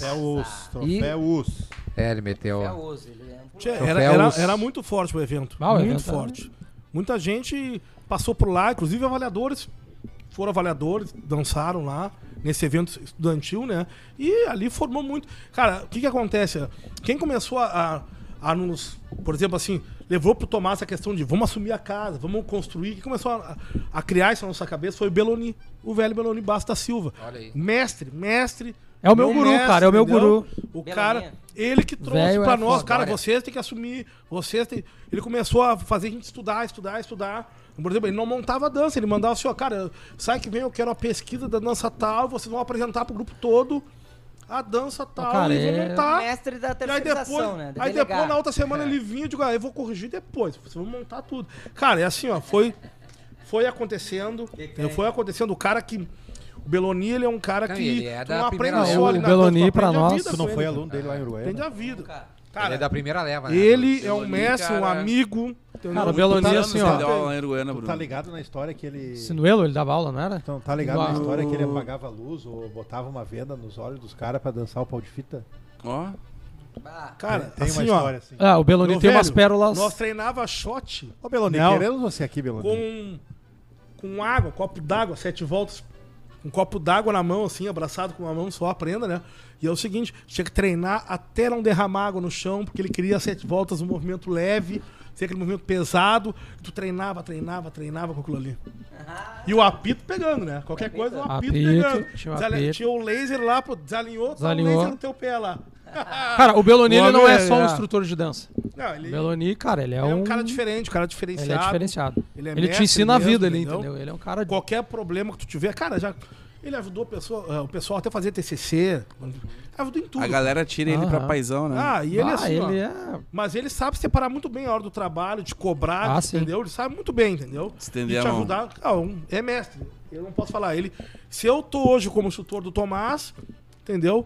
Troféus. É, ele meteu. É o uso, ele é um Tchê, Troféus. era muito forte o evento. Ah, o muito evento forte. Muita gente passou por lá, inclusive avaliadores. Foram avaliadores, dançaram lá nesse evento estudantil, né? E ali formou muito. Cara, o que acontece? Quem começou a nos, por exemplo, assim, levou pro Tomás a questão de vamos assumir a casa, vamos construir. Quem começou a criar isso na nossa cabeça foi o Beloni, o velho Beloni Bastos da Silva. Olha aí. Mestre. É o meu guru, cara, é o meu entendeu? guru. O Beloninha. cara, ele que trouxe Velho pra é nós, foda, cara, olha. vocês têm que assumir, Ele começou a fazer a gente estudar. Por exemplo, ele não montava dança, ele mandava assim, ó, cara, sai que vem, eu quero a pesquisa da dança tal, vocês vão apresentar pro grupo todo a dança tal, cara, e vão é- montar. mestre da E aí terceirização, depois, né? De aí delegar. depois, na outra semana, ele vinha e digo, eu vou corrigir depois, vocês vão montar tudo. Cara, é assim, ó, foi acontecendo, foi acontecendo, o cara que... O Beloni, ele é um cara Não, que ele é tu da não primeira aprende leva. só ali O na Beloni, dança, tu pra aprende a nós- vida Tu não com foi ele. aluno dele lá em Uruguaiana? Aprende a vida. Ele é da primeira leva, né? Ele é um Beloni, mestre, um cara. amigo. entendeu? Cara, o Beloni, Tá assim, dando ó. deu aula lá em Uruguaiana, Tu Bruno. tá ligado na história que ele... Sinuelo, ele dava aula, não era? Então, tá ligado na Igual. história que ele apagava a luz ou botava uma venda nos olhos dos caras pra dançar o pau de fita? Ó, Ah, Cara, Tem uma assim, ó. história assim. Ah, o Beloni meu tem umas velho, pérolas. Nós treinava shot Ô, Beloni, Não. queremos você aqui, Beloni. com água, copo d'água, 7 voltas. Um copo d'água na mão, assim, abraçado com uma mão só, aprenda, né? E é o seguinte, tinha que treinar até não derramar água no chão, porque ele queria 7 voltas, um movimento leve, sem aquele movimento pesado. Tu treinava com aquilo ali. E o apito pegando, né? Qualquer coisa, o apito Apito, pegando. tinha o apito. Tinha o laser lá, pô, desalinhou, tá o Desalinhou. laser no teu pé lá. Cara, o Beloni ele não é Homem, só um é. instrutor de dança. Não, O ele Beloni, cara, ele é é um um cara diferente, um cara diferenciado. Ele é diferenciado. Ele é Ele te mestre ensina a mesmo, vida ali, entendeu? entendeu? Ele é um cara de... Qualquer problema que tu tiver, cara, já ele ajudou o pessoal até fazer TCC, ajudou em tudo. a galera tira ele pra Aham. paizão, né? Ah, e ele assim, ó, ele é... mas ele sabe separar muito bem a hora do trabalho, de cobrar, Ah, sim. entendeu? Ele sabe muito bem, entendeu? Estender e a te mão. ajudar. É mestre. Eu não posso falar. Ele, se eu tô hoje como instrutor do Tomás, entendeu?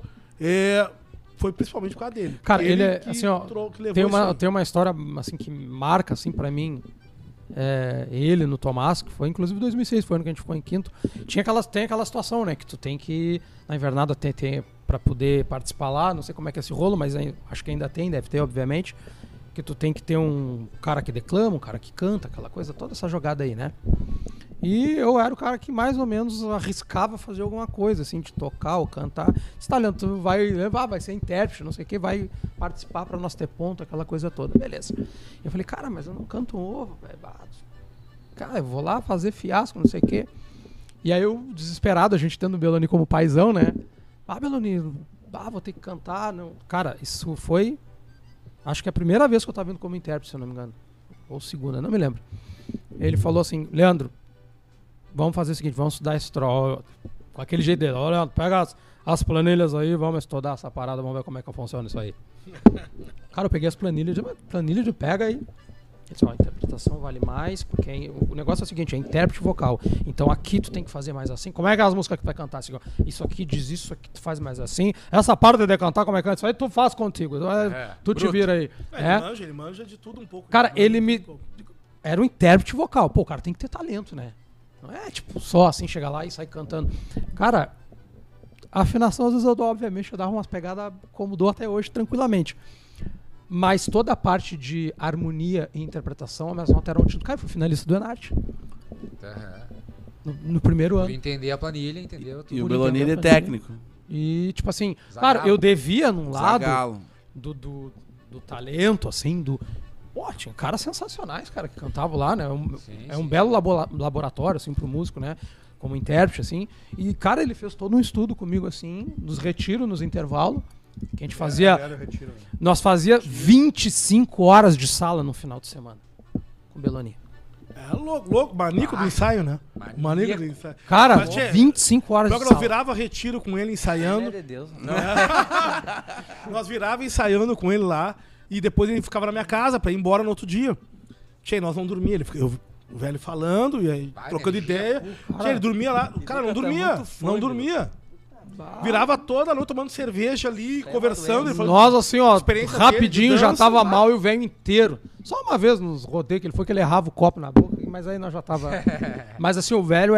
Foi principalmente por causa dele. Cara, ele é, que assim, ó, que levou tem isso aí. tem uma história, assim, que marca, assim, pra mim, ele no Tomás, que foi, inclusive, 2006, foi o ano que a gente ficou em quinto. Tem aquela situação, né, que tu tem que, na invernada, tem pra poder participar lá, não sei como é que é esse rolo, mas acho que ainda tem, deve ter, obviamente. que tu tem que ter um cara que declama, um cara que canta, aquela coisa, toda essa jogada aí, né? E eu era o cara que mais ou menos arriscava fazer alguma coisa, assim, de tocar ou cantar. Esse talento, tu vai levar, vai ser intérprete, não sei o que, vai participar pra nós ter ponto, aquela coisa toda. Beleza. E eu falei, cara, mas eu não canto um ovo, velho. Cara, eu vou lá fazer fiasco, não sei o que. E aí eu, desesperado, a gente tendo o Beloni como paizão, né? Beloni, vou ter que cantar. Não. Cara, isso foi... Acho que é a primeira vez que eu tava vindo como intérprete, se eu não me engano. Ou segunda, não me lembro. Ele falou assim, Leandro, vamos fazer o seguinte, vamos estudar esse troço. Com aquele jeito dele. Olha, pega as planilhas aí, vamos estudar essa parada, vamos ver como é que funciona isso aí. Cara, eu peguei as planilhas de pega aí. Ele disse, a interpretação vale mais, porque o negócio é o seguinte, é intérprete vocal. Então aqui tu tem que fazer mais assim. Como é que é as músicas que tu vai cantar? Assim, isso aqui diz isso aqui, tu faz mais assim. Essa parte de cantar, como é que é? Isso aí tu faz contigo. Tu te vira aí. Ele manja de tudo um pouco. Cara, era um intérprete vocal. Pô, o cara tem que ter talento, né? Não é tipo só assim, chegar lá e sair cantando. Cara, a afinação às vezes eu dou, obviamente, eu dava umas pegadas como dou até hoje, tranquilamente. Mas toda a parte de harmonia e interpretação, as minhas notas eram tido. Cara, eu fui finalista do Enarte. No primeiro ano. Por entender a planilha, entendeu? E o Beloni é técnico. E, tipo assim, Zagalo. cara, eu devia num lado Zagalo. do talento, assim, Pô, tinha caras sensacionais, cara, que cantavam lá, né? Um belo laboratório, assim, pro músico, né? Como intérprete, assim. E, cara, ele fez todo um estudo comigo, assim, nos retiros, nos intervalos. Que a gente fazia... Nós fazia 25 horas de sala no final de semana. Com o Beloni. É louco, manico do ensaio, né? Manico do ensaio. Cara, Mas, 25 horas de nós sala. virava retiro com ele ensaiando. Meu Deus. Nós virava ensaiando com ele lá. E depois ele ficava na minha casa pra ir embora no outro dia. Tchê, nós não dormíamos. O velho falando e aí trocando ideia. Tchê, ele dormia lá. O cara não dormia. Não dormia. Virava toda a noite tomando cerveja ali, conversando. Ele falou, Nós, assim, ó, experiência rapidinho dele de já dança, tava mal e o velho inteiro. Só uma vez nos rodeios que ele foi que ele errava o copo na boca, mas aí nós já tava... Mas assim, o velho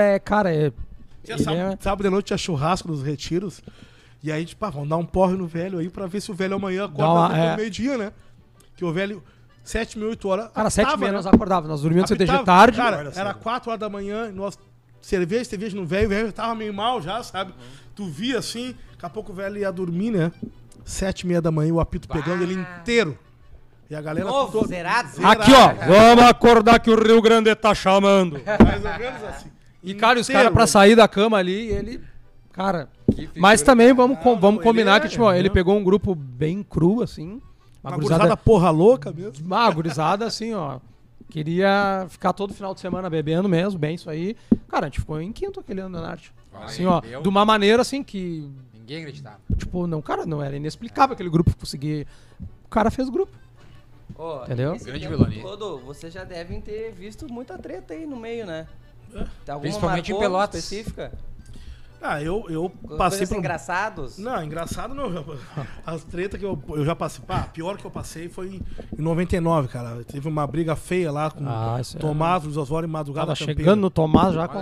Sábado de noite tinha churrasco nos retiros. E aí, tipo, vamos dar um porre no velho aí pra ver se o velho amanhã acorda no meio-dia, né? Que o velho, 7, 8 horas... Cara, 7h30 nós acordávamos, nós dormíamos no CTG tarde. Cara, era 4 horas da manhã, nós... Cerveja no velho, o velho tava meio mal já, sabe? Tu via assim, daqui a pouco o velho ia dormir, né? 7h30 da manhã, o apito pegando ele inteiro. E a galera... Novo, zerado. Aqui, ó, vamos acordar que o Rio Grande tá chamando. Mais ou menos assim. E, cara, os caras pra sair da cama ali, ele... Cara, mas também vamos combinar que, tipo, ele pegou um grupo bem cru, assim. Uma gurizada porra louca mesmo. Uma gurizada, assim, ó. Queria ficar todo final de semana bebendo mesmo, bem isso aí. Cara, a gente ficou em quinto aquele ano na arte. Assim, ó, de uma maneira assim que... Ninguém acreditava. Tipo, não, cara, não era inexplicável aquele grupo conseguir... O cara fez grupo. Oh, entendeu? Grande Beloni. Todo, vocês já devem ter visto muita treta aí no meio, né? Alguma Principalmente em marcou Pelotas. específica? Ah, eu Coisas passei por... engraçados? Não, engraçado não. As tretas que eu já passei... Pá, a pior que eu passei foi em 99, cara. Teve uma briga feia lá com Tomás, Luiz Osório e Madrugada Tava Campeira. chegando no Tomás já com...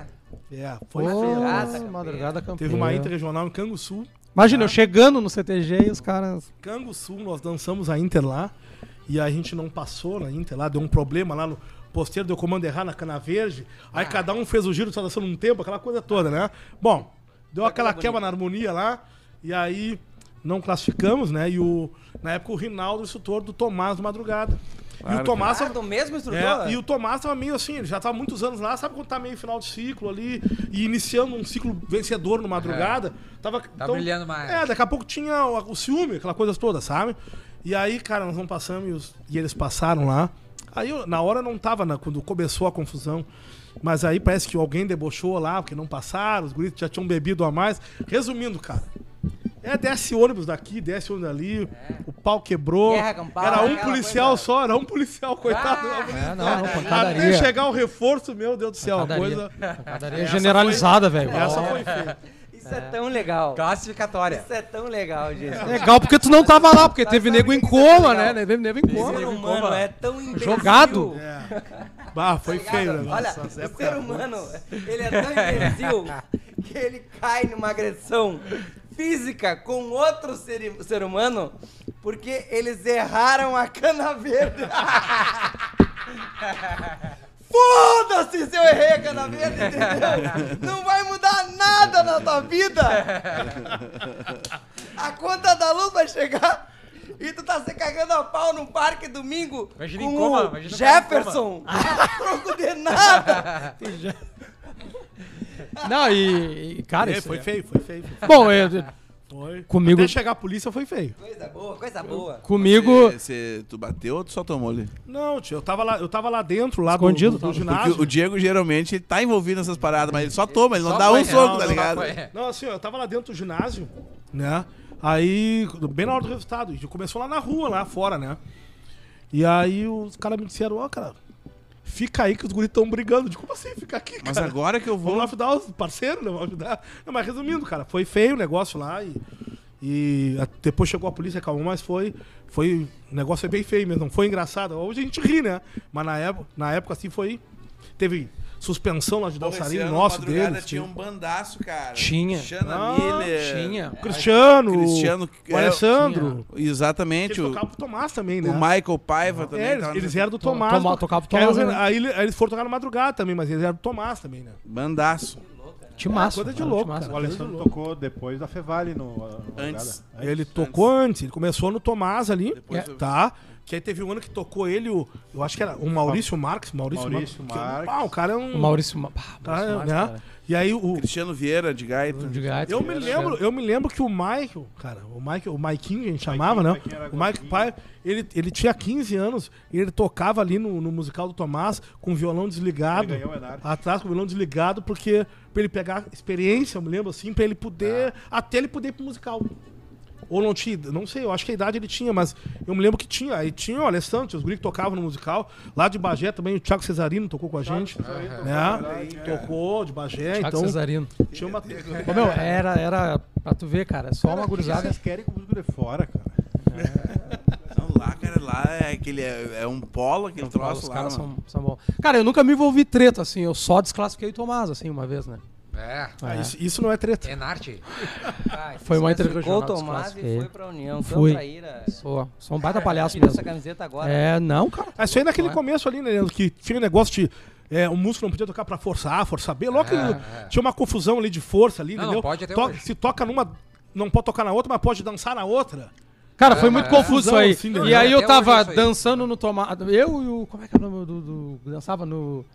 Foi Madrugada Campeira. Teve uma interregional em Canguçu. Imagina, eu chegando no CTG e os caras... Canguçu, nós dançamos a Inter lá. E a gente não passou na Inter lá. Deu um problema lá no posteiro, deu comando errar na Cana Verde. Aí cada um fez o giro, só dançando um tempo, aquela coisa toda, né? Bom, deu aquela quebra na harmonia lá. E aí não classificamos, né? E na época o Rinaldo, instrutor do Tomás do Madrugada. Claro, e o Tomás... do mesmo instrutor? E o Tomás tava meio assim, ele já tava há muitos anos lá, sabe quando tá meio final de ciclo ali, e iniciando um ciclo vencedor no Madrugada. Tá brilhando mais. Daqui a pouco tinha o ciúme, aquela coisa toda, sabe? E aí, cara, nós não passamos e eles passaram lá. Aí, na hora, não tava, quando começou a confusão. Mas aí parece que alguém debochou lá, porque não passaram, os guris já tinham bebido a mais. Resumindo, cara, desce ônibus daqui, desce ônibus dali, o pau quebrou. Era um policial só, era um policial, coitado. pancadaria. Até chegar o reforço, meu Deus do céu, a coisa... Pancadaria generalizada, velho. Essa foi feia. Isso é tão legal. Classificatória. Isso é tão legal, gente. Legal porque tu não tava lá, porque teve nego em coma, né? Teve nego em O coma. ser humano é tão imbecil. Jogado. Foi feio, né? Olha, o ser humano, ele é tão imbecil que ele cai numa agressão física com outro ser humano Porque eles erraram a cana verde. Foda-se se eu errei a cana verde, entendeu? Não vai mudar nada na tua vida. A conta da luz vai chegar e tu tá se cagando a pau num parque domingo Imagina com em coma, o imagina o cara em Jefferson. Troco de nada. Não, e cara, isso Foi é- feio. Bom, Foi. Comigo- Até chegar a polícia foi feio. Coisa boa, coisa boa. comigo... Tu bateu ou tu só tomou ali? Não, tio, eu tava lá dentro, lá Escondido, do tava. ginásio. Porque o Diego geralmente ele tá envolvido nessas paradas, mas ele só toma, ele não Só dá foi, um soco, não, tá não, ligado? foi. Não, assim, ó, eu tava lá dentro do ginásio, né? Aí, bem na hora do resultado, a gente começou lá na rua, lá fora, né? E aí os caras me disseram, ó, cara, fica aí que os guris estão brigando. Eu digo, como assim fica aqui, cara? Mas agora que eu vou. Vamos lá ajudar os parceiros, né? Vamos ajudar. Não, mas resumindo, cara, foi feio o negócio lá e depois chegou a polícia, acalmou, mas o negócio é bem feio mesmo, não foi engraçado. Hoje a gente ri, né? Mas na época assim teve suspensão lá de dançarino nosso deles. tinha um bandaço, cara. Tinha. Xana Miller. Tinha. O Cristiano, Cristiano, o Alessandro. Exatamente. Eles O tocavam pro Tomás também, né? Michael Paiva também. É, tava eles nesse eram do Tomás. Tocava pro Que aí Tomás, eles- né? aí eles foram tocar na madrugada também, mas eles eram do Tomás também, né? Bandaço. Tinha massa. coisa de louco, cara. O Alessandro tocou depois da Fevale no Antes. Ele tocou antes, ele começou no Tomás ali, Depois foi- tá? Que aí teve um ano que tocou ele, eu acho que era o Maurício Marques. Maurício Maurício Marques. Marques. Ah, o cara é um... O Maurício... Tá, Marques, né? cara. E aí o... Cristiano Vieira de gaita. De gato, Eu me lembro que o Michael, cara, o Maiquinho que a gente chamava, né? Maiquinho era O Mike gordinho. Pai, ele tinha 15 anos e ele tocava ali no musical do Tomás com o violão desligado. Ele ganhou o Enarte. Atrás com o violão desligado, porque pra ele pegar experiência, eu me lembro assim, pra ele poder. Até ele poder ir pro musical. Ou não tinha, não sei, eu acho que a idade ele tinha, mas eu me lembro que tinha. Aí tinha o Alessandro, tinha os guris que tocavam no musical. Lá de Bagé também, o Thiago Cesarino tocou com a gente. Né? Tocou de Bagé, Thiago então. Cesarino. Tinha uma. Ô, meu, era pra tu ver, cara, só uma gurizada. Vocês querem com o músico de fora, cara. Não, lá, cara, lá é aquele. É um polo, aquele troço Os lá. caras mano. são bons. Cara, eu nunca me envolvi treta, assim, eu só desclassifiquei o Tomás, assim, uma vez, né? É. Ah, isso não é treta. É Narte. Foi uma Ficou interregional, o Tomás e desclassifiquei. foi pra União. Fui. Tão traíra. Sou um baita palhaço Tira mesmo. essa camiseta agora. É, não, cara. Ah, isso aí naquele Não é? começo ali, né, Leandro, que tinha um negócio de. O músico não podia tocar pra forçar A, forçar B. Logo que tinha uma confusão ali de força ali, Não, entendeu? não pode até hoje. Se toca numa. Não pode tocar na outra, mas pode dançar na outra. Cara, foi muito confuso isso aí. assim, né? E aí eu Até tava hoje é isso aí. dançando no Tomás. Eu e o. Como é que é o nome do. Dançava no.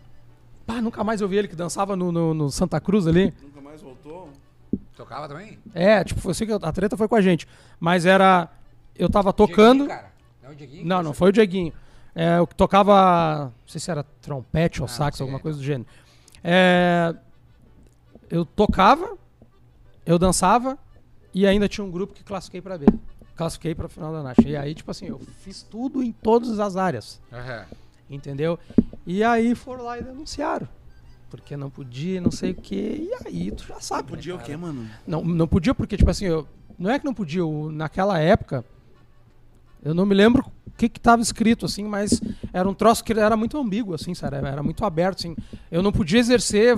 Pá, nunca mais eu vi ele que dançava no Santa Cruz ali. Nunca mais voltou? Tocava também? É, tipo, eu sei que a treta foi com a gente. Mas era. Eu tava tocando. Dieguinho, cara. Não, o Dieguinho, Não, que não você- foi o Dieguinho. É, o que tocava. Não sei se era trompete ou sax, sei, alguma é. coisa do gênero. É, eu tocava, eu dançava e ainda tinha um grupo que classifiquei pra B. Classifiquei pra final da noite. E aí, tipo assim, eu fiz tudo em todas as áreas. Aham. Entendeu? E aí foram lá e denunciaram. Porque não podia, não sei o quê. E aí tu já sabe. Podia né, o cara? quê, mano? Não podia porque, tipo assim, não é que não podia. Naquela época, eu não me lembro o que estava escrito, assim, mas era um troço que era muito ambíguo, assim, sabe? Era muito aberto, assim. Eu não podia exercer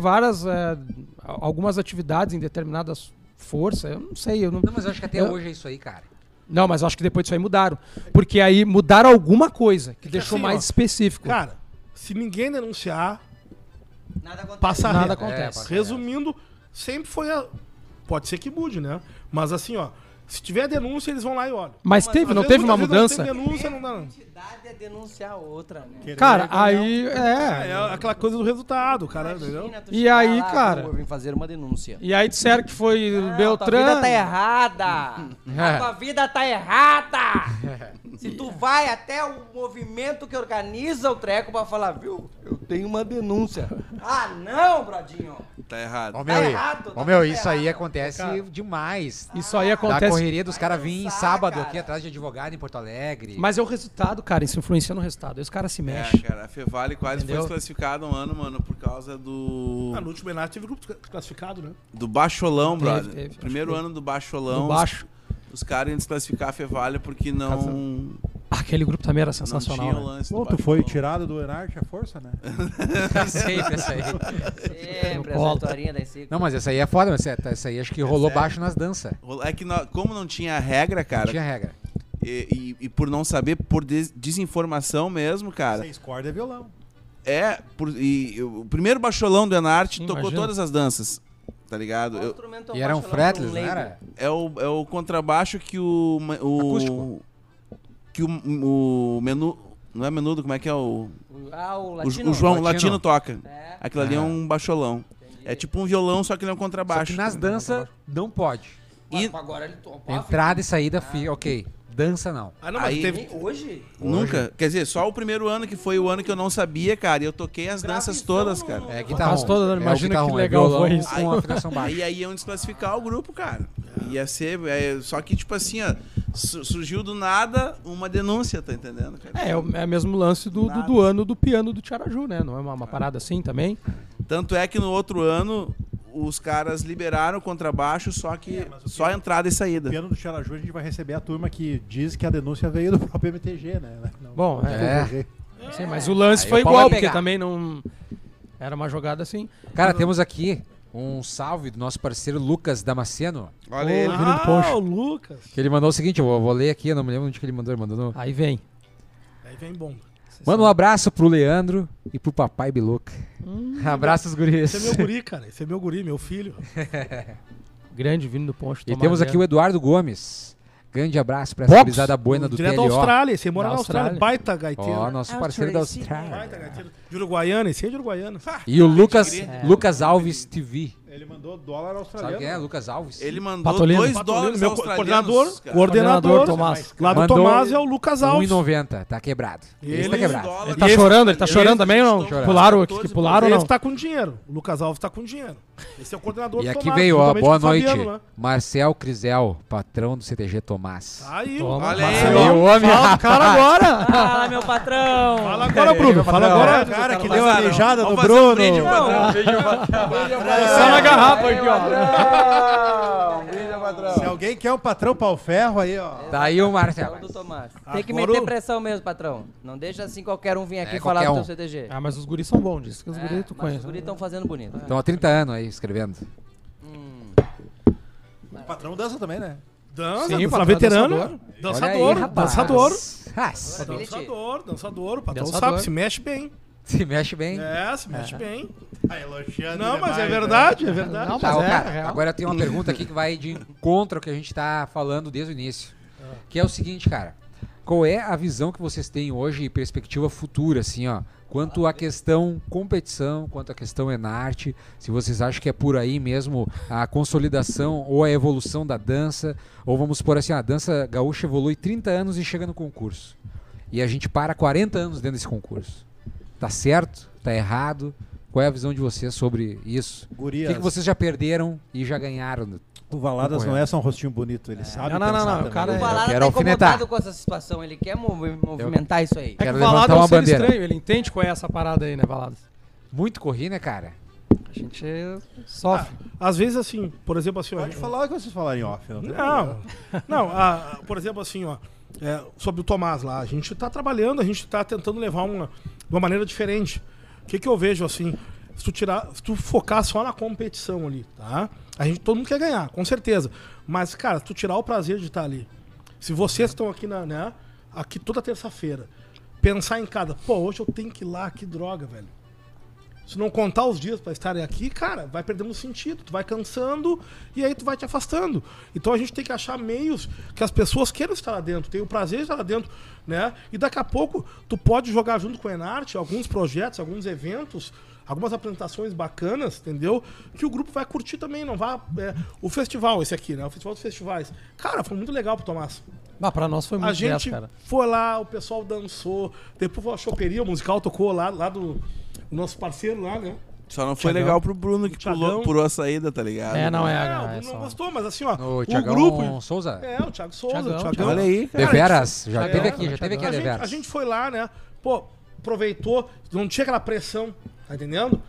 algumas atividades em determinadas forças. Eu não sei. Não, mas eu acho que até Eu- hoje é isso aí, cara. Não, mas eu acho que depois disso aí mudaram. Porque aí mudaram alguma coisa que deixou assim, mais ó, específico. Cara, se ninguém denunciar, Nada acontece. passa Nada reto. acontece. passa Resumindo, sempre foi a. Pode ser que mude, né? Mas assim, ó, se tiver denúncia, eles vão lá e olham. Mas Às teve, não vezes, teve uma muitas vezes mudança? Não tem denúncia, não dá. Não. Entidade é denunciar outra, né? Cara, aí. É aquela coisa do resultado, cara, entendeu? Imagina tu E chegar aí, lá, cara? "Eu vim fazer uma denúncia. E aí disseram que foi Não, tua Beltrano. vida tá errada. A tua vida tá errada. Se tu vai até o movimento que organiza o treco pra falar, viu, eu tenho uma denúncia. Ah, não, brodinho. Tá errado. Ô, Tá meu, errado, tá ô, meu tudo isso aí errado. acontece Cara, demais. Isso aí Da acontece. correria dos caras Vai virem dançar, sábado cara. aqui atrás de advogado em Porto Alegre. Mas é o resultado, cara. Isso influencia no resultado. Aí os caras se É, mexem. cara, a Fevale quase Entendeu? foi desclassificada um ano, mano, por causa do. Ah, no último Enarte teve grupo classificado, né? Do Baixolão, Teve, brother. teve, acho Primeiro que ano do Baixolão. No baixo. Os caras iam desclassificar a Fevale porque não. Aquele grupo também era Não sensacional. tinha o né? lance Bom, do tu foi Baixolão. tirado do Enarte à força, né? Sempre essa aí. Sempre colo. essa historinha da Enciclo. Não, mas essa aí é foda, mas essa aí acho que rolou sério. baixo nas danças. É que como não tinha regra, cara, Não tinha regra. E por não saber, por desinformação mesmo, cara. 6 cordas é violão. O primeiro baixolão do Enarte tocou Imagina. todas as danças, tá ligado? Qual instrumento é um E eram baixolão pra um fretless, não leigo? era? É o contrabaixo que o Acústico. que o menu, não é menudo, como é que é o Latino. o João Latino. Latino toca. É. Aquilo ali é um baixolão. É tipo um violão, só que ele é um Só contrabaixo. que nas danças não pode. E Agora ele topa. Entrada e saída, ok. Dança não. Ah, não, mas Aí- teve... Hoje? nunca, quer dizer, só o primeiro ano que foi o ano que eu não sabia, cara, e eu toquei as danças todas, cara. É Faz guitarrão. toda, É imagina o guitarrão, que legal é violão foi isso. com afinação baixa. E aí iam desclassificar o grupo, cara. Ia ser. Só que, tipo assim, ó, surgiu do nada uma denúncia, tá entendendo, cara? É o mesmo lance do ano do piano do Tiaraju, né? Não é uma parada assim também? Tanto é que no outro ano os caras liberaram o contrabaixo, só que só entrada e O saída. piano do Tiaraju, a gente vai receber a turma que diz que a denúncia veio do próprio MTG, né? Não, Bom, É. Sim, mas o lance Aí foi o pau igual, vai porque pegar. também não... Era uma jogada assim. Cara, temos aqui um salve do nosso parceiro Lucas Damasceno, Olha ele. Vindo do poncho. o Lucas. que ele mandou o seguinte, eu vou ler aqui, eu não me lembro onde que ele mandou, ele mandou no... Aí vem. Aí vem bom. Manda um abraço pro Leandro e pro papai Biluca. Abraços, guris. Esse é meu guri, cara. Esse é meu guri, meu filho. Grande vindo do poncho. E tomar temos aqui o zero. Eduardo Gomes. Grande abraço pra essa Box. gurizada buena do Direto da TLO. Austrália. Esse aí mora Da na Austrália. Austrália. Baita gaiteiro. Ó, nosso parceiro da Austrália. Baita gaiteiro. De Uruguaiana. Esse aí é de Uruguaiana. E o Lucas Alves TV. Ele mandou dólar Sabe australiano. quem é? Lucas Alves? Ele mandou Patolino. $2 Meu australianos, coordenador, cara. coordenador, Tomás. lá do Mandou Tomás é o Lucas Alves. 1,90. Tá quebrado. Esse tá Ele- quebrado. Ele tá chorando? Ele tá Eles- chorando também ou não? eles Pularam, todos que pularam ou Esse não? tá com dinheiro. O Lucas Alves tá com dinheiro. Esse é o coordenador E do aqui Tomás. veio, ó, juntamente boa com o noite. Fabiano, né? Marcel Crizel, patrão do CTG Tomás. Tá aí, Toma. Olha aí, Marcelão, Aí, o homem, fala do cara agora. Fala, meu patrão! Fala agora, Bruno. Fala agora. Cara, que Vamos deu a fazer- beijada vamos no fazer um Bruno. brinde, patrão. Só na garrafa aqui, ó. Se alguém quer um patrão pau ferro aí, ó. Tá aí o Marcel. Fala do Tomás. Tem que Agora meter o- pressão mesmo, patrão. Não deixa assim qualquer um vir aqui É, falar qualquer do um. teu CTG. Ah, mas os guris são bons, diz que os guris tu Mas conhece. os guris estão fazendo bonito. Estão há 30 anos aí escrevendo. O patrão dança também, né? Dança, Sim, dança patrão veterano. Olha aí, Dançador, rapaz. dançador. Ah, Dançador. O patrão Dançador. sabe, se mexe bem. se mexe bem. É, se mexe bem. Aí, elogiando Não, mas é demais, verdade, é verdade. Não, Tá, mas ó, é cara, real. agora eu tenho uma pergunta aqui que vai de encontro ao que a gente tá falando desde o início. Que é o seguinte, cara. Qual é a visão que vocês têm hoje e perspectiva futura, assim, ó? Quanto à questão competição, quanto à questão Enarte, se vocês acham que é por aí mesmo a consolidação ou a evolução da dança, ou vamos supor assim, a dança gaúcha evolui 30 anos e chega no concurso. E a gente para 40 anos dentro desse concurso. Tá certo? Tá errado? Qual é a visão de vocês sobre isso? O Gurias, que vocês já perderam e já ganharam? o Valadas não é só um rostinho bonito, ele sabe Não, pensar o também. cara O é- Balada quero tá alfinetar. incomodado com essa situação. Ele quer movimentar isso aí. É que Quero o Valadas levantar é um uma ser bandeira. estranho, ele entende qual é essa parada aí, né, Valadas? Muito corri, né, cara? A gente sofre. Às vezes, assim, por exemplo, assim... ó, Pode falar o que vocês falarem em off. Não, tem Não, por exemplo, assim, ó, sobre o Tomás lá, a gente tá trabalhando, a gente tá tentando levar de uma maneira diferente. O que eu vejo, assim, se tu focar só na competição ali, tá? Todo mundo quer ganhar, com certeza. Mas, cara, se tu tirar o prazer de estar ali, se vocês estão aqui, aqui toda terça-feira, pensar em cada, hoje eu tenho que ir lá, que droga, velho. Se não contar os dias pra estarem aqui, cara, vai perdendo sentido. Tu vai cansando e aí tu vai te afastando. Então a gente tem que achar meios que as pessoas queiram estar lá dentro, tenham o prazer de estar lá dentro, né? E daqui a pouco tu pode jogar junto com o Enarte alguns projetos, alguns eventos, algumas apresentações bacanas, entendeu? Que o grupo vai curtir também, não vai... o festival, esse aqui, né? O Festival dos Festivais. Cara, foi muito legal pro Tomás. Ah, pra nós foi A muito gente dessa, cara. foi lá, o pessoal dançou, depois foi a choperia musical, tocou lá do nosso parceiro lá, né? Só não foi Thiagão. legal pro Bruno que Thiagão. pulou a saída, tá ligado? É, não é, O é Bruno só... não gostou, mas assim, ó, O o Thiagão grupo... Souza? O Thiago Souza, Thiagão, o Thiagão. Olha aí, cara. Deveras? Já É, teve aqui, já teve aqui a a Deveras. gente foi lá, né? Aproveitou, não tinha aquela pressão, tá entendendo?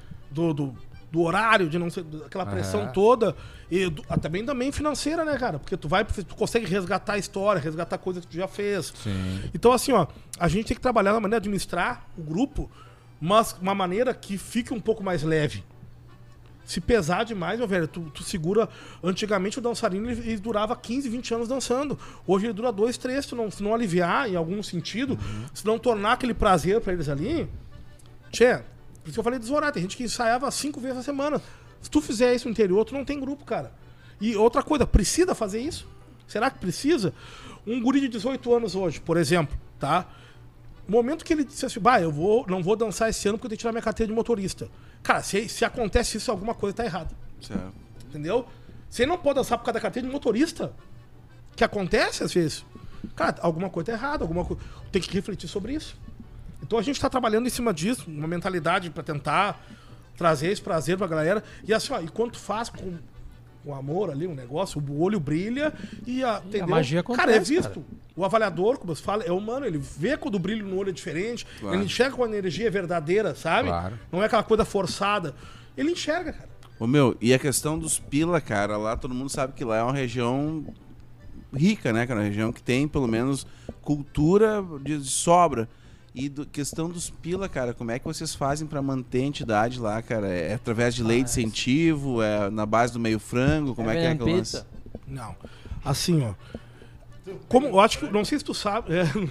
Do horário, de não ser, aquela pressão toda. E também financeira, né, cara? Porque tu consegue resgatar a história, resgatar coisas que tu já fez. Sim. Então, assim, ó, a gente tem que trabalhar na maneira de administrar o grupo, mas uma maneira que fique um pouco mais leve. Se pesar demais, meu velho, tu segura... Antigamente o dançarino, ele durava 15, 20 anos dançando. Hoje ele dura 2, 3, se não aliviar em algum sentido, se não tornar aquele prazer pra eles ali... Tchê, por isso que eu falei deshorar, tem gente que ensaiava 5 vezes na semana. Se tu fizer isso no interior, tu não tem grupo, cara. E outra coisa, precisa fazer isso? Será que precisa? Um guri de 18 anos hoje, por exemplo, tá? No momento que ele disse assim, não vou dançar esse ano porque eu tenho que tirar minha carteira de motorista. Cara, se acontece isso, alguma coisa tá errada. Certo. Entendeu? Você não pode dançar por causa da carteira de motorista. Que acontece às vezes. Cara, alguma coisa tá errada, tem que refletir sobre isso. Então a gente tá trabalhando em cima disso, uma mentalidade pra tentar trazer esse prazer pra galera. E assim, ó, e quando tu faz com o amor ali, um negócio, o olho brilha e a magia acontece, cara, é visto. cara. O avaliador, como você fala, é humano, ele vê quando o brilho no olho é diferente, Claro. ele enxerga quando a energia é verdadeira, sabe? Claro. Não é aquela coisa forçada. Ele enxerga, cara. Ô, meu, e a questão dos pila, cara, lá todo mundo sabe que lá é uma região rica, né, cara? Uma região que tem, pelo menos, cultura de sobra. E questão dos pila, cara, como é que vocês fazem pra manter a entidade lá, cara? É através de lei de incentivo? É na base do meio frango? Como é que o lance? Não. Assim, ó. Como, eu acho que, não sei se tu sabe,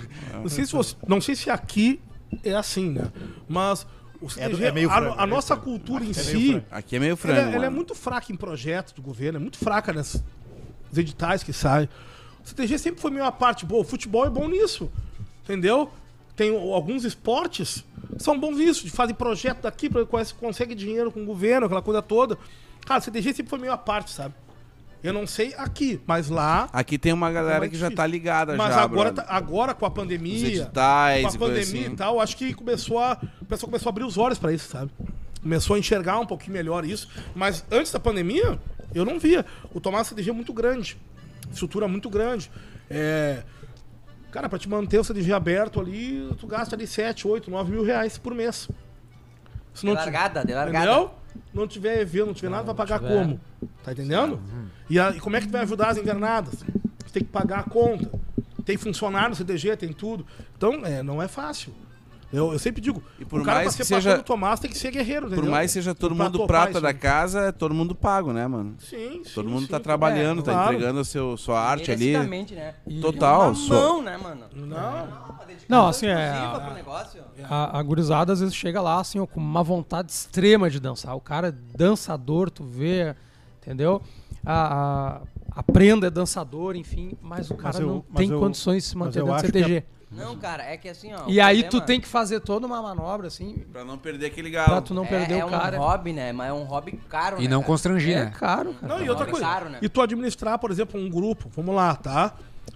não sei se aqui é assim, né? Mas o CTG, é meio frango, a é nossa meio cultura em frango. si, Aqui é meio frango. ela é mano. muito fraca em projetos do governo, é muito fraca nos editais que saem. O CTG sempre foi meio à parte. Boa, o futebol é bom nisso, entendeu? Tem alguns esportes que são bons nisso, de fazer projeto daqui, consegue dinheiro com o governo, aquela coisa toda. Cara, o CTG sempre foi meio à parte, sabe? Eu não sei aqui, mas lá... Aqui tem uma galera mais que já difícil. tá ligada Mas já, agora, brother. agora com a Os pandemia, editais com a e coisa pandemia assim. e tal, acho que o pessoal começou a abrir os olhos pra isso, sabe? Começou a enxergar um pouquinho melhor isso. Mas antes da pandemia, eu não via. O Tomás CDG é muito grande. Estrutura muito grande. Cara, pra te manter o CDG aberto ali, tu gasta ali 7, 8, 9 mil reais por mês. Se De largada. Entendeu? Não tiver evento, não tiver nada, vai pagar tiver. como? Tá entendendo? E como é que tu vai ajudar as internadas? Tu tem que pagar a conta. Tem funcionário no CDG, tem tudo. Então, não é fácil. Eu sempre digo, E por o cara mais pra que ser seja- patrão do Tomás tem que ser guerreiro, entendeu? Por mais que seja todo Pra mundo topar prata isso da aí. casa, é todo mundo pago, né, mano? Sim, Todo sim, mundo sim. tá trabalhando, tá claro. entregando sua arte ali. Merecidamente, né? Total. Uma mão, né, mano? Não. Não, assim, Exclusiva pro negócio. A gurizada às vezes chega lá assim, ó, com uma vontade extrema de dançar. O cara é dançador, tu vê, entendeu? A prenda é dançador, enfim, mas o cara não tem condições de se manter eu dentro do acho que CTG. Não, cara, é que assim, ó. E o aí problema tu tem que fazer toda uma manobra, assim, Pra não perder aquele pra galo. tu não perder o cara. É um hobby, né? Mas é um hobby caro, E né, não cara? constrangir, É né? caro, cara. Não, e outra É coisa. caro, né? E tu administrar, por exemplo, um grupo, vamos lá, tá?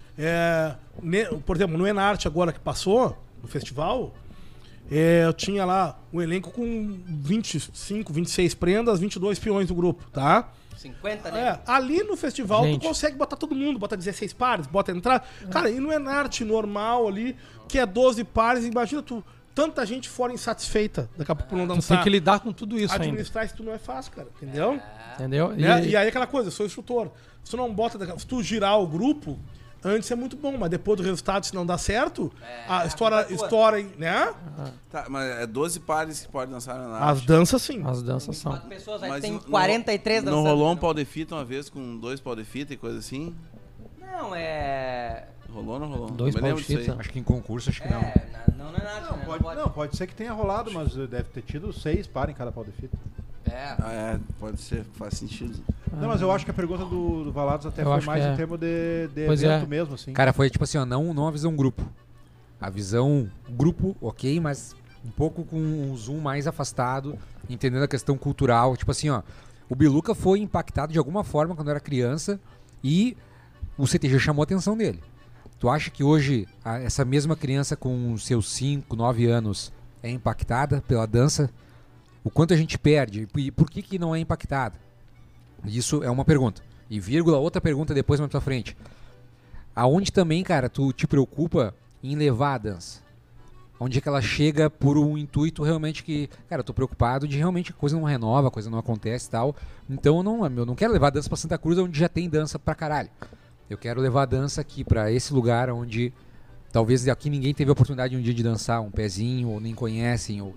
Por exemplo, no Enarte agora que passou, no festival, eu tinha lá um elenco com 25, 26 prendas, 22 peões do grupo, tá? 50, né? Ali no festival Gente. tu consegue botar todo mundo, bota 16 pares, bota entrar. Cara, e no Enarte normal ali, que é 12 pares, imagina tanta gente fora insatisfeita daqui a pouco por não Tu dançar. tem que lidar com tudo isso ainda, Administrar isso tudo não é fácil, cara, entendeu? entendeu? Né? E aí aquela coisa, eu sou instrutor. Se tu não bota, se tu girar o grupo, antes é muito bom, mas depois do resultado, se não dá certo, a história, né? Tá, mas é 12 pares que pode dançar na As arte. danças sim. As danças são. 4 pessoas, aí Mas tem não- 43 dançando. Não rolou um né? pau de fita uma vez com 2 pau de fita e coisa assim? Não, é... Rolou ou não rolou? Dois Não me pau lembro de disso aí. fita. Acho que em concurso, acho que não. Não é nada, Não, né? pode ser que tenha rolado, mas deve ter tido 6 pares em cada pau de fita. É. Ah, é, pode ser, faz sentido. Não, mas eu acho que a pergunta do Valados até Eu foi acho mais que é. em termos de Pois evento é. mesmo, assim. Cara, foi tipo assim, ó, não a visão grupo. A visão grupo, ok, mas um pouco com um zoom mais afastado, entendendo a questão cultural. Tipo assim, ó, o Biluca foi impactado de alguma forma quando era criança e o CTG chamou a atenção dele. Tu acha que hoje essa mesma criança com seus 5, 9 anos é impactada pela dança? O quanto a gente perde? E por que não é impactada? Isso é uma pergunta. E vírgula, outra pergunta depois mais pra frente. Aonde também, cara, tu te preocupa em levar a dança? Onde é que ela chega por um intuito realmente que... Cara, eu tô preocupado de realmente a coisa não renova, a coisa não acontece e tal. Então eu não quero levar a dança pra Santa Cruz, onde já tem dança pra caralho. Eu quero levar a dança aqui pra esse lugar onde talvez aqui ninguém teve a oportunidade um dia de dançar um pezinho, ou nem conhecem, ou...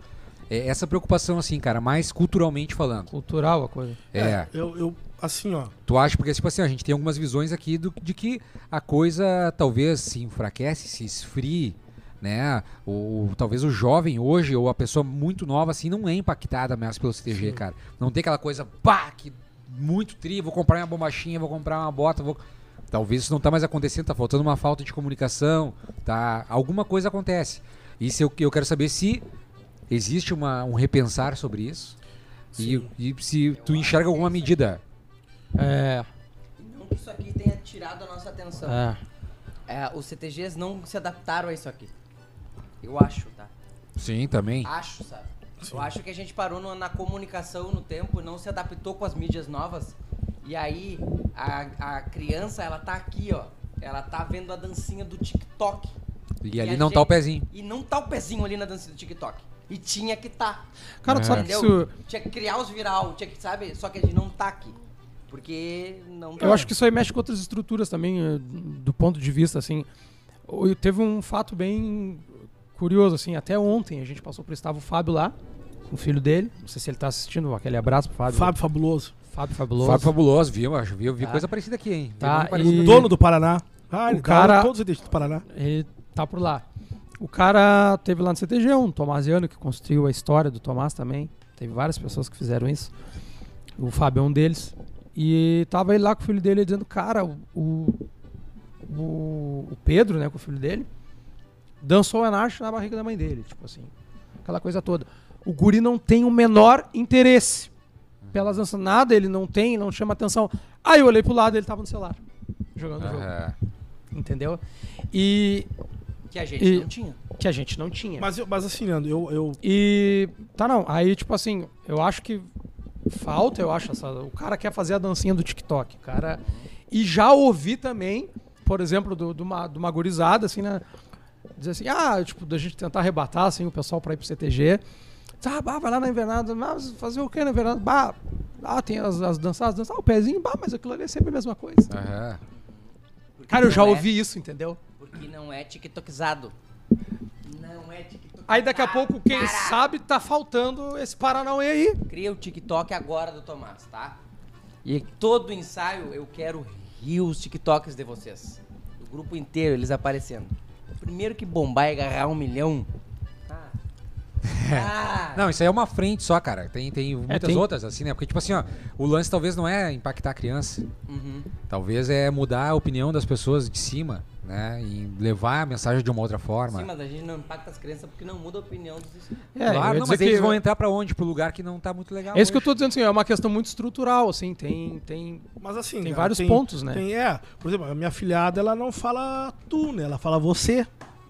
essa preocupação, assim, cara, mais culturalmente falando. Cultural a coisa. Eu assim, ó. Tu acha, porque tipo assim, a gente tem algumas visões aqui de que a coisa talvez se enfraquece, se esfrie, né? Talvez o jovem hoje, ou a pessoa muito nova, assim, não é impactada mais pelo CTG, cara. Não tem aquela coisa, pá, que muito vou comprar uma bombachinha, vou comprar uma bota, Talvez isso não tá mais acontecendo, tá faltando uma falta de comunicação, tá? Alguma coisa acontece. Isso eu quero saber se existe um repensar sobre isso e se tu enxerga alguma medida. Não que isso aqui tenha tirado a nossa atenção. Os CTGs não se adaptaram a isso aqui. Eu acho, tá? Sim, também. Acho, sabe? Eu acho que a gente parou na comunicação no tempo, não se adaptou com as mídias novas. E aí, a criança, ela tá aqui, ó. Ela tá vendo a dancinha do TikTok. E ali não tá o pezinho. E não tá o pezinho ali na dancinha do TikTok. E tinha que tá. Cara, tu sabe que Entendeu? isso... Tinha que criar os viral, tinha que, sabe? Só que a gente não tá aqui. Porque não tá. Eu acho que isso aí mexe com outras estruturas também, do ponto de vista, assim. Teve um fato bem curioso, assim, até ontem a gente passou por estava o Fábio lá, com o filho dele. Não sei se ele tá assistindo, aquele abraço pro Fábio. Fábio Fabuloso. Fábio Fabuloso. Fábio Fabuloso, vi coisa parecida aqui, hein? Tá, Vi Dono do Paraná. O cara- todos os do Paraná. Ele tá por lá. O cara teve lá no CTG, um tomasiano que construiu a história do Tomás também. Teve várias pessoas que fizeram isso. O Fábio é um deles. E tava ele lá com o filho dele dizendo, cara, o Pedro, né, com o filho dele, dançou o Enacho na barriga da mãe dele, tipo assim, aquela coisa toda. O guri não tem o menor interesse pelas danças, nada, ele não chama atenção. Aí eu olhei pro lado, ele tava no celular, jogando o jogo. Entendeu? E... Que a gente não tinha. Que a gente não tinha. Mas assim, Leandro, eu... E... Tá, não. Aí, tipo assim, eu acho que falta, o cara quer fazer a dancinha do TikTok, cara. E já ouvi também, por exemplo, de uma gurizada, assim, né? Dizer assim, tipo, da gente tentar arrebatar, assim, o pessoal pra ir pro CTG. Vai lá na invernada, mas fazer o que na invernada? Tem as dançadas, o pezinho, mas aquilo ali é sempre a mesma coisa. Cara, eu já ouvi isso, entendeu? Porque não é tiktokizado. Não é tiktokizado. Aí daqui a pouco, quem sabe, tá faltando esse Paranauê aí. Cria o TikTok agora do Tomás, tá? E todo ensaio eu quero rir os TikToks de vocês. O grupo inteiro, eles aparecendo. O primeiro que bombar e agarrar 1 milhão... Não, isso aí é uma frente só, cara. Tem muitas outras, assim, né? Porque, tipo assim, ó, o lance talvez não é impactar a criança. Talvez é mudar a opinião das pessoas de cima, né? E levar a mensagem de uma outra forma. Sim, mas a gente não impacta as crianças porque não muda a opinião dos... Claro, não, mas eles vão entrar pra onde? Pro lugar que não tá muito legal. É isso que eu tô dizendo, assim, é uma questão muito estrutural, assim, tem Mas assim, tem cara, vários pontos, né? Por exemplo, a minha filhada, ela não fala tu, né? Ela fala você.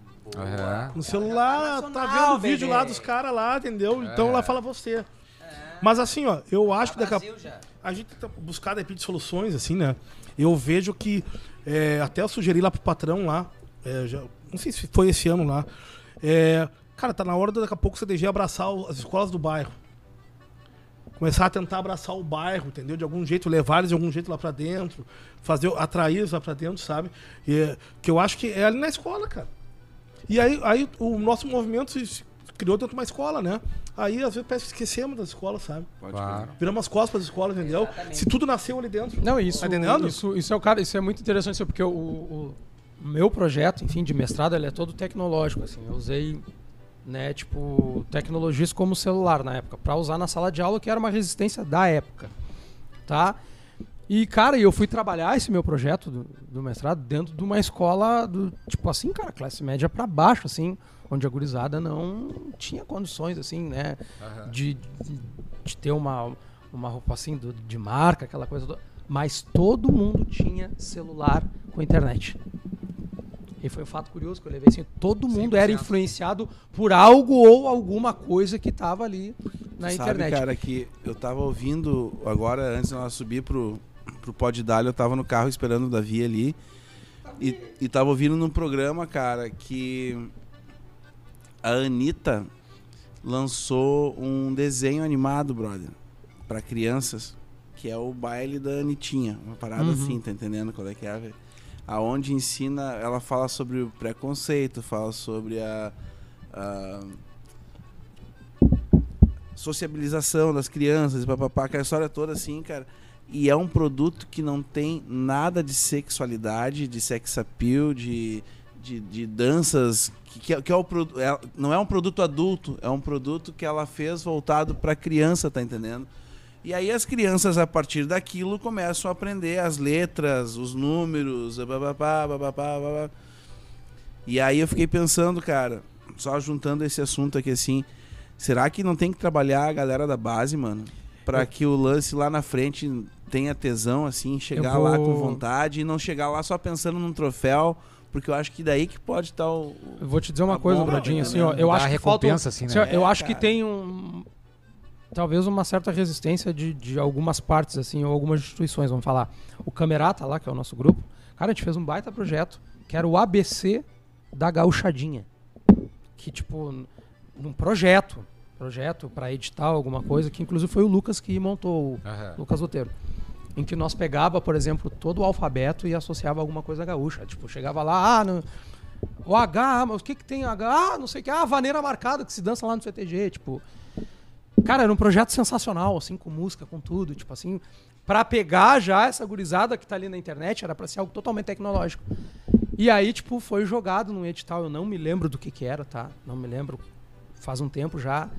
No celular, tá vendo o vídeo lá dos caras lá, entendeu? Então ela fala você. Mas assim, ó, eu acho que a gente tá buscar de repente soluções, assim, né? Eu vejo que até eu sugeri lá pro patrão lá, não sei se foi esse ano lá, cara, tá na hora daqui a pouco o CDG abraçar as escolas do bairro. Começar a tentar abraçar o bairro, entendeu? De algum jeito, levar eles de algum jeito lá pra dentro, atrair eles lá pra dentro, sabe? Que eu acho que é ali na escola, cara. E aí o nosso movimento se criou dentro de uma escola, né? Aí, às vezes, parece que esquecemos das escolas, sabe? Claro. Viramos as costas para as escolas, entendeu? Exatamente. Se tudo nasceu ali dentro. Não, isso, tá entendendo? Isso é muito interessante, porque o meu projeto, enfim, de mestrado, ele é todo tecnológico, assim. Eu usei, né, tipo, tecnologias como celular na época, para usar na sala de aula, que era uma resistência da época, tá? E, cara, eu fui trabalhar esse meu projeto do mestrado dentro de uma escola, tipo assim, cara, classe média para baixo, assim, onde a gurizada não tinha condições, assim, né, de ter uma roupa, assim, de marca, aquela coisa toda. Mas todo mundo tinha celular com internet. E foi um fato curioso que eu levei, assim, todo mundo 100%. Era influenciado por algo ou alguma coisa que tava ali na internet. Sabe, cara, que eu tava ouvindo agora, antes de nós subir pro Poddali, eu tava no carro esperando o Davi ali e tava ouvindo num programa, cara, que a Anitta lançou um desenho animado, brother, pra crianças, que é o baile da Anitinha, uma parada assim, tá entendendo qual é que é, velho? Aonde ensina, ela fala sobre o preconceito, fala sobre sociabilização das crianças, papapá, aquela história toda assim, cara. E é um produto que não tem nada de sexualidade, de sex appeal, de danças, não é um produto adulto, é um produto que ela fez voltado para criança, tá entendendo? E aí as crianças, a partir daquilo, começam a aprender as letras, os números, bababá. E aí eu fiquei pensando, cara, só juntando esse assunto aqui assim, será que não tem que trabalhar a galera da base, mano? Pra que o lance lá na frente tenha tesão, assim, chegar lá com vontade e não chegar lá só pensando num troféu, porque eu acho que daí que pode estar o... Eu vou te dizer uma coisa, Brodinho, assim, ó, eu Dá acho que recompensa, falta, assim, né? assim, ó, eu acho cara. que tem talvez uma certa resistência de algumas partes, assim, ou algumas instituições, vamos falar. O Camerata lá, que é o nosso grupo, cara, a gente fez um baita projeto, que era o ABC da Gauchadinha. Que, tipo, num projeto para editar alguma coisa, que inclusive foi o Lucas que montou, o Lucas Otero. Em que nós pegava, por exemplo, todo o alfabeto e associava alguma coisa gaúcha. Tipo, chegava lá, o H, mas o que tem H? Não sei o que, a vaneira marcada que se dança lá no CTG, tipo... Cara, era um projeto sensacional, assim, com música, com tudo, tipo assim, pra pegar já essa gurizada que tá ali na internet, era pra ser algo totalmente tecnológico. E aí, tipo, foi jogado num edital, eu não me lembro do que era, tá? Não me lembro, faz um tempo já.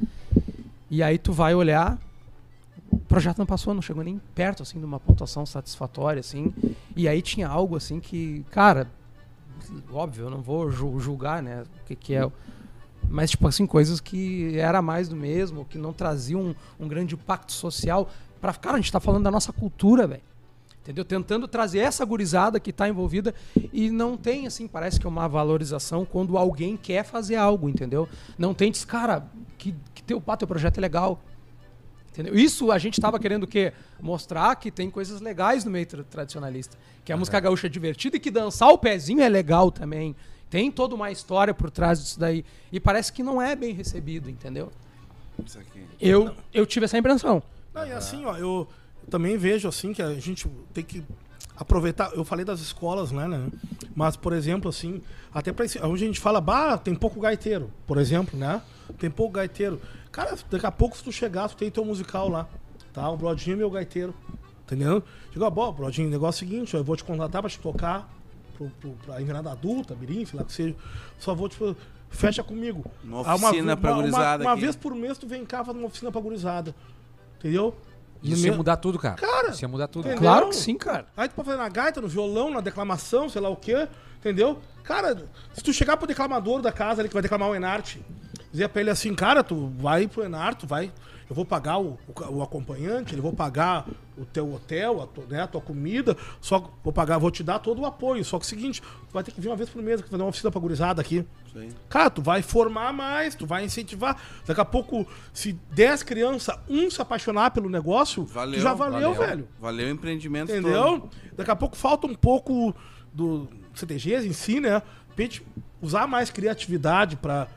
E aí tu vai olhar... O projeto não passou, não chegou nem perto, assim, de uma pontuação satisfatória, assim. E aí tinha algo, assim, que... Cara, óbvio, eu não vou julgar, né, o que é... Mas, tipo assim, coisas que era mais do mesmo, que não traziam um grande impacto social. Cara, a gente tá falando da nossa cultura, velho. Entendeu? Tentando trazer essa gurizada que tá envolvida e não tem, assim, parece que é uma valorização quando alguém quer fazer algo, entendeu? Não tem, diz, cara, que teu projeto é legal. Entendeu? Isso a gente estava querendo o quê? Mostrar que tem coisas legais no meio tradicionalista. Que a música gaúcha é divertida e que dançar o pezinho é legal também. Tem toda uma história por trás disso daí. E parece que não é bem recebido, entendeu? Isso aqui. Eu tive essa impressão. Não, e assim, ó, eu também vejo assim que a gente tem que aproveitar. Eu falei das escolas, né? Mas, por exemplo, assim, até pra onde a gente fala, tem pouco gaiteiro, por exemplo, né? Tem pouco gaiteiro. Cara, daqui a pouco, se tu chegar, tu tem teu musical lá, tá? O Brodinho é meu gaiteiro, entendeu? Digo, Brodinho, o negócio é o seguinte, eu vou te contratar pra te tocar pra invernada adulta, mirim, sei lá que seja. Só vou, tipo, fecha comigo. Uma oficina pra gurizada uma aqui. vez por mês tu vem cá fazer uma oficina pra gurizada, entendeu? Isso ia mudar tudo, cara. Cara, isso ia mudar tudo. entendeu? Claro que sim, cara. Aí tu pode fazer na gaita, no violão, na declamação, sei lá o quê, entendeu? Cara, se tu chegar pro declamador da casa ali que vai declamar o Enarte, dizer pra ele assim, cara, tu vai pro Enarte, eu vou pagar o acompanhante, eu vou pagar o teu hotel, a tua comida, só vou te dar todo o apoio. Só que é o seguinte, tu vai ter que vir uma vez por mês, fazer uma oficina pra gurizada aqui. Isso aí. Cara, tu vai formar mais, tu vai incentivar. Daqui a pouco, se 10 crianças, se apaixonar pelo negócio, tu já valeu, velho. Valeu o empreendimento todo. Entendeu? Daqui a pouco falta um pouco do CTGs em si, né? De repente, usar mais criatividade para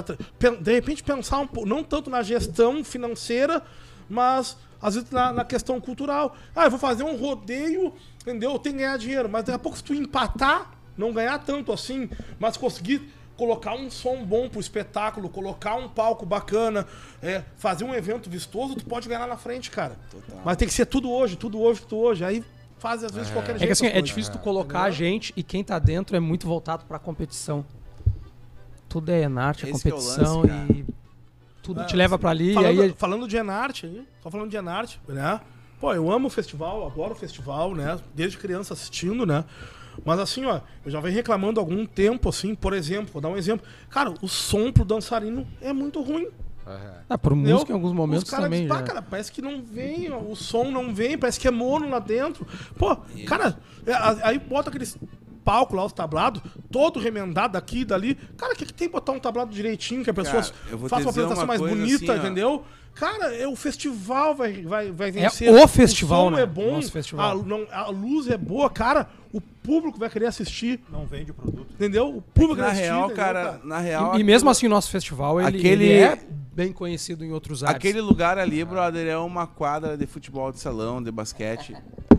de repente pensar um pouco, não tanto na gestão financeira, mas às vezes na questão cultural. Eu vou fazer um rodeio, entendeu? Eu tenho que ganhar dinheiro, mas daqui a pouco se tu empatar, não ganhar tanto assim, mas conseguir colocar um som bom pro espetáculo, colocar um palco bacana, fazer um evento vistoso, tu pode ganhar lá na frente, cara. Total. Mas tem que ser tudo hoje. Aí faz às vezes de qualquer jeito. É que assim, as é coisas. difícil tu colocar a gente e quem tá dentro é muito voltado pra competição. Tudo é Enarte, é Esse que é o competição lance, cara. e tudo te leva pra ali. Falando, e aí falando de Enarte aí, só falando de Enarte, né? Pô, eu amo o festival, adoro o festival, né? Desde criança assistindo, né? Mas assim, ó, eu já venho reclamando há algum tempo, assim, por exemplo, vou dar um exemplo. Cara, o som pro dançarino é muito ruim. por Entendeu? música em alguns momentos Os caras também. dizem, Já. cara, parece que não vem, ó, o som não vem, parece que é mono lá dentro. Pô, cara, aí bota aqueles palco lá, os tablados, todo remendado daqui e dali. Cara, o que tem botar um tablado direitinho, que a pessoa eu vou faça te uma dizer apresentação uma mais coisa bonita, assim, ó. entendeu? Cara, o festival vai É vencer. o festival, som né? é bom, Nosso festival. a luz é boa, cara, o público vai querer assistir, Não vende o produto. entendeu? O público Na vai assistir, real, entendeu, cara, na real... E mesmo assim, o nosso festival, ele Aquele- é bem conhecido em outros áreas. Aquele lugar ali, brother, é uma quadra de futebol de salão, de basquete.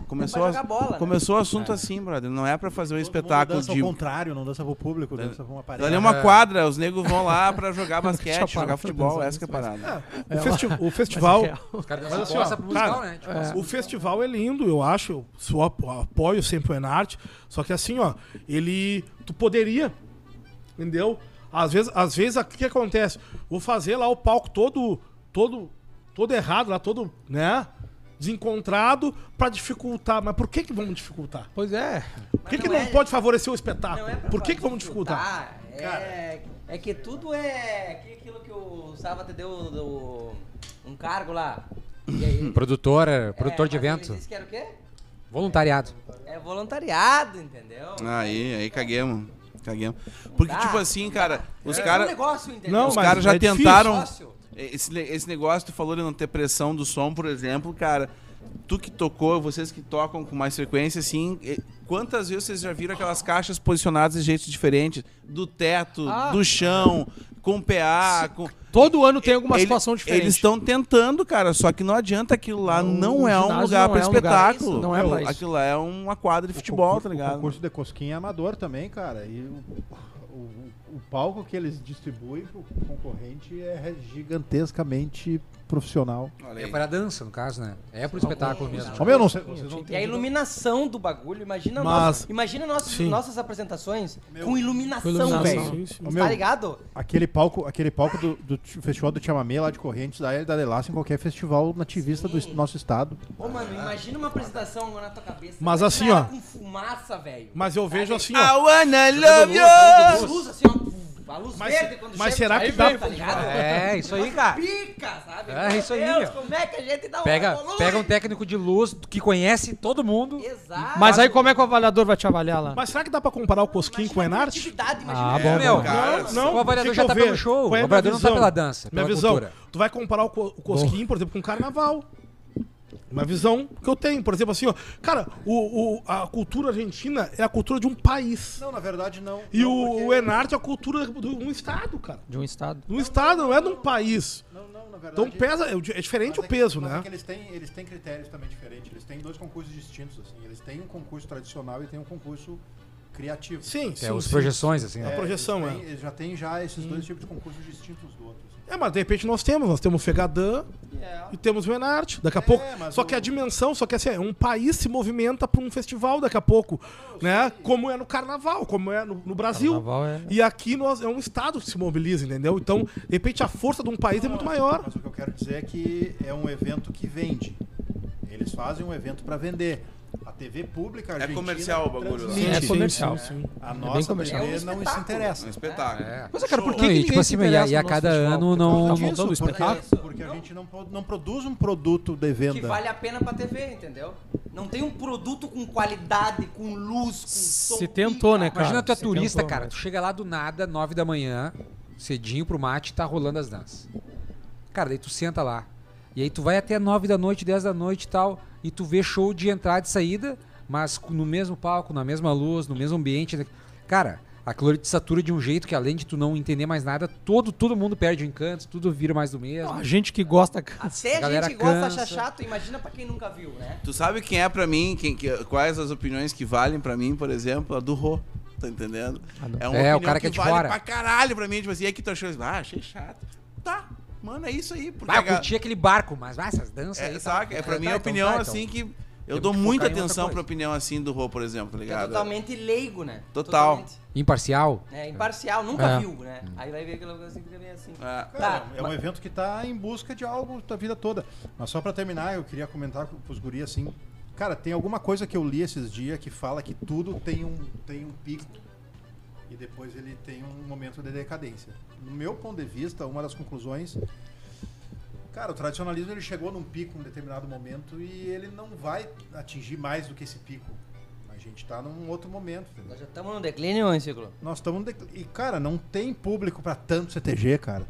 começou, pra jogar bola, né? começou o assunto assim, brother. Não é pra fazer um Todo espetáculo mundo dança de... ao contrário, não dança pro público, dança pra uma parede. Ali é uma quadra, os negros vão lá pra jogar basquete, Deixa eu parar jogar pra futebol, pensar essa que é a parada. O festival... Os caras Mas dançam assim, bossa ó, pro musical, cara, né? Tipo, O festival é lindo, eu acho. Eu apoio sempre o Enarte. Só que assim, ó, tu poderia, entendeu? Às vezes o que acontece? Vou fazer lá o palco todo errado, lá todo, né? Desencontrado pra dificultar. Mas por que vamos dificultar? Pois é. Por que Mas não não é- pode favorecer o espetáculo? Não é pra Por que vamos dificultar? É que tudo é aquilo que o Sava te deu um cargo lá. E aí, produtor de mas evento. Ele disse que era o quê? Voluntariado. É voluntariado, entendeu? Aí caguemos. Porque, dá, tipo assim, cara, os É um caras... negócio, entendeu? Não, Os mas caras já é difícil. tentaram. Negócio. Esse negócio, tu falou de não ter pressão do som, por exemplo, cara. Tu que tocou, vocês que tocam com mais frequência, assim, quantas vezes vocês já viram aquelas caixas posicionadas de jeitos diferentes? Do teto, do chão, com PA, com... Todo ano tem alguma situação diferente. Eles estão tentando, cara, só que não adianta, aquilo lá não é um ginásio lugar não pra é um lugar. espetáculo. Não é pra isso. Aquilo lá é uma quadra de futebol, tá O ligado? concurso de cosquinha é amador também, cara. E o palco que eles distribuem pro concorrente é gigantescamente profissional. Olha É aí. para dança, no caso, né? É pro espetáculo mesmo. Ô, meu, não sei, vocês não E a iluminação do bagulho, imagina, Mas- imagina Sim. nossas apresentações com Com iluminação, iluminação. velho. Sim, sim. Ô, meu, Tá ligado? Aquele palco do festival do Chamamé lá de Correntes, da Ilha da Delácia, em qualquer festival nativista do nosso estado. Ô, mano, imagina uma apresentação agora na tua cabeça. Mas velho, assim, ela ó. com fumaça, velho. Mas eu vejo assim, I ó. wanna love A you! luz, assim, ó. A luz Mas- verde quando mas chega. será que aí dá vem, pra- tá ligado? É, isso aí, cara. Pica, sabe? É, Meu isso aí, Deus, meu. como é que a gente dá Pega volume? um técnico de luz que conhece todo mundo. Exato. Mas aí como é que o avaliador vai te avaliar lá? Mas será que dá pra comparar o Cosquinho com o Enarte? Atividade, Ah, imagina. bom, Meu, bom. cara, Não, o avaliador tem já que tá eu ver. pelo show. Qual é O a minha avaliador não tá visão? pela dança, Minha pela visão. cultura. Tu vai comparar o Cosquinho, por exemplo, com o Carnaval. Uma visão que eu tenho. Por exemplo, assim, ó. Cara, a cultura argentina é a cultura de um país. Não, na verdade não. E Não, o porque- Enarte é a cultura de um estado, cara. De um estado. De um estado, não é de um país. Não, na verdade. Então pesa, é diferente o peso, mas né? É que eles têm critérios também diferentes. Eles têm dois concursos distintos, assim. Eles têm um concurso tradicional e tem um concurso criativo. Sim, Que sim. é os sim. projeções, assim, né? projeção, eles já têm já esses dois tipos de concursos distintos do outro. assim. É, mas de repente nós temos o Fegadã e temos o Enarte. Daqui a pouco. mas Só que a dimensão, só que assim, um país se movimenta para um festival daqui a pouco, né? Como é no Carnaval, como é no Brasil. Carnaval é- E aqui é um estado que se mobiliza, entendeu? Então, de repente, a força de um país é muito maior. Mas o que eu quero dizer é que é um evento que vende. Eles fazem um evento para vender. A TV pública argentina comercial o bagulho lá. transmite. É comercial. A bem nossa comercial. TV É um não se espetáculo. interessa. É um espetáculo. É. Mas, cara, por que Não, que e ninguém tipo se assim, interessa e a no nosso cada festival? ano Por não- causa Disso, montando o espetáculo? porque a gente não produz um produto de venda. Que vale a pena pra TV, entendeu? Não tem um produto com qualidade, com luz, com som. Se tentou, né, cara? Imagina tu é Se turista, tentou, cara. mas- Tu chega lá do nada, 9 da manhã, cedinho pro mate, tá rolando as danças. Cara, daí tu senta lá. E aí tu vai até 9 da noite, 10 da noite e tal, e tu vê show de entrada e saída, mas no mesmo palco, na mesma luz, no mesmo ambiente. Cara, aquilo ali te satura de um jeito que além de tu não entender mais nada, todo mundo perde o encanto, tudo vira mais do mesmo. A gente que gosta. Até a galera gente gosta de cansa. achar chato, imagina pra quem nunca viu, né? Tu sabe quem é pra mim, quais as opiniões que valem pra mim, por exemplo? A do Rô. Tá entendendo? não. É uma É, o opinião cara que é de vale fora. pra caralho pra mim. Tipo assim, e aí que tu achou? Achei chato. Tá, mano, é isso aí. Porque Ah, eu curti aquele barco, mas vai, essas danças aí. saca? É pra tá, mim a então opinião tá, assim então. que... Eu Temos dou que muita focar em outra atenção coisa. pra opinião assim do Rô, por exemplo, tá É ligado? totalmente leigo, né? Total. Totalmente. Imparcial. É, imparcial, nunca É. viu, né? Aí vai ver aquela coisa assim que fica meio assim. É. Cara, Tá, é um evento que tá em busca de algo da vida toda. Mas só pra terminar, eu queria comentar pros guri assim. Cara, tem alguma coisa que eu li esses dias que fala que tudo tem um pico e depois ele tem um momento de decadência. No meu ponto de vista, uma das conclusões... Cara, o tradicionalismo ele chegou num pico em um determinado momento e ele não vai atingir mais do que esse pico. A gente tá num outro momento, entendeu? Nós já estamos no declínio, hein, Ciclo? Nós estamos... E, cara, não tem público pra tanto CTG, cara.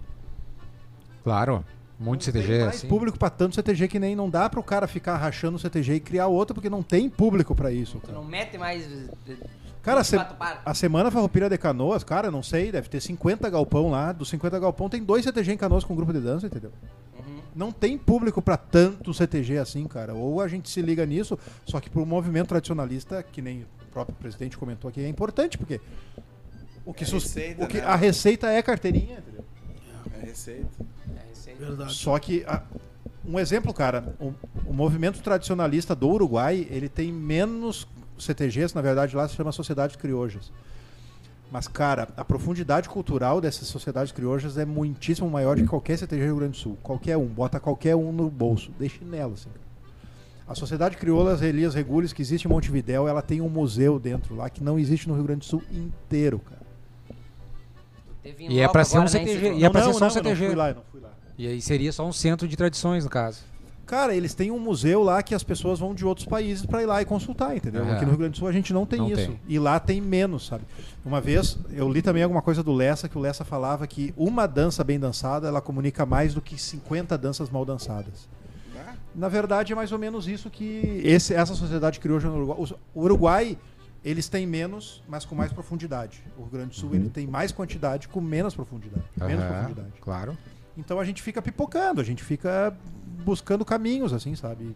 Claro. Muito Não tem CTG, mais assim. público pra tanto CTG que nem não dá pro cara ficar rachando o CTG e criar outro, porque não tem público pra isso, Tu cara. não mete mais... Cara, 24 bar. a Semana Farroupilha de Canoas, cara, não sei, deve ter 50 galpão lá. Dos 50 galpão tem 2 CTG em Canoas com grupo de dança, entendeu? Não tem público pra tanto CTG assim, cara. Ou a gente se liga nisso, só que pro movimento tradicionalista, que nem o próprio presidente comentou aqui, é importante, porque o que, receita, né? a receita é carteirinha, entendeu? É receita. Verdade. Só que, um exemplo, cara, o movimento tradicionalista do Uruguai, ele tem menos CTGs, na verdade lá se chama Sociedades Criojas. Mas, cara, a profundidade cultural dessas sociedades criojas é muitíssimo maior que qualquer CTG do Rio Grande do Sul. Qualquer um, bota qualquer um no bolso, de chinelo, assim. A Sociedade Crioula Elias Regules, que existe em Montevidéu, ela tem um museu dentro lá que não existe no Rio Grande do Sul inteiro, cara. Teve em E é loco pra ser um agora, né, CTG. Ciclo? E é pra ser só um eu não CTG. fui lá, eu não fui lá. E aí seria só um centro de tradições, no caso. Cara, eles têm um museu lá que as pessoas vão de outros países pra ir lá e consultar, entendeu? Aham. Aqui no Rio Grande do Sul a gente não tem Não isso. tem. E lá tem menos, sabe? Uma vez eu li também alguma coisa do Lessa, que o Lessa falava que uma dança bem dançada, ela comunica mais do que 50 danças mal dançadas. Na verdade é mais ou menos isso que essa sociedade criou no Uruguai. O Uruguai, eles têm menos, mas com mais profundidade. O Rio Grande do Sul ele tem mais quantidade com menos profundidade. Menos Aham, profundidade. claro. Então a gente fica pipocando, a gente fica buscando caminhos, assim, sabe?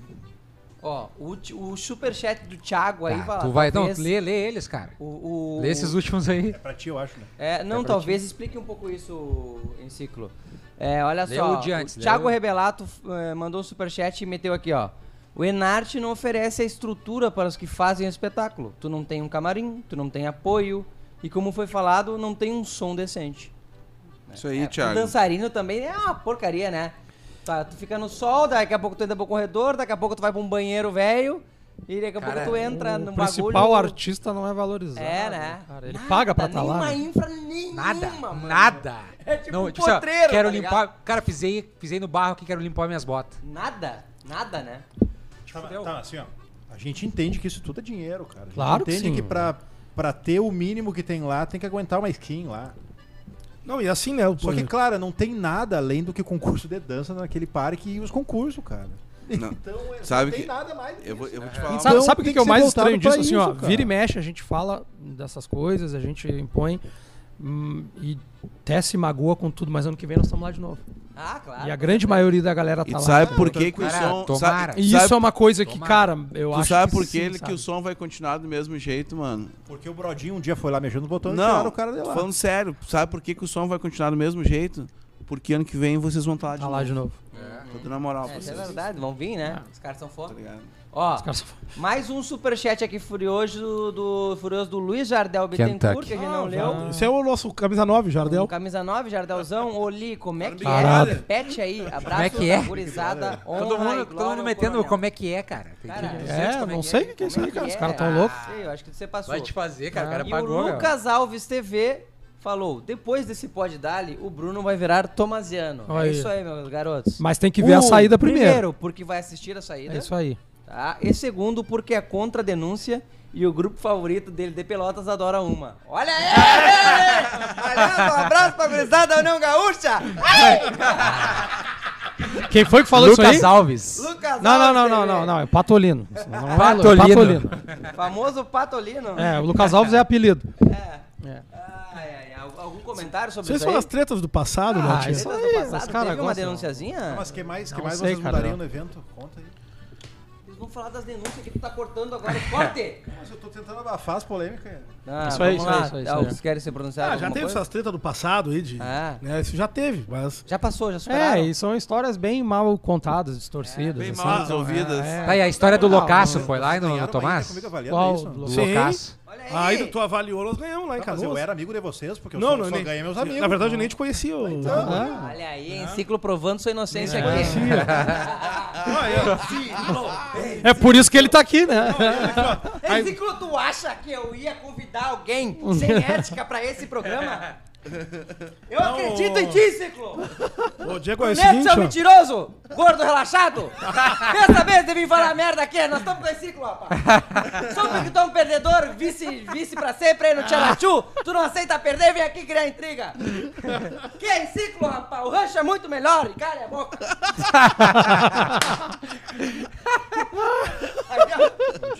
Ó, o superchat do Thiago aí Tá, tu vai, não, talvez lê eles, cara. o- Lê esses últimos aí. É pra ti, eu acho, né? Não, pra talvez explique um pouco isso em ciclo. Olha Lê só, o de antes, o lê Thiago o- Rebelato mandou um superchat e meteu aqui, ó. O Enarte não oferece a estrutura para os que fazem o espetáculo. Tu não tem um camarim, tu não tem apoio e, como foi falado, não tem um som decente. Isso aí, O Thiago. dançarino também é uma porcaria, né? Tá, tu fica no sol, daqui a pouco tu entra pro corredor, daqui a pouco tu vai pra um banheiro velho e daqui a pouco tu entra no O bagulho... principal artista não é valorizado. É, né? Cara, ele paga pra estar lá. Nenhuma né? infra nenhuma, Nada, mano. nada. É tipo um assim, ó, potreiro, quero tá limpar. Cara, pisei no barro aqui, quero limpar minhas botas. Nada, né? Tá, assim, ó. A gente entende que isso tudo é dinheiro, cara. A gente Claro que entende sim. que pra ter o mínimo que tem lá, tem que aguentar uma skin lá. Não, e assim, né? Só que, claro, não tem nada além do que concurso de dança naquele parque e os concursos, cara. Não. Então, Sabe não tem que- nada mais. Eu vou te falar Então, uma Sabe o tem que é o ser mais voltado estranho pra disso? Assim, ó, isso, cara. vira e mexe, a gente fala dessas coisas, a gente impõe e até se magoa com tudo, mas ano que vem nós estamos lá de novo. Ah, claro. E a grande maioria da galera E tá tu lá. sabe por que que o Cara, som... tomara. E sabe, isso é uma coisa que, Tomara. cara, eu tu acho sabe que por sim, que sabe? o som vai continuar do mesmo jeito, mano? Porque o Brodinho um dia foi lá mexendo no botão e Não, tiraram o cara de tô lá. falando sério. Sabe por que que o som vai continuar do mesmo jeito? Porque ano que vem vocês vão estar lá de Tá novo. lá de novo. Tô dando a moral pra Isso é vocês. verdade, vão vir, né? É. Os caras são Tá foda. ligado? Ó, Os caras só- mais um superchat aqui furioso do Luiz Jardel Bittencourt, Kentucky. que a gente não leu. Esse é o nosso camisa 9, Jardel. Camisa 9, Jardelzão. Oli, como é que Parado. é? Repete aí. Abraço, Como é que é? gurizada, Todo honra e mundo glória ao metendo coronel. como é que é, cara. Tem que Cara, dizer É, como não que sei o que é isso aí, cara. Os caras tão loucos. Sei, eu acho que você passou. Vai te fazer, cara. O cara E pagou, o meu. Lucas Alves TV falou, depois desse Pod Dali, o Bruno vai virar Tomasiano. Olha É aí. isso aí, meus garotos. Mas tem que ver a saída primeiro. Primeiro, porque vai assistir a saída. É isso aí. Tá? E segundo, porque é contra a denúncia e o grupo favorito dele de Pelotas adora uma. Olha aí! Valeu, um abraço pra gurizada União Gaúcha! Quem foi que falou isso aí? Lucas Alves. Lucas Não, Alves não, não, TV. não, não, é Patolino. Não é Patolino. Patolino. Famoso Patolino. É, o Lucas Alves é apelido. É. Algum comentário sobre Vocês isso são aí? as tretas do passado, né? tia? isso Tretas aí, do os passado, caras teve uma gostam. denunciazinha? Mas que mais Não vocês sei, cara, mudariam não. no evento? Conta aí. Eles vão falar das denúncias que tu tá cortando agora. Corte! Mas eu tô tentando abafar as polêmicas. Ah, Isso aí, vamos isso aí, lá. isso aí, Ah, isso aí. vocês querem se pronunciar? Ah, já alguma teve coisa? essas tretas do passado aí, de, Ah. né? Isso já teve, mas... Já passou, já superaram. É, e são histórias bem mal contadas, distorcidas. Bem assim. mal resolvidas. Tá, e a história do Não, Loucaço não, foi lá no Ganharam Tomás? uma comigo avaliando Qual? isso. Do Sim. Loucaço. Olha Aí tu avaliou, nós ganhamos lá em Não, mas Canoas. eu era amigo de vocês, porque eu Não, só, não, só nem- ganhei meus amigos. Na verdade, eu nem te conhecia. Ah, Olha aí, hein? Ciclo provando sua inocência aqui. é por isso que ele tá aqui, né? Ei, Ciclo, tu acha que eu ia convidar alguém sem ética pra esse programa? Eu acredito em ti, Ciclo! Ô, Diego, é o Neto, seu seguinte, ó. mentiroso! Gordo relaxado! Dessa vez de vir falar merda aqui, nós estamos com esse Ciclo, rapaz! Só porque tu é um perdedor, vice pra sempre aí no Tcharachu, tu não aceita perder, vem aqui criar intriga! Que é Ciclo, rapaz? O rancho é muito melhor, e cala a boca! Um dia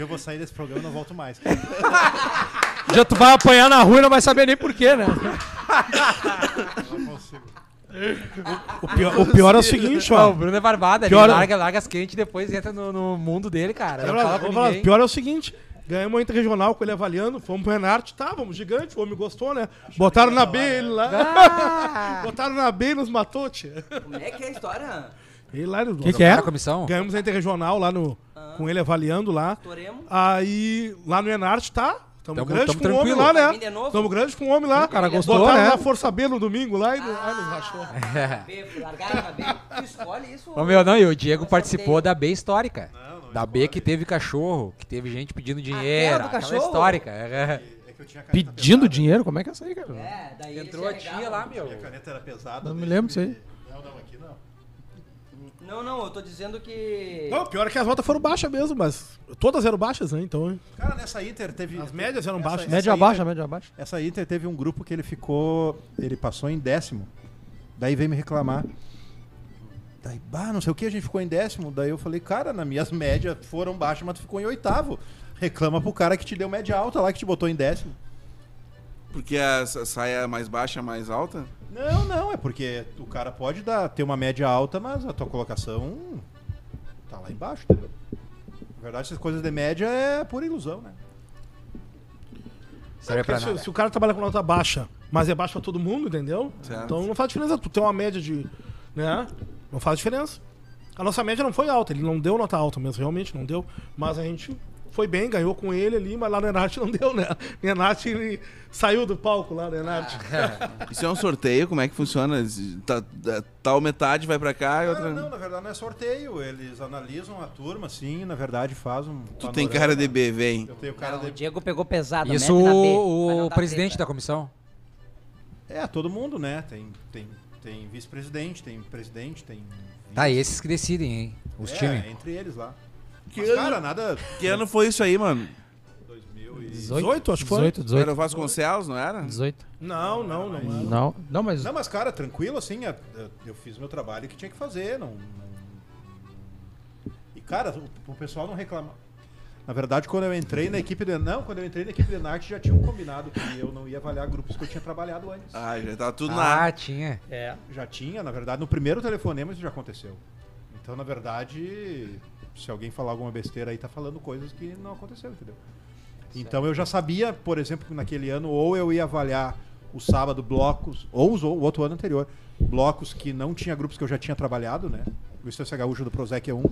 dia eu vou sair desse programa e não volto mais. Já tu vai apanhar na rua e não vai saber nem porquê, né? Não consigo. O pior é o seguinte, Ó, o ó. Bruno é barbado, ele Pior- larga as quentes e depois entra no mundo dele, cara. Não fala com Vou falar, ninguém. o pior é o seguinte. Ganhamos uma interregional com ele avaliando, fomos pro Renarte, tá, vamos gigante, o homem gostou, né? Botaram na B ele lá. Ah! Botaram na B e nos matou, tia. Como é que é a história? Ele lá, O que é? Era a comissão? Ganhamos a interregional lá com ele avaliando lá. Estouremos. Aí, lá no Enarte, tá? Tamo Tamo grande com o homem tranquilo. lá, Vai né? vir de novo? Tamo grande com o homem lá. O cara gostou, Botaram né? na Força B no domingo lá e nos rachou. B, largaram na B. Tu escolhe isso? Ô, meu, não, e o Diego Não participou sorteio. da B histórica. Da B que teve cachorro, que teve gente pedindo dinheiro. do Aquela cachorro? histórica. É que eu tinha caneta Pedindo pesada. dinheiro? Como é que é isso aí, cara? É, daí eles Entrou a se tia arregavam. lá, meu. Minha caneta era pesada. Não me daí lembro disso aí. Não, aqui não. Não, eu tô dizendo que... Não, pior é que as notas foram baixas mesmo, mas todas eram baixas, né? Então, Cara, nessa Inter teve... as médias eram baixas. Média baixa, média baixa. Essa Inter teve um grupo que ele passou em 10º. Daí veio me reclamar. Daí, não sei o que, a gente ficou em 10º. Daí eu falei, cara, nas minhas médias foram baixas, mas tu ficou em 8º. Reclama pro cara que te deu média alta lá, que te botou em 10º. Porque a saia mais baixa, mais alta? Não, é porque o cara pode ter uma média alta, mas a tua colocação tá lá embaixo, entendeu? Na verdade, essas coisas de média é pura ilusão, né? Serve pra Porque nada. se o cara trabalha com nota baixa, mas é baixo pra todo mundo, entendeu? Certo. Então não faz diferença tu ter uma média de... né? Não faz diferença. A nossa média não foi alta, ele não deu nota alta mesmo, realmente não deu. Mas a gente foi bem, ganhou com ele ali, mas lá no Enarte não deu, né? No Enarte ele saiu do palco lá no Enarte. Isso é um sorteio? Como é que funciona? Tal metade vai pra cá e outra... Não, na verdade não é sorteio. Eles analisam a turma, assim, na verdade faz um... Tu tem cara de B, vem. Eu tenho cara Não, o de... Diego pegou pesado. Isso mete na B, vai o não dar presidente da treta. comissão. É, todo mundo, né? Tem vice-presidente, tem presidente, tem... Tá, esses que decidem, hein? Os times. entre eles lá. Que Mas, ano- cara, nada... Que ano foi isso aí, mano? 18, acho que foi. 18, Era o Vasconcelos, não era? 18. Não. Não, mas... Não, mas, cara, tranquilo, assim, eu fiz meu trabalho que tinha que fazer, E, cara, o pessoal não reclama. Na verdade, quando eu entrei na equipe de... Não, quando eu entrei na equipe de Narte, já tinham combinado que eu não ia avaliar grupos que eu tinha trabalhado antes. Ah, já tava tudo na... Ah, tinha. É. Já tinha, na verdade, no primeiro telefonema isso já aconteceu. Então, na verdade, se alguém falar alguma besteira aí, tá falando coisas que não aconteceram, entendeu? Então eu já sabia, por exemplo, que naquele ano ou eu ia avaliar o sábado blocos, ou o outro ano anterior, blocos que não tinha grupos que eu já tinha trabalhado, né? O Estância Gaúcha do Prozec é um.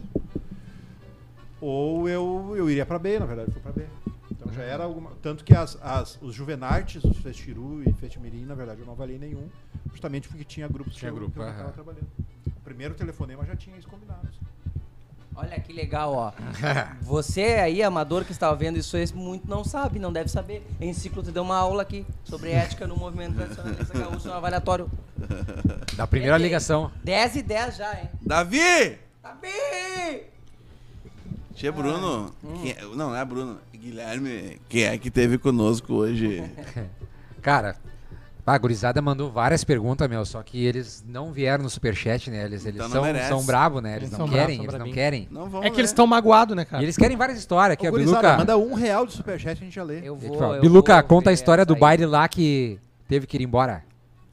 Ou eu iria pra B, na verdade, fui pra B. Então já era alguma... Tanto que os Juvenartes, os Festiru e Festimirim, na verdade, eu não avaliei nenhum, justamente porque tinha grupos Tinha que grupo, eu não aham. estava trabalhando. O primeiro telefonema já tinha isso combinado. Olha que legal, ó. Você aí, amador que estava vendo isso aí, muito não sabe, não deve saber. Em ciclo te deu uma aula aqui sobre ética no movimento tradicionalista gaúcho no avaliatório. Da primeira ligação. 10 e 10 já, hein? Davi! Tá bem! Tia Bruno. Não é Bruno. Guilherme, quem é que teve conosco hoje? Cara, a gurizada mandou várias perguntas, meu, só que eles não vieram no superchat, né? Eles Então não merece. são bravos, né? Eles Eles não são querem, bravos, são eles não bravinhos. querem. Não vão, É que eles né? estão magoados, né, cara? E eles querem várias histórias aqui, Ô, ó, gurizada, Biluca. manda R$1 de superchat e a gente já lê. Eu Ele vou. fala, eu Biluca, vou conta a ver história do essa aí. baile lá que teve que ir embora.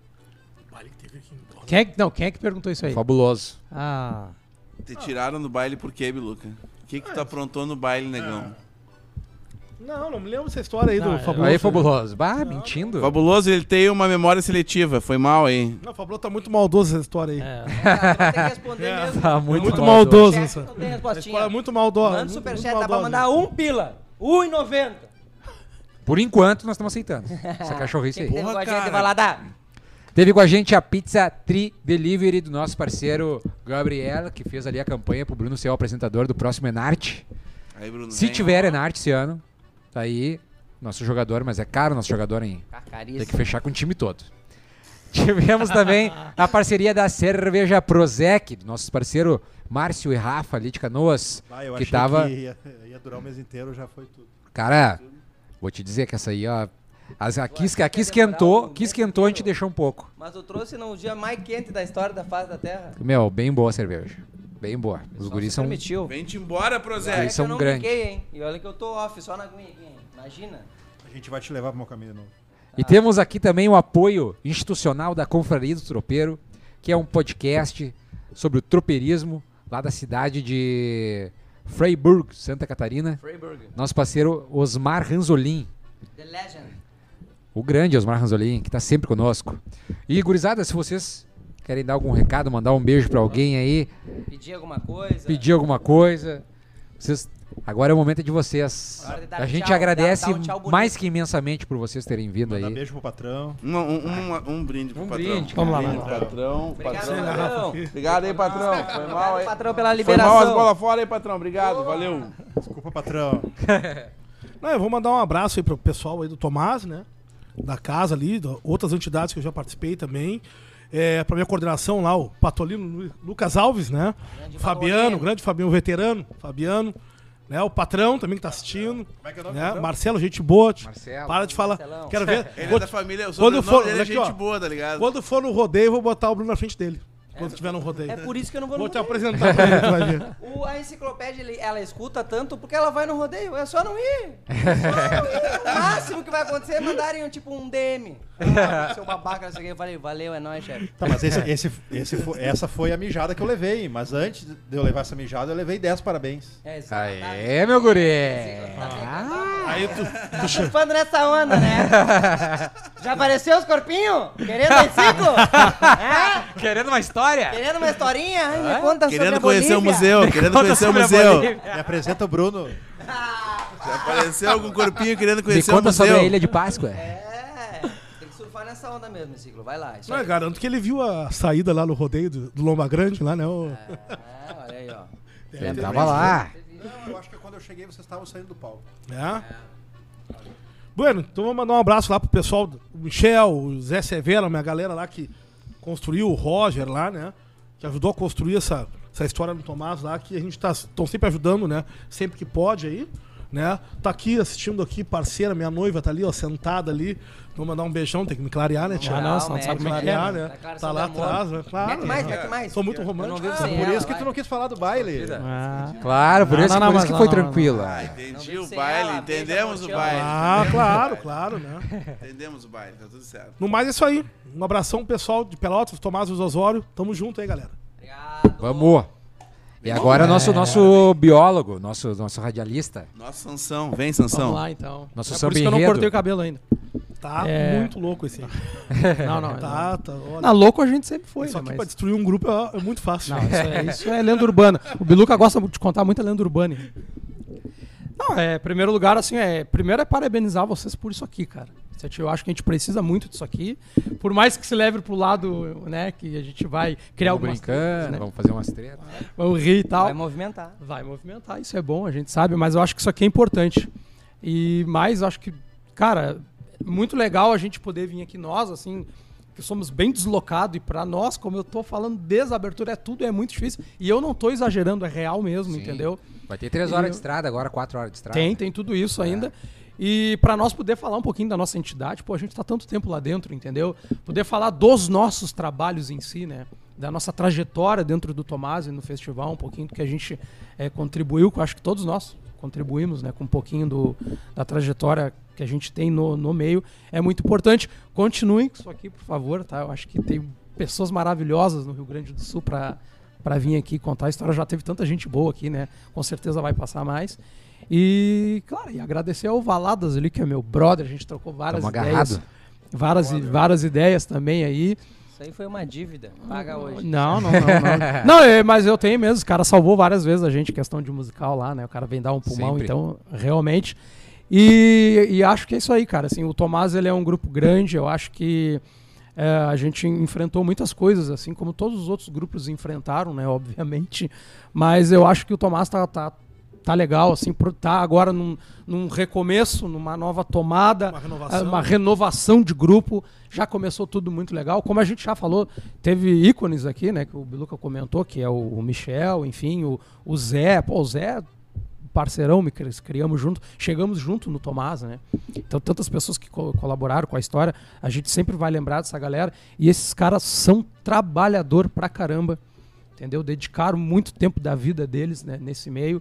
Quem é que perguntou isso aí? Fabuloso. Ah, Te tiraram do baile por quê, Biluca? O que tu aprontou no baile, negão? Não me lembro dessa história aí Não, do é- Fabuloso. Aí, Fabuloso. Bah, mentindo. Fabuloso, ele tem uma memória seletiva. Foi mal aí. Não, o Fabuloso tá muito maldoso essa história aí. é. Ah, vou ter que responder mesmo. Tá muito, Muito maldoso. maldoso Superchat essa. não tem Essa respostinha. história é muito maldosa. Manda muito superchat, dá maldosa. pra mandar 1 pila. 1,90. Por enquanto, nós estamos aceitando. Essa cachorrice aí. Teve Porra, com a gente cara. de Valada. Teve com a gente a Pizza Tri Delivery do nosso parceiro Gabriel, que fez ali a campanha pro Bruno ser o apresentador do próximo Enarte. Aí, Bruno. Se vem. tiver Enarte esse ano, tá aí nosso jogador, mas é caro nosso jogador, hein? Tem que fechar com o time todo. Tivemos também a parceria da Cerveja Prozec, do nosso parceiro Márcio e Rafa ali de Canoas, Eu que achei tava... que ia durar o mês inteiro, já foi tudo. Cara, vou te dizer que essa aí, ó... Aqui esquentou, a gente deixou um pouco. Mas eu trouxe no dia mais quente da história da face da Terra. Meu, bem boa a cerveja. Bem boa. Os Só guris se são... permitiu. Vem-te embora, Eles Prozé. É que são eu não grandes. brinquei, hein? E olha que eu tô off, só na aguinha aqui, hein? Imagina. A gente vai te levar pro meu caminho de novo. E temos aqui também o apoio institucional da Confraria do Tropeiro, que é um podcast sobre o tropeirismo lá da cidade de Freiburg, Santa Catarina. Freiburg. Nosso parceiro Osmar Ranzolin, The Legend. o grande Osmar Ranzolin, que está sempre conosco. E, gurizada, se vocês querem dar algum recado, mandar um beijo para alguém aí, Pedir alguma coisa. pedir alguma coisa, vocês... Agora é o momento de vocês. Hora de dar A gente tchau, agradece dar um tchau bonito. mais que imensamente por vocês terem vindo Mandar aí. beijo pro patrão. Um brinde pro Um patrão. brinde, Vamos lá, Brinde, vamos lá. patrão. Obrigado, patrão. patrão. Obrigado aí, patrão. Foi mal Obrigado, aí. patrão, pela Foi liberação. mal as bolas fora aí, patrão. Obrigado, valeu. Desculpa, patrão. Não, eu vou mandar um abraço aí pro pessoal aí do Tomás, né? Da casa ali, outras entidades que eu já participei também. Pra minha coordenação lá, o Patolino Lucas Alves, né? Grande Fabiano, Patolino. grande Fabiano, veterano, Fabiano. Né? O patrão também que tá assistindo. Como é que é o nome do Né? patrão? Marcelo, gente boa. Marcelo. Para de falar. Marcelão. Quero ver. Ele Vou- é da família, eu sou quando do for- dele é aqui, gente ó. boa, tá ligado? Quando for no rodeio, eu vou botar o Bruno na frente dele. Quando tiver no rodeio. É por isso que eu não vou Vou no te rodeio. apresentar pra ele, tu vai ver. A enciclopédia, ela escuta tanto porque ela vai no rodeio. É só não ir. É só não ir. O máximo que vai acontecer é mandarem tipo um DM. Seu babaca, não sei o que. Eu falei, valeu, é nóis, chefe. Tá, mas essa foi a mijada que eu levei. Mas antes de eu levar essa mijada, eu levei 10 parabéns. É isso. Aê, meu guri! Aí tu Tá surfando nessa onda, né? Já apareceu os corpinhos? Querendo um ciclo? É? Querendo uma história? Querendo uma historinha? Ai, me conta sobre Querendo a conhecer o Bolívia. museu, querendo Conta conhecer o sobre a museu. Bolívia. Me apresenta o Bruno. Já apareceu algum corpinho querendo Me conhecer o conta museu. sobre a Ilha de Páscoa. É, tem que surfar nessa onda mesmo, ciclo. Vai lá. Isso Não, aí. eu garanto que ele viu a saída lá no rodeio do Lomba Grande, lá, né? Olha aí, ó. Ele tava lá. Não, eu acho que quando eu cheguei, vocês estavam saindo do palco. É. Bueno, então vou mandar um abraço lá pro pessoal, do Michel, o Zé Severo, minha galera lá que construiu, o Roger lá, né? Que ajudou a construir essa história do Tomás lá, que a gente estão sempre ajudando, né? Sempre que pode aí, né? Tá aqui assistindo aqui, parceira, minha noiva tá ali, ó, sentada ali. Vou mandar um beijão, tem que me clarear, né, Tia? Ah, não, você não sabe como é que é, Clarear, né? né? Declaração Tá lá de amor. atrás, né? Claro. Mete mais, né? mete mais. Sou muito Eu não romântico. vivo Ah, sem por ela, isso que vai. tu não quis falar do baile. Ah, Claro, por isso, não, por isso mas que não, foi não, tranquila. Ah, entendi Não o sei baile, ela, entendemos beija, o baile. Ah, claro, claro, né? Entendemos o baile, tá tudo certo. No mais é isso aí. Um abração pessoal de Pelotas, Tomás e Osório. Tamo junto aí, galera. Obrigado. Vamos. E agora nosso biólogo, nosso radialista, Nossa, Sansão, vem Sansão. vamos lá, então. Nosso É por samba isso que eu não enredo. cortei o cabelo ainda. Tá É. muito louco esse aí. Não, não. Tá, olha. Na louco a gente sempre foi, Isso né? aqui Mas... pra destruir um grupo é muito fácil. Não, isso é lenda urbana. O Biluca gosta de contar muita lenda urbana. Não, primeiro lugar, assim, primeiro é parabenizar vocês por isso aqui, cara. Eu acho que a gente precisa muito disso aqui. Por mais que se leve pro lado, né, que a gente vai criar Vamos algumas brincando, tretas, né? vamos fazer umas tretas. Vamos rir e tal. Vai movimentar. Vai movimentar, isso é bom, a gente sabe, mas eu acho que isso aqui é importante. E mais, acho que, cara, muito legal a gente poder vir aqui nós, assim, que somos bem deslocados, e pra nós, como eu tô falando desde a abertura, tudo é muito difícil. E eu não tô exagerando, é real mesmo, Sim. entendeu? Vai ter 3 horas de estrada, agora 4 horas de estrada. Tem tudo isso ainda. E para nós poder falar um pouquinho da nossa entidade, pô, a gente tá tanto tempo lá dentro, entendeu? Poder falar dos nossos trabalhos em si, né? Da nossa trajetória dentro do Tomás e no festival, um pouquinho do que a gente contribuiu, que eu acho que todos nós contribuímos, né? Com um pouquinho da trajetória que a gente tem no meio. É muito importante. Continuem com isso aqui, por favor, tá? Eu acho que tem pessoas maravilhosas no Rio Grande do Sul para vir aqui contar a história. Já teve tanta gente boa aqui, né? Com certeza vai passar mais. E, claro, e agradecer ao Valadas ali, que é meu brother, a gente trocou várias Tamo ideias. agarrado. Várias ideias também aí. Isso aí foi uma dívida. Paga hoje. Não. Não, mas eu tenho mesmo, o cara salvou várias vezes a gente, questão de musical lá, né? O cara vem dar um pulmão, Sempre. então, realmente. E acho que é isso aí, cara. Assim, o Tomás, ele é um grupo grande, eu acho que a gente enfrentou muitas coisas, assim como todos os outros grupos enfrentaram, né? Obviamente. Mas eu acho que o Tomás tá legal, assim, tá agora num recomeço, numa nova tomada, uma renovação de grupo. Já começou tudo muito legal. Como a gente já falou, teve ícones aqui, né, que o Biluca comentou, que é o Michel, enfim, o Zé. Pô, o Zé, parceirão, criamos junto, chegamos junto no Tomás, né? Então, tantas pessoas que colaboraram com a história, a gente sempre vai lembrar dessa galera. E esses caras são trabalhador pra caramba. entendeu? Dedicaram muito tempo da vida deles, né, nesse meio.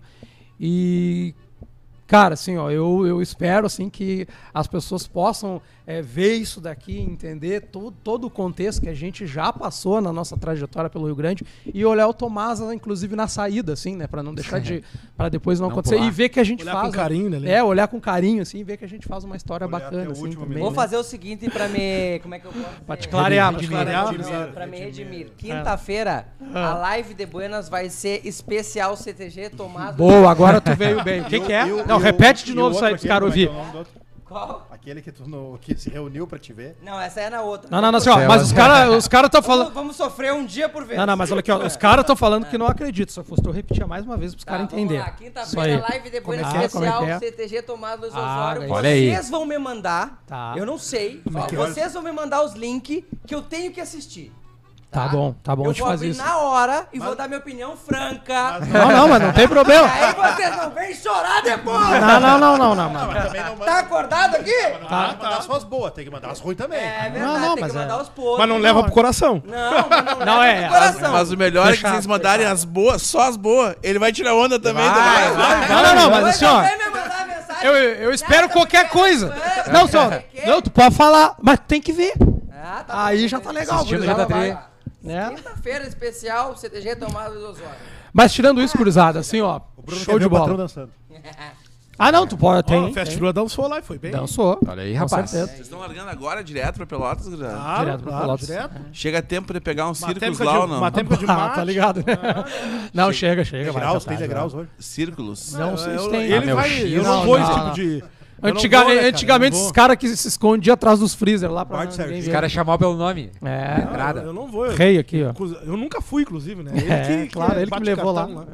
E, cara, assim, ó, eu espero, assim, que as pessoas possam ver isso daqui, entender todo o contexto que a gente já passou na nossa trajetória pelo Rio Grande e olhar o Tomás, inclusive, na saída, assim, né, pra não deixar para depois não acontecer. pular. E ver que a gente Olhar faz... com carinho, né? olhar com carinho, assim, e ver que a gente faz uma história Olhar até bacana, o assim, último também, Vou né? fazer o seguinte pra me... Como é que eu posso Pra dizer? te clarear, Pra me redimir. Quinta-feira, a live de Buenas vai ser especial CTG Tomás. Boa, agora tu veio bem. O que é? Não, repete de novo isso aí pros caras ouvir. Qual? Aquele que se reuniu pra te ver. Não, essa é na outra. Não, assim, ó, mas os caras estão falando... Vamos sofrer um dia por vez. Não, mas olha aqui, ó, os caras estão falando que não acreditam, só fosse eu repetir mais uma vez pros caras Vamos entenderem. lá, Isso quinta-feira, aí. live de Buenas Como é que é? especial, Como é que CTG Tomás Luiz Ah, Osório. olha aí. Vocês vão me mandar, Tá. eu não sei, vocês vão me mandar os links que eu tenho que assistir. Tá bom, Eu a gente vou faz abrir isso. na hora e vou dar minha opinião franca. Não, mas não tem problema. Aí vocês não vêm chorar depois. Não, mano. Mas também não Tá acordado aqui? Tem que mandar só as boas, tem que mandar as ruins também. É verdade, Não, tem mas que mandar é. os podres. Mas não leva pro coração. Não, é, leva pro coração. Mas o melhor é que Fechado, vocês mandarem as boas, só as boas. Ele vai tirar onda também, tá Vai, ligado? Não, mas assim, ó, Vem me mandar mensagem. eu espero qualquer coisa. É, Não, só, quer? não, tu pode falar, mas tem que ver. Ah, tá Aí bom. já tá legal. Assistindo gurizada, já tá vai. tri. Né? Quinta-feira especial, CTG Tomás Luiz Osório. Mas tirando isso, gurizada, assim, ó, O Bruno show quer ver de o patrão bola. dançando. Ah, não, tu pode, Ó, tem. a Festa Lua dançou lá e foi bem. Dançou. Olha aí, Com rapaz. certeza. Vocês estão largando agora direto pra Pelotas, gurizada? Claro, Direto pra claro, Pelotas. direto. Chega tempo de pegar uns Uma círculos técnica lá de- ou não? uma técnica de Ah, mate. tá ligado, né? Não, chega. vai, Degraus, já tem tá, degraus já. hoje. Círculos? Não sei se Eu- tem. Ele meu vai. X. Eu não Não, vou não, esse não. tipo de. Antigamente, esses caras que se escondiam atrás dos freezer lá pra Bart ninguém Sérgio. Os ver. caras chamaram pelo nome. É, Entrada. Eu não vou. rei aqui, ó. Eu nunca fui, inclusive, né? Claro, ele que bate me levou lá. cartão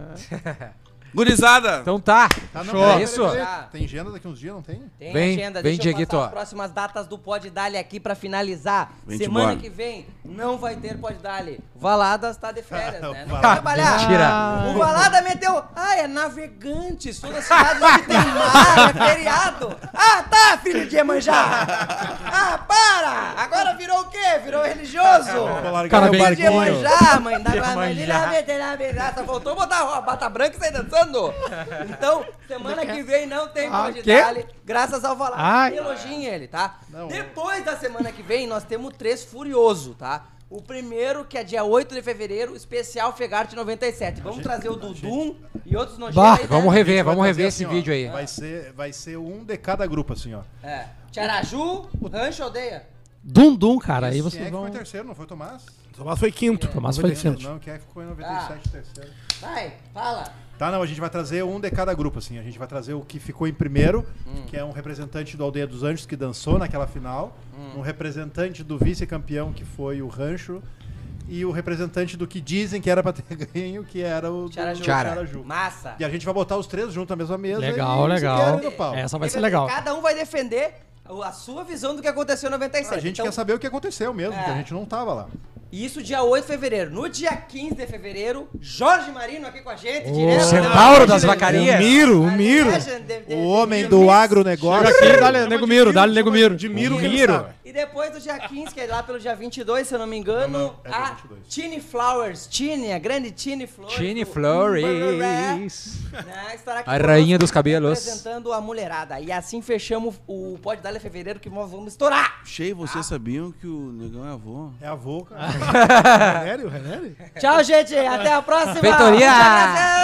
Gurizada! Então tá. Tá, não, Show. peraí, Isso. peraí, Já. Tem agenda daqui uns dias, não tem? Tem Vem, agenda, vem, deixa eu Dieguito, passar ó. as próximas datas do Pod Dali aqui pra finalizar. Vem Semana embora. que vem não vai ter Pod Dali. Valadas tá de férias, né? Não vai Valadas. trabalhar. Mentira. O Valada meteu... Ah, é Navegantes, toda cidade onde tem mar, é feriado. Ah, tá, filho de Iemanjá. Ah, para! Agora virou o quê? Virou religioso. Vou largar Cara, meu bem- Filho de barquinho. Iemanjá, mãe da Iemanjá. Só faltou botar a bata branca e sair dançando. Então, semana que vem não tem Pod quê? Dali, graças ao Valada. Ai. Elogiem ele, tá? Não. Depois da semana que vem, nós temos 3 furioso, tá? O primeiro, que é dia 8 de fevereiro, especial Fegarte 97. Vamos trazer o Dudum e outros Bah, nojentos aí, né? Vamos A rever, gente vai vamos rever trazer esse assim, ó, vídeo aí. Vai ser um de cada grupo, assim, ó. É. Tiaraju, Rancho Aldeia. Dum, cara, aí Quem vocês é que vão... foi terceiro? Não foi o Tomás? O Tomás foi quinto. Tomás foi quinto. Não, quem é que ficou em 97 terceiro? Vai, fala. Tá, não, a gente vai trazer um de cada grupo, assim. A gente vai trazer o que ficou em primeiro, que é um representante do Aldeia dos Anjos, que dançou naquela final. Um representante do vice-campeão, que foi o Rancho. E o representante do que dizem que era pra ter ganho, que era o do Tiaraju. Tiaraju. Massa. E a gente vai botar os três juntos na mesma mesa. Legal, e se legal. querem no pau. Essa vai E ser legal. Cada um vai defender a sua visão do que aconteceu em 97. A gente Então, quer saber o que aconteceu mesmo, porque a gente não tava lá. isso dia 8 de fevereiro. No dia 15 de fevereiro, Jorge Marino aqui com a gente, direto. Centauro das Vacarias. O Miro. O homem do agronegócio. Chega aqui, dá-lhe Nego Miro, dá-lhe Nego Miro. De Miro, Miro. E depois do dia 15, que é lá pelo dia 22, se eu não me engano, Não, é dia a 22. Tini Flowers, a grande Tini Flowers. Tini do Flores. né, estará aqui A rainha conosco, dos cabelos. representando a mulherada. E assim fechamos o Pode Dar Fevereiro, que nós vamos estourar. Cheio, vocês sabiam que o negão é avô? É avô, cara. Renério? Tchau, gente. Até a próxima. Feitoria. Muchas gracias.